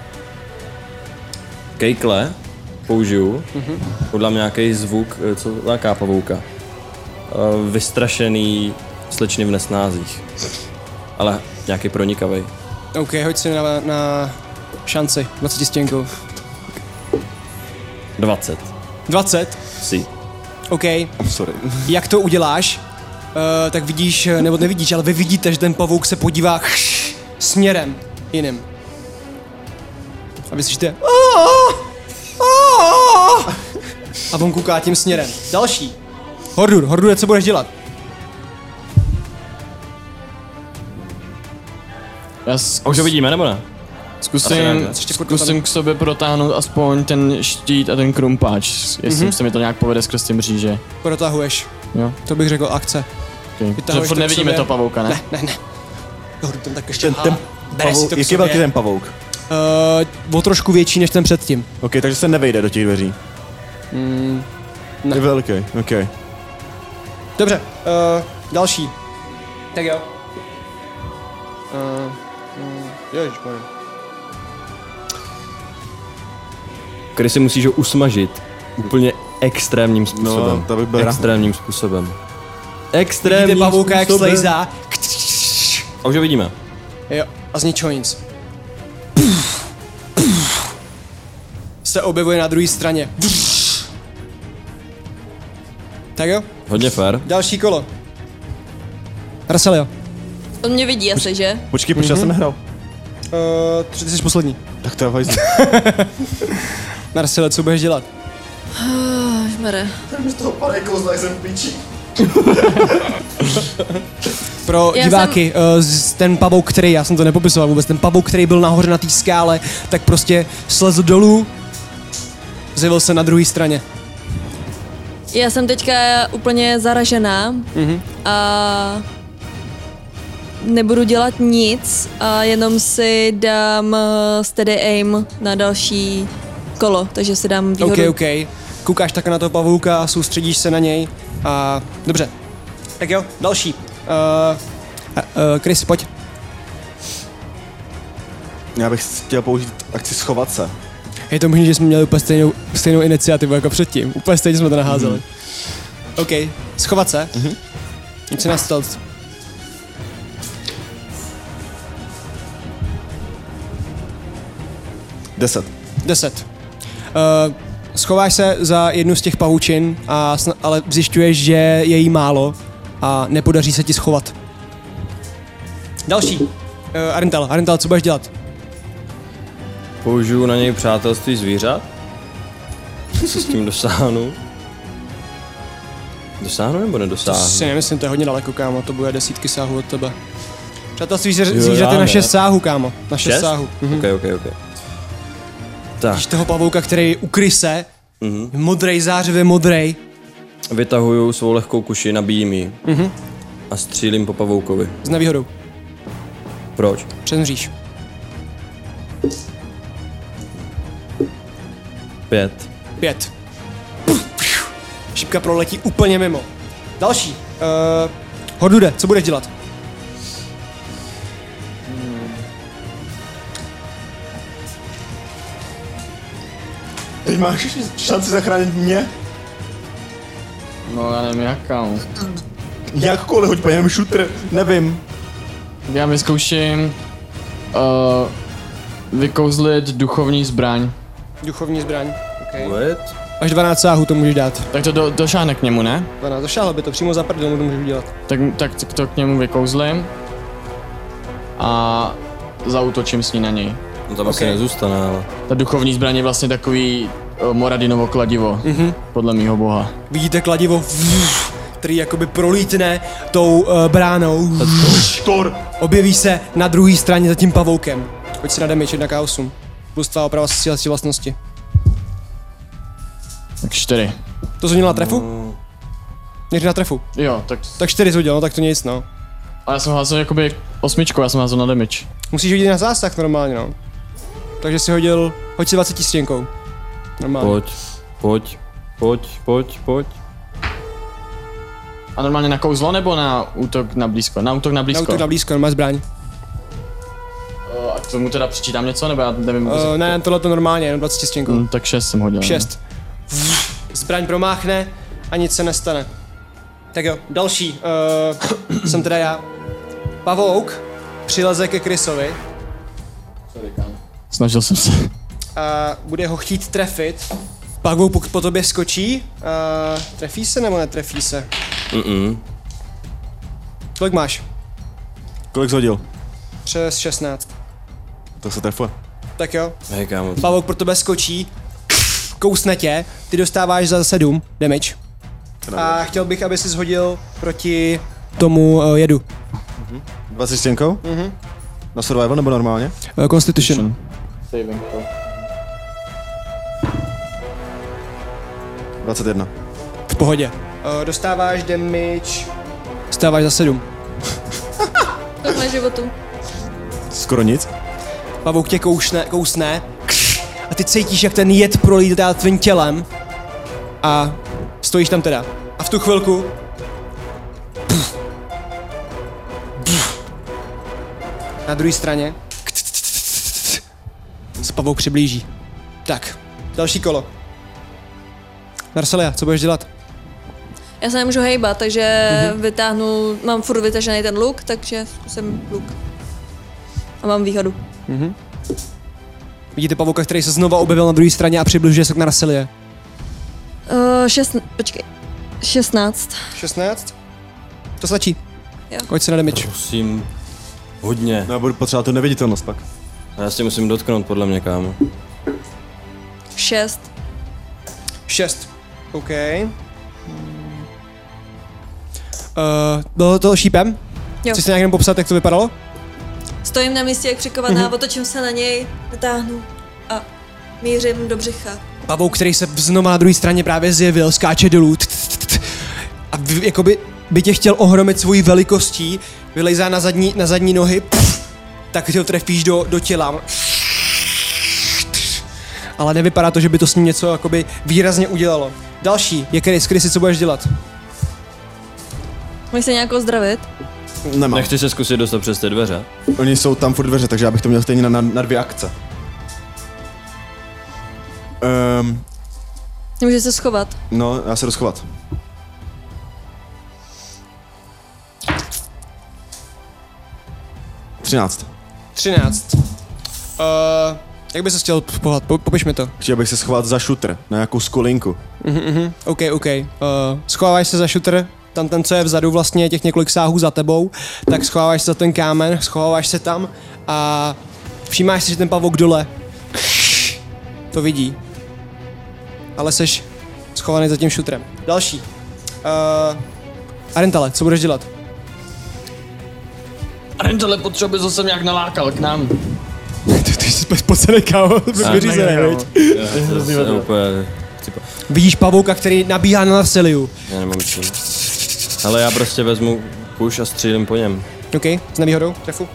A: Kejkle použiju. Mm-hmm. Podám nějaký zvuk, eh, co láká pavouka. Uh, vystrašený slečny v nesnázích. Ale nějaký pronikavej.
D: OK, hoď si na, na šanci, dvacet stěnkou.
A: dvacet.
D: dvacet,
A: Si.
D: OK.
C: Oh, sorry.
D: Jak to uděláš, uh, tak vidíš, nebo nevidíš, ale vy vidíte, že ten pavouk se podívá směrem jiným. A vy slyšíte a on kouká tím směrem. Další. Hordur, Hordur, co budeš dělat?
B: Já
A: Už
B: zkus,
A: ho vidíme, nebo ne?
B: zkusím,
A: Asi ne.
D: Ještě furt
B: zkusím k sobě protáhnout aspoň ten štít a ten krumpáč, jestli mm-hmm. se mi to nějak povede skrz ty mříže.
D: Protahuješ.
B: Jo,
D: To bych řekl akce.
B: okay.
D: Vytahuješ
B: Že furt
D: to k
B: nevidíme
D: sobě.
B: to pavouka, ne?
D: Ne, ne, ne. Hordur ten tak ještě
C: Ten, ten
D: bere si
C: pavouk,
D: to k
C: jaký je velký
D: sobě.
C: ten pavouk?
D: Uh, o trošku větší než ten předtím.
C: OK, takže se nevejde do těch dveří.
D: Mm, ne.
C: Je velký, OK.
D: Dobře, uh, další. Tak jo. Uh, uh, ježišmarja.
A: Krysy musíš ho usmažit úplně extrémním způsobem.
C: No, to bych byl rád.
A: Extrémním způsobem. Extrémním
D: Vidíte pavouka, jak
A: způsobem.
D: slejzá.
A: A už ho vidíme.
D: Jo, a z ničeho nic. Se objevuje na druhé straně. Tak jo,
A: Hodně fair.
D: další kolo. Raselio.
E: On mě vidí asi, že?
C: Počkej, proč já jsem nehrál?
D: Uh, ty jsi poslední.
C: Tak to je hajzl.
D: Raselio, co budeš dělat?
E: Žmere.
C: Z toho padají kouzla, jak jsem v píči.
D: Pro
E: Já
D: diváky, jsem... ten pavouk, který, já jsem to nepopisoval vůbec, ten pavouk, který byl nahoře na té skále, tak prostě slezl dolů, zjevil se na druhé straně.
E: Já jsem teďka úplně zaražená mm-hmm. a nebudu dělat nic a jenom si dám uh, steady aim na další kolo, takže si dám výhodu.
D: OK, OK. Koukáš tak na toho pavouka, soustředíš se na něj a dobře. Tak jo, další. Uh, uh, Chris, pojď.
C: Já bych chtěl použít akci schovat se.
D: Je to možné, že jsme měli úplně stejnou, stejnou iniciativu jako předtím. Úplně stejně jsme to naházeli. Mm-hmm. OK, schovat se. Mm-hmm. Jď si na stealth.
C: Deset.
D: Deset. Uh, schováš se za jednu z těch pavučin, a sna- ale zjišťuješ, že je jí málo a nepodaří se ti schovat. Další. Uh, Arental, Arental, co budeš dělat?
A: Použiju na něj přátelství zvířat. Co s tím dosáhnu? Dosáhnu nebo
D: To
A: nedosáhnu?
D: si nemyslím, to je hodně daleko, kámo, to bude desítky sáhů od tebe. Přátelství zvířat,
A: Jo,
D: zvířat je
A: já
D: na
A: ne.
D: šest sáhů, kámo. Na šest
A: Šest?
D: sáhů. Mhm.
A: Ok, ok, ok. Tak,
D: Vidíš toho pavouka, který ukryse,
A: Mhm.
D: modrej, zářivě modrej.
A: vytahuju svou lehkou kuši, nabíjím ji
D: Mhm.
A: a střílím po pavoukovi.
D: S nevýhodou.
A: Proč?
D: Přemříš.
A: Pět.
D: Pět. Šipka proletí úplně mimo. Další. Uh, Hordude, co budeš dělat?
C: Teď máš šanci zachránit mě?
B: No já nevím jak, kámo.
C: Jakkoliv, hoď po něm shooter, nevím.
B: Já vyzkouším uh, vykouzlit duchovní zbraň.
D: Duchovní zbraň. Okay.
A: What?
D: Až dvanáct sáhů to můžeš dát.
B: Tak to do, došáhne k němu, ne?
D: dvanáct, došáhlo by to, přímo za prdel to můžeš udělat.
B: Tak, tak to k němu vykouzlím a zaútočím s ní na něj.
A: No tam asi
D: Ok.
A: nezůstane, ale...
B: Ta duchovní zbraň je vlastně takový uh, Moradinovo kladivo, mm-hmm. podle mýho boha.
D: Vidíte kladivo, který jakoby prolítne tou uh, bránou.
C: Škor!
D: Objeví se na druhé straně za tím pavoukem. Pojď si na damage jedna ká osm. Plus tvá oprava střílecí vlastnosti.
B: Tak čtyři.
D: To jsi hodil na trefu? Měři na trefu.
B: Jo, tak...
D: Tak čtyři jsi hodil, no tak to nic, no.
B: A já jsem házel jakoby osmičku, já jsem házel na damage.
D: Musíš hodit na zásah normálně, no. Takže si hodil, hoď si dvacet stěnkou. Normálně.
A: Pojď, pojď, pojď, pojď, pojď.
B: A normálně na kouzlo nebo na útok na blízko? Na útok na
D: Na
B: blízko.
D: útok na blízko, normálně zbraň.
B: Uh, a k tomu teda přičítám něco, nebo já nevím.
D: Uh, ne, tohle to normálně, jenom dvacet stěnkou.
B: Hmm, tak šest jsem hodil.
D: Šest. Zbraň promáchne a nic se nestane. Tak jo, další. Uh, jsem teda já. Pavouk přileze ke Chrisovi
B: Snažil jsem se.
D: a bude ho chtít trefit. Pavouk po, po tobě skočí. Uh, trefí se nebo netrefí se?
A: Mm-mm.
D: Kolik máš?
C: Kolik jsi hodil?
D: Přes šestnáct.
C: To se trefuje.
D: Tak jo.
A: Hej, kámo.
D: Pavouk pro tebe skočí, kousne tě, ty dostáváš za sedm damage. A chtěl bych, aby si shodil proti tomu uh, jedu.
C: dvacet stěnkou? Mhm. Na survival nebo normálně?
D: Uh, Constitution.
B: Saving throw.
C: dvacet jedna.
D: V pohodě. Uh, dostáváš damage, dostáváš za sedm.
E: Kolik máš životu?
C: Skoro nic.
D: Pavouk tě kousne, kousne a ty cítíš, jak ten jed prolítá tvým tělem a stojíš tam teda. A v tu chvilku na druhé straně se pavouk přiblíží. Tak, další kolo. Narsalia, co budeš dělat?
E: Já se nemůžu hejbat, takže mm-hmm. vytáhnu, mám furt vytažený ten luk, takže zkusím luk. A mám výhodu.
D: Mhm. Vidíte pavouka, který se znova objevil na druhé straně a přibližuje se k Narsalie.
E: Uh, šest, počkej, šestnáct.
D: šestnáct? To stačí.
E: Jo.
D: Hoď se na damage.
A: Prosím, hodně.
C: No, já budu potřebovat tu neviditelnost pak.
A: Já si musím dotknout, podle mě, kámo.
E: šest.
D: šest. OK. Uh, bylo to šípem?
E: Jo.
D: Chceš si nějak popsat, jak to vypadalo?
E: Stojím na místě jak přikovaná, mm-hmm. otočím se na něj, natáhnu a mířím do břicha.
D: Pavouk, který se znova na druhé straně právě zjevil, skáče dolů t, t, t, t, a v, jakoby by tě chtěl ohromit svojí velikostí, vylejzá na zadní, na zadní nohy, pff, tak ty ho trefíš do, do těla. Ale nevypadá to, že by to s ním něco jakoby výrazně udělalo. Další je Chris. Chrisi, co budeš dělat?
E: Můžeš se nějak ozdravit?
C: Nemám.
A: Nechci se zkusit dostat přes ty dveře.
C: Oni jsou tam furt dveře, takže já bych to měl stejně na, na, na dvě akce. Um,
E: Můžeš se schovat.
C: no, já se jdu schovat. třináct.
D: třináct. Uh, jak bys se chtěl pohledat? Po, popiš mi to.
C: Chtěl bych se schovat za šutr, na nějakou skolinku.
D: Mhm, mhm. OK, OK. Uh, schováváš se za šutr, tam ten, co je vzadu vlastně, těch několik sáhů za tebou, tak schováváš se za ten kámen, schováváš se tam a všímáš si, že ten pavouk dole to vidí. Ale seš schovaný za tím šutrem. Další. Uh, Arentale, co budeš dělat?
B: Arentale potřebuje zase nějak nalákal k nám.
D: Ty jsi spocený, kámo, vyřízený, veď? Vidíš pavouka, který nabíhá na Narseliu.
A: Já nemám čím. Ale já prostě vezmu kuš a střílím po něm.
D: OK, s nevýhodou, trefu.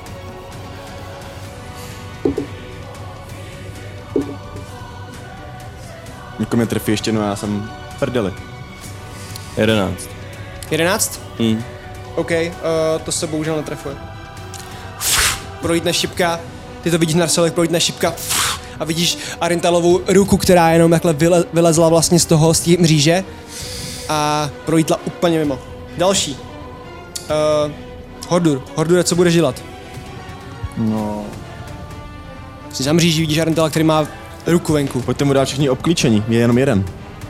C: Jako mě trefí ještě, no já jsem prdeli.
A: jedenáct.
D: jedenáct?
A: Hm.
D: OK, uh, to se bohužel netrefuje. Projítne šipka, ty to vidíš na Narselek, projítne šipka a vidíš Arentalovou ruku, která jenom takhle vyle, vylezla vlastně z toho, z té mříže a projítla úplně mimo. Další. Uh, Hordur, Hordure, co budeš dělat?
B: No.
D: Jsi za mříží, vidíš Arentala, který má ruku venku.
C: Pojďte mu dát všichni obklíčení, je jenom jeden.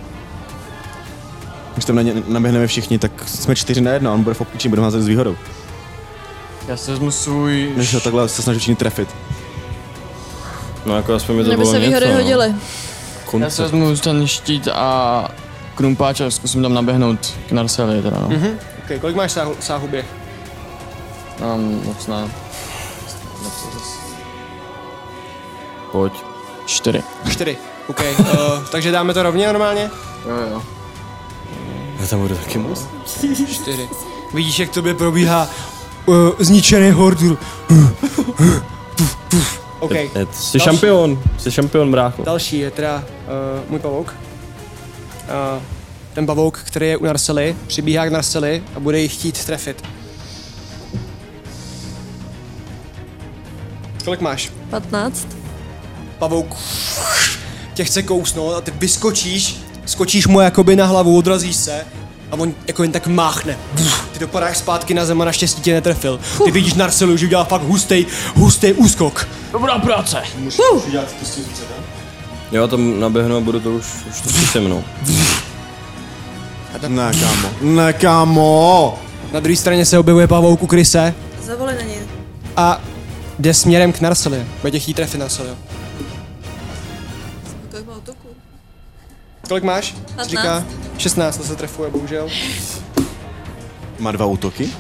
C: Když tam na ně naběhneme všichni, tak jsme čtyři na jedno a on bude v obklíčení, budeme házet s výhodou.
B: Já se vezmu svůj...
C: Než ho takhle se snaží všichni trefit.
A: No jako aspoň mi to
E: Nebo
A: bylo
E: se
A: něco.
E: výhody hodily.
B: Já se
A: Konce.
B: vezmu ten štít a krumpáč a zkusím tam naběhnout k Narseli teda, no.
D: Mhm. OK, kolik máš sáhu, sáhu běh?
B: Mám moc ne.
A: Pojď.
B: Čtyři.
D: Čtyři. OK, uh, takže dáme to rovně normálně?
B: Jo, jo.
A: Já tam budu taky moc.
D: Čtyři. Vidíš, jak tobě probíhá uh, zničený Hordur. OK.
A: Je, jsi šampion, jsi šampion, brácho.
D: Další je teda uh, můj pavouk. Uh, ten pavouk, který je u Narsely, přibíhá k Narsely a bude ji chtít trefit. Kolik máš?
E: patnáct.
D: Pavouk tě chce kousnout a ty vyskočíš, skočíš mu jakoby na hlavu, odrazíš se a on jako jen tak máchne. Ty dopadáš zpátky na zem a naštěstí tě netrefil. Ty vidíš Narselu, že udělá fakt hustý, hustý úskok.
B: Dobrá práce!
A: Jo, tam naběhnu a budu to už, už to zkusím, no.
C: Ne, kámo. Ne, kámo!
D: Na druhé straně se objevuje pavouk u Kryse
E: Zavoli na něj.
D: a jde směrem k Narseli. Bude tě chtít trefit Narseli.
E: Kolik má útoku?
D: Kolik máš?
E: patnáct.
D: Říká šestnáct, to se trefuje, bohužel.
C: Má dva útoky?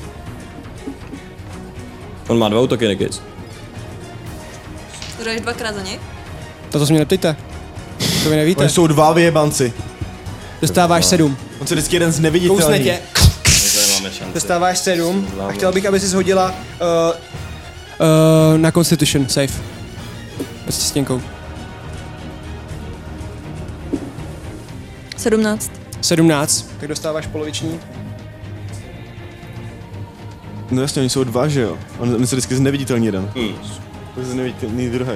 A: On má dva útoky, Nikis.
E: Jdeš dvakrát za něj?
D: To se mě neptejte. To vy nevíte.
C: Oni jsou dva vyjebanci.
D: Dostáváš sedm.
C: On se vždycky jeden
D: Kousne
C: zneviditelný.
D: tě.
A: Nemáme šanci.
D: Dostáváš sedm a chtěl bych, aby si hodila uh, uh, na Constitution save. Prostě stěnkou.
E: sedmnáct.
D: sedmnáct, tak dostáváš poloviční.
C: No jasně, oni jsou dva, že jo? On, on se vždycky zneviditelný jeden. Hmm. To je zneviditelný druhý.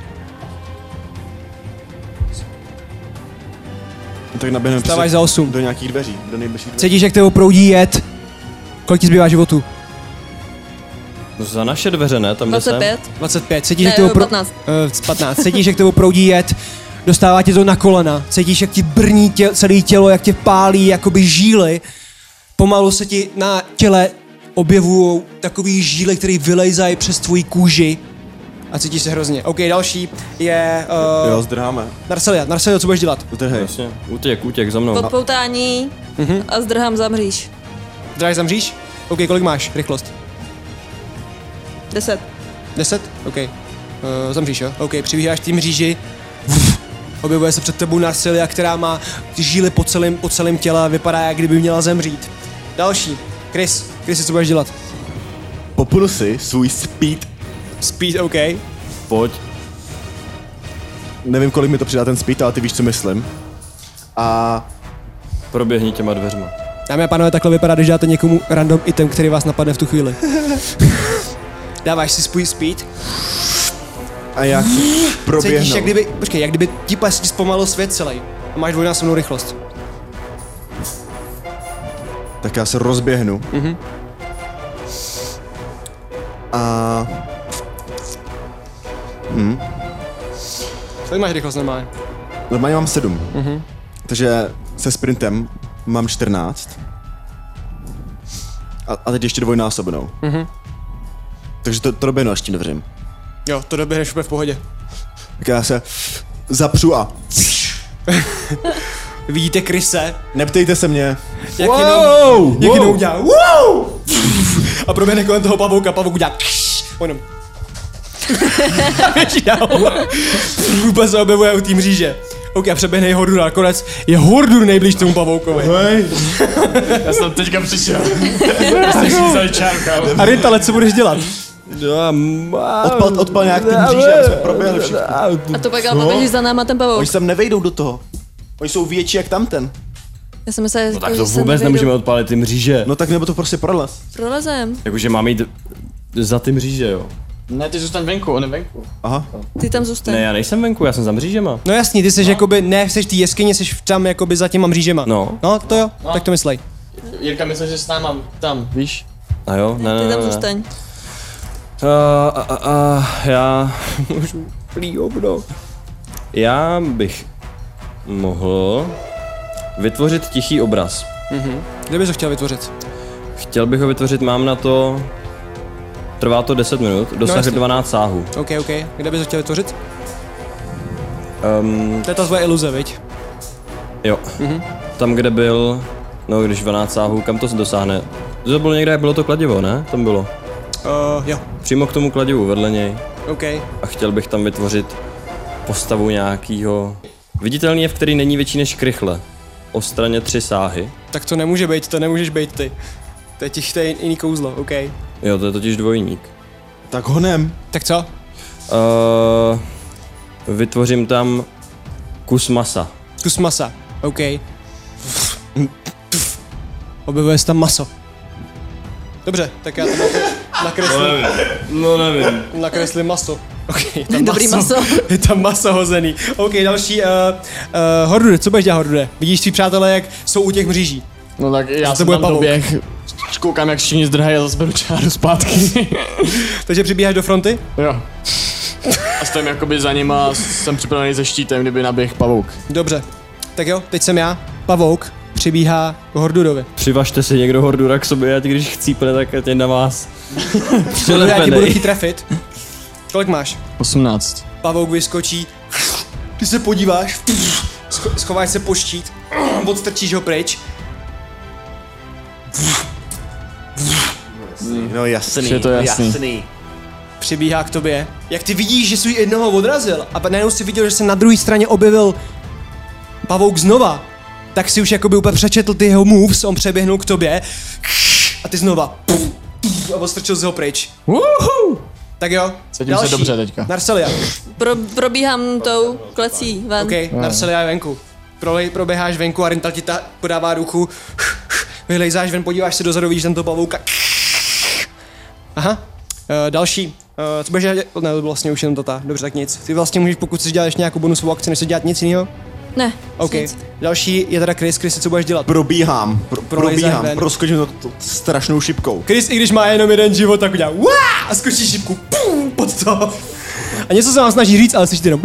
C: No tak naběhneme
D: Dostáváš za osm.
C: do nějakých dveří, do nejbližších dveří.
D: Cítíš, jak tebou proudí jed. Kolik ti zbývá životu?
A: No za naše dveře, ne? Tam, kde jsem.
E: dvacet pět.
D: dvacet pět. Cítíš,
E: Ne,
D: jak tebou pro...
E: patnáct.
D: Uh, patnáct. Cítíš, jak tebou proudí jed. Dostává tě to na kolena. Cítíš, jak ti brní tě, celé tělo, jak tě pálí, jakoby žíly. Pomalu se ti na těle objevují takový žíly, které vylejzají přes tvoji kůži. A cítíš se hrozně. OK, další je... Uh,
C: Jo, zdrháme.
D: Narcelia. Narcelia, co budeš dělat?
C: Utrhej.
A: Jasně, útěk, útěk za mnou.
E: Podpoutání
D: Mhm.
E: a zdrhám zamříš.
D: Dráž zamříš? OK, kolik máš? Rychlost.
E: deset.
D: deset? OK. Uh, zamříš, jo? OK, přibíháš tím mříži. Uf, objevuje se před tebou Narcelia, která má ty žíly po celém, po celém těle a vypadá, jak kdyby měla zemřít. Další. Chris. Chris, co budeš dělat?
C: Popnu si svůj speed.
D: Speed, OK.
A: Pojď.
C: Nevím, kolik mi to přidá ten speed, ale ty víš, co myslím. A
A: Proběhni těma dveřma.
D: Dámy a pánové, takhle vypadá, když dáte někomu random item, který vás napadne v tu chvíli. Dáváš si svůj speed.
C: A já chci proběhnout.
D: Cítíš, jak kdyby, počkej, jak kdyby ti pasí zpomalil svět celý. A máš dvojnásobnou rychlost.
C: Tak já se rozběhnu.
D: Mhm.
C: A... Hm.
D: Kolik máš rychlost normálně?
C: Normálně mám sedm.
D: Mhm.
C: Takže se sprintem mám čtrnáct. A, a teď ještě dvojnásobnou.
D: Mhm.
C: Takže to, to doběhnu až tím dveřím.
D: Jo, to doběhneš úplně v pohodě.
C: Tak já se zapřu a...
D: Vidíte Chrise,
C: Neptejte se mě.
D: jak jenom, jak jenom udělá wow! A proběhne kolem toho pavouka, pavouk udělá on jenom běží dál. Úplně se objevuje u té mříže. OK, a přeběhne Hordur a nakonec je Hordur nejblíž tomu pavoukovi.
B: Já jsem teďka přišel. Jste šízali čárka.
D: A Rintale, co budeš dělat?
C: Odpal, odpal nějak ty mříže, aby jsme proběhli všichni.
E: A to pak ale poběží za náma ten pavouk.
C: Oni sem nevejdou do toho. Oni jsou větší jak tamten.
E: Já jsem myslela,
A: No tak
E: že
A: to
E: se
A: vůbec
E: nevejdou.
A: nemůžeme odpálit ty mříže.
C: No tak nebo to prostě prolez.
E: Prolezem.
A: Jakože máme jít za ty mříže, jo.
B: Ne, ty zůstaň venku, on je venku.
C: Aha.
E: Ty tam zůstaň.
A: Ne, já nejsem venku, já jsem za mřížema.
D: No jasný, ty jsi no. jakoby, ne, jsi v té jeskyni, jsi tam jakoby za těma mřížema.
A: No.
D: No, to jo,
B: No.
D: tak to myslej.
B: Jirka myslel, že s náma tam, víš?
A: A jo, ne, ne,
E: Ty
A: ne,
E: tam
A: ne.
E: zůstaň.
A: A, a, a, a já můžu plíobno. Já bych mohl vytvořit tichý obraz.
D: Mhm. Kde bys ho chtěl vytvořit?
A: Chtěl bych ho vytvořit, mám na to... Trvá to deset minut, dosah
D: jasně.
A: dvanáct sáhů.
D: OK, OK. Kde bys ho chtěl vytvořit?
A: Um,
D: To je ta tvoje iluze, viď?
A: jo,
D: Mhm.
A: tam kde byl, no když dvanáct sáhů, kam to se dosáhne? To bylo někde, jak bylo to kladivo, ne? Tam bylo.
D: Uh, jo,
A: Přímo k tomu kladivu, vedle něj.
D: OK.
A: A chtěl bych tam vytvořit postavu nějakýho... Viditelný, v který není větší než krychle. O straně tři sáhy.
D: Tak to nemůže být, to nemůžeš být ty. To je těch, to je jiný kouzlo, OK.
A: Jo, to je totiž dvojník.
C: Tak honem.
D: Tak co?
A: Uh, vytvořím tam kus masa.
D: Kus masa, OK. Objevuje se tam maso. Dobře, tak já tam nakreslím,
A: No nevím.
D: nakreslím maso. OK, je tam
E: Dobrý maso.
D: Je tam maso hozený. OK, další. Uh, uh, Hordude, co budeš dělat, Hordude? Vidíš tví přátelé, jak jsou u těch mříží.
B: No tak já
D: To
B: jsem
D: bude
B: tam
D: pavouk.
B: doběh. Koukám, jak všichni zdrhají a zase beru čáru zpátky.
D: Takže přibíháš do fronty?
B: Jo. A stojím jakoby za nima a jsem připravený se štítem, kdyby naběh pavouk.
D: Dobře. Tak jo, teď jsem já. Pavouk přibíhá k Hordudovi.
A: Přivažte si někdo Hordura k sobě, ať když chcípne, tak ať je na vás.
D: Hordude, já ti budu chtít trefit. Kolik máš?
B: osmnáct.
D: Pavouk vyskočí. Ty se podíváš. Scho- schováš se po štít. Odstrčíš ho pryč.
C: No jasný,
B: Je to jasný.
C: jasný.
D: Přibíhá k tobě. Jak ty vidíš, že jsi jednoho odrazil a pak najednou si viděl, že se na druhé straně objevil pavouk znova, tak si už jakoby úplně přečetl ty jeho moves, on přeběhnul k tobě a ty znova a odstrčil z ho pryč.
B: Woohoo!
D: Tak jo,
B: Cítím
D: další.
B: se dobře teďka.
D: Narcelia.
E: Pro, probíhám tou klecí ven.
D: OK, Narcelia je venku. Prolej, proběháš venku a Rintal ti ta podává ruchu. Vylejzáš ven, podíváš se dozadu, vidíš tam toho pavouka. Aha, uh, další. Uh, co budeš dělat? Ne, to bylo vlastně už jenom tata. Dobře, tak nic. Ty vlastně můžeš, pokud chceš dělat ještě nějakou bonusovou akci, než se dělat nic jiného?
E: Ne,
D: OK.
E: nic.
D: Další je teda Chris. Chris, co budeš dělat?
C: Probíhám, pro,
D: Prolejzáš
C: probíhám,
D: ven.
C: proskočím to, to strašnou šipkou.
D: Chris, i když má jenom jeden život, tak udělá Uá! A skočí šipku pum, pod to. A něco se vám snaží říct, ale slyšíte jenom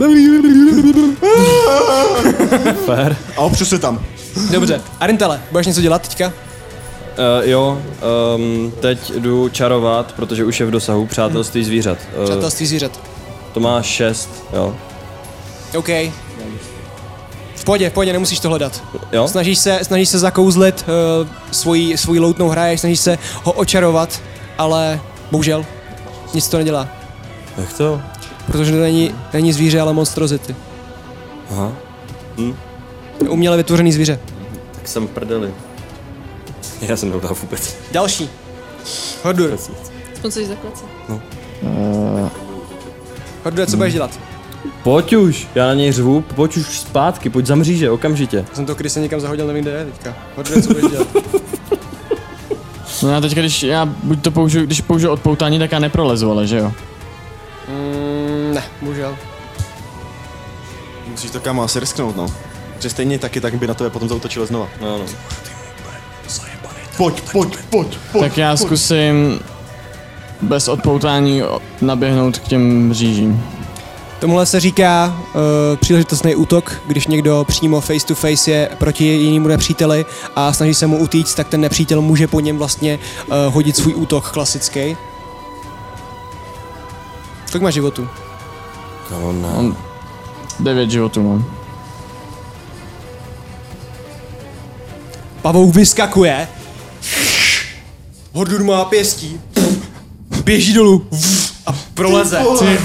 A: Fair.
C: A opřu se tam.
D: Dobře. Arintele, budeš něco dělat teďka?
A: Uh, jo, um, teď jdu čarovat, protože už je v dosahu přátelství zvířat. Uh,
D: Přátelství zvířat.
A: To má šest, jo.
D: OK. V pohodě, v pohodě, nemusíš to hledat.
A: Jo?
D: Snažíš se, snažíš se zakouzlit uh, svoji, svoji loutnou hraješ, snažíš se ho očarovat, ale bohužel nic to nedělá.
A: Jak to?
D: Protože to není, není zvíře, ale monstrozity.
A: Aha. Hm.
D: Uměle vytvořený zvíře.
A: Tak jsem prdeli. Já jsem neudal vůbec.
D: Další. Hordur.
E: Aspoň coś za kleci.
D: Hordur, co budeš dělat?
A: Pojď už, já na něj řvu, pojď už zpátky, pojď za mříže, okamžitě.
D: Já jsem to Kryse někam zahodil, nevím, kde je teďka. Hordur, co budeš dělat?
B: No já teďka, když já buď to použiju, když použiju odpoutání, tak já neprolezu, ale že jo?
D: Mm, ne, bohužel.
C: Musíš to kámo asi risknout, no. Že stejně taky, tak by na tebe potom zautočilo znova.
A: No, no.
C: Pojď, pojď, pojď, pojď.
B: Tak já zkusím bez odpoutání o- naběhnout k těm mřížím.
D: Tomuhle se říká uh, příležitostný útok, když někdo přímo face to face je proti jinému nepříteli a snaží se mu utíct, tak ten nepřítel může po něm vlastně uh, hodit svůj útok klasický. Kolik má životu?
A: Kámo, ne.
B: On devět životů mám.
D: Pavouk vyskakuje, Hordur má pěstí, běží dolů a proleze.
E: To je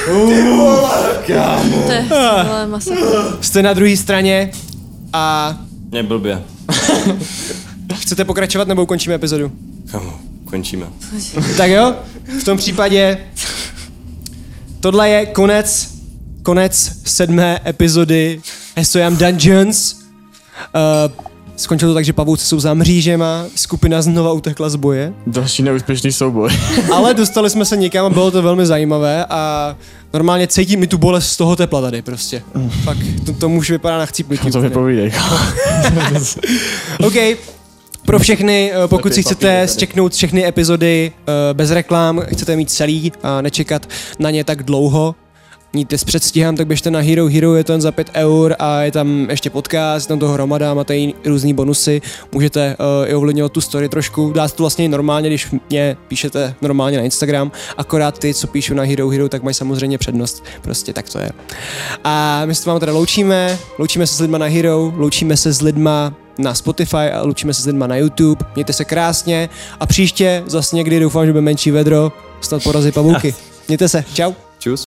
E: vole masakr.
D: Jste na druhé straně a
A: Ne, blbě.
D: chcete pokračovat nebo ukončíme epizodu?
A: Kámo, končíme.
D: Tak jo, v tom případě tohle je konec, konec sedmé epizody Hesoyam Dungeons. Uh, skončilo to tak, že pavouci jsou za mřížema, skupina znova utekla z boje,
B: Další neúspěšný souboj.
D: ale dostali jsme se někam a bylo to velmi zajímavé a normálně cítím mi tu bolest z toho tepla tady prostě. Fakt, to, to už vypadá na chcípnutí.
B: To
D: úplně.
B: vypovídej.
D: OK. Pro všechny, eh, pokud si chcete zčeknout všechny epizody eh, bez reklam, chcete mít celý a nečekat na ně tak dlouho, mějte s předstihem, tak běžte na Hero Hero, je to jen za pět eur a je tam ještě podcast, je tam toho hromada, máte i různý bonusy, můžete uh, i ovlivňovat tu story trošku, dá se to vlastně i normálně, když mě píšete normálně na Instagram, akorát ty, co píšu na Hero Hero, tak mají samozřejmě přednost, prostě tak to je. A my se s vámi teda loučíme, loučíme se s lidma na Hero, loučíme se s lidma na Spotify a loučíme se s lidma na YouTube, mějte se krásně a příště zase někdy doufám, že bude menší vedro, snad porazí pavouky. Mějte se, čau.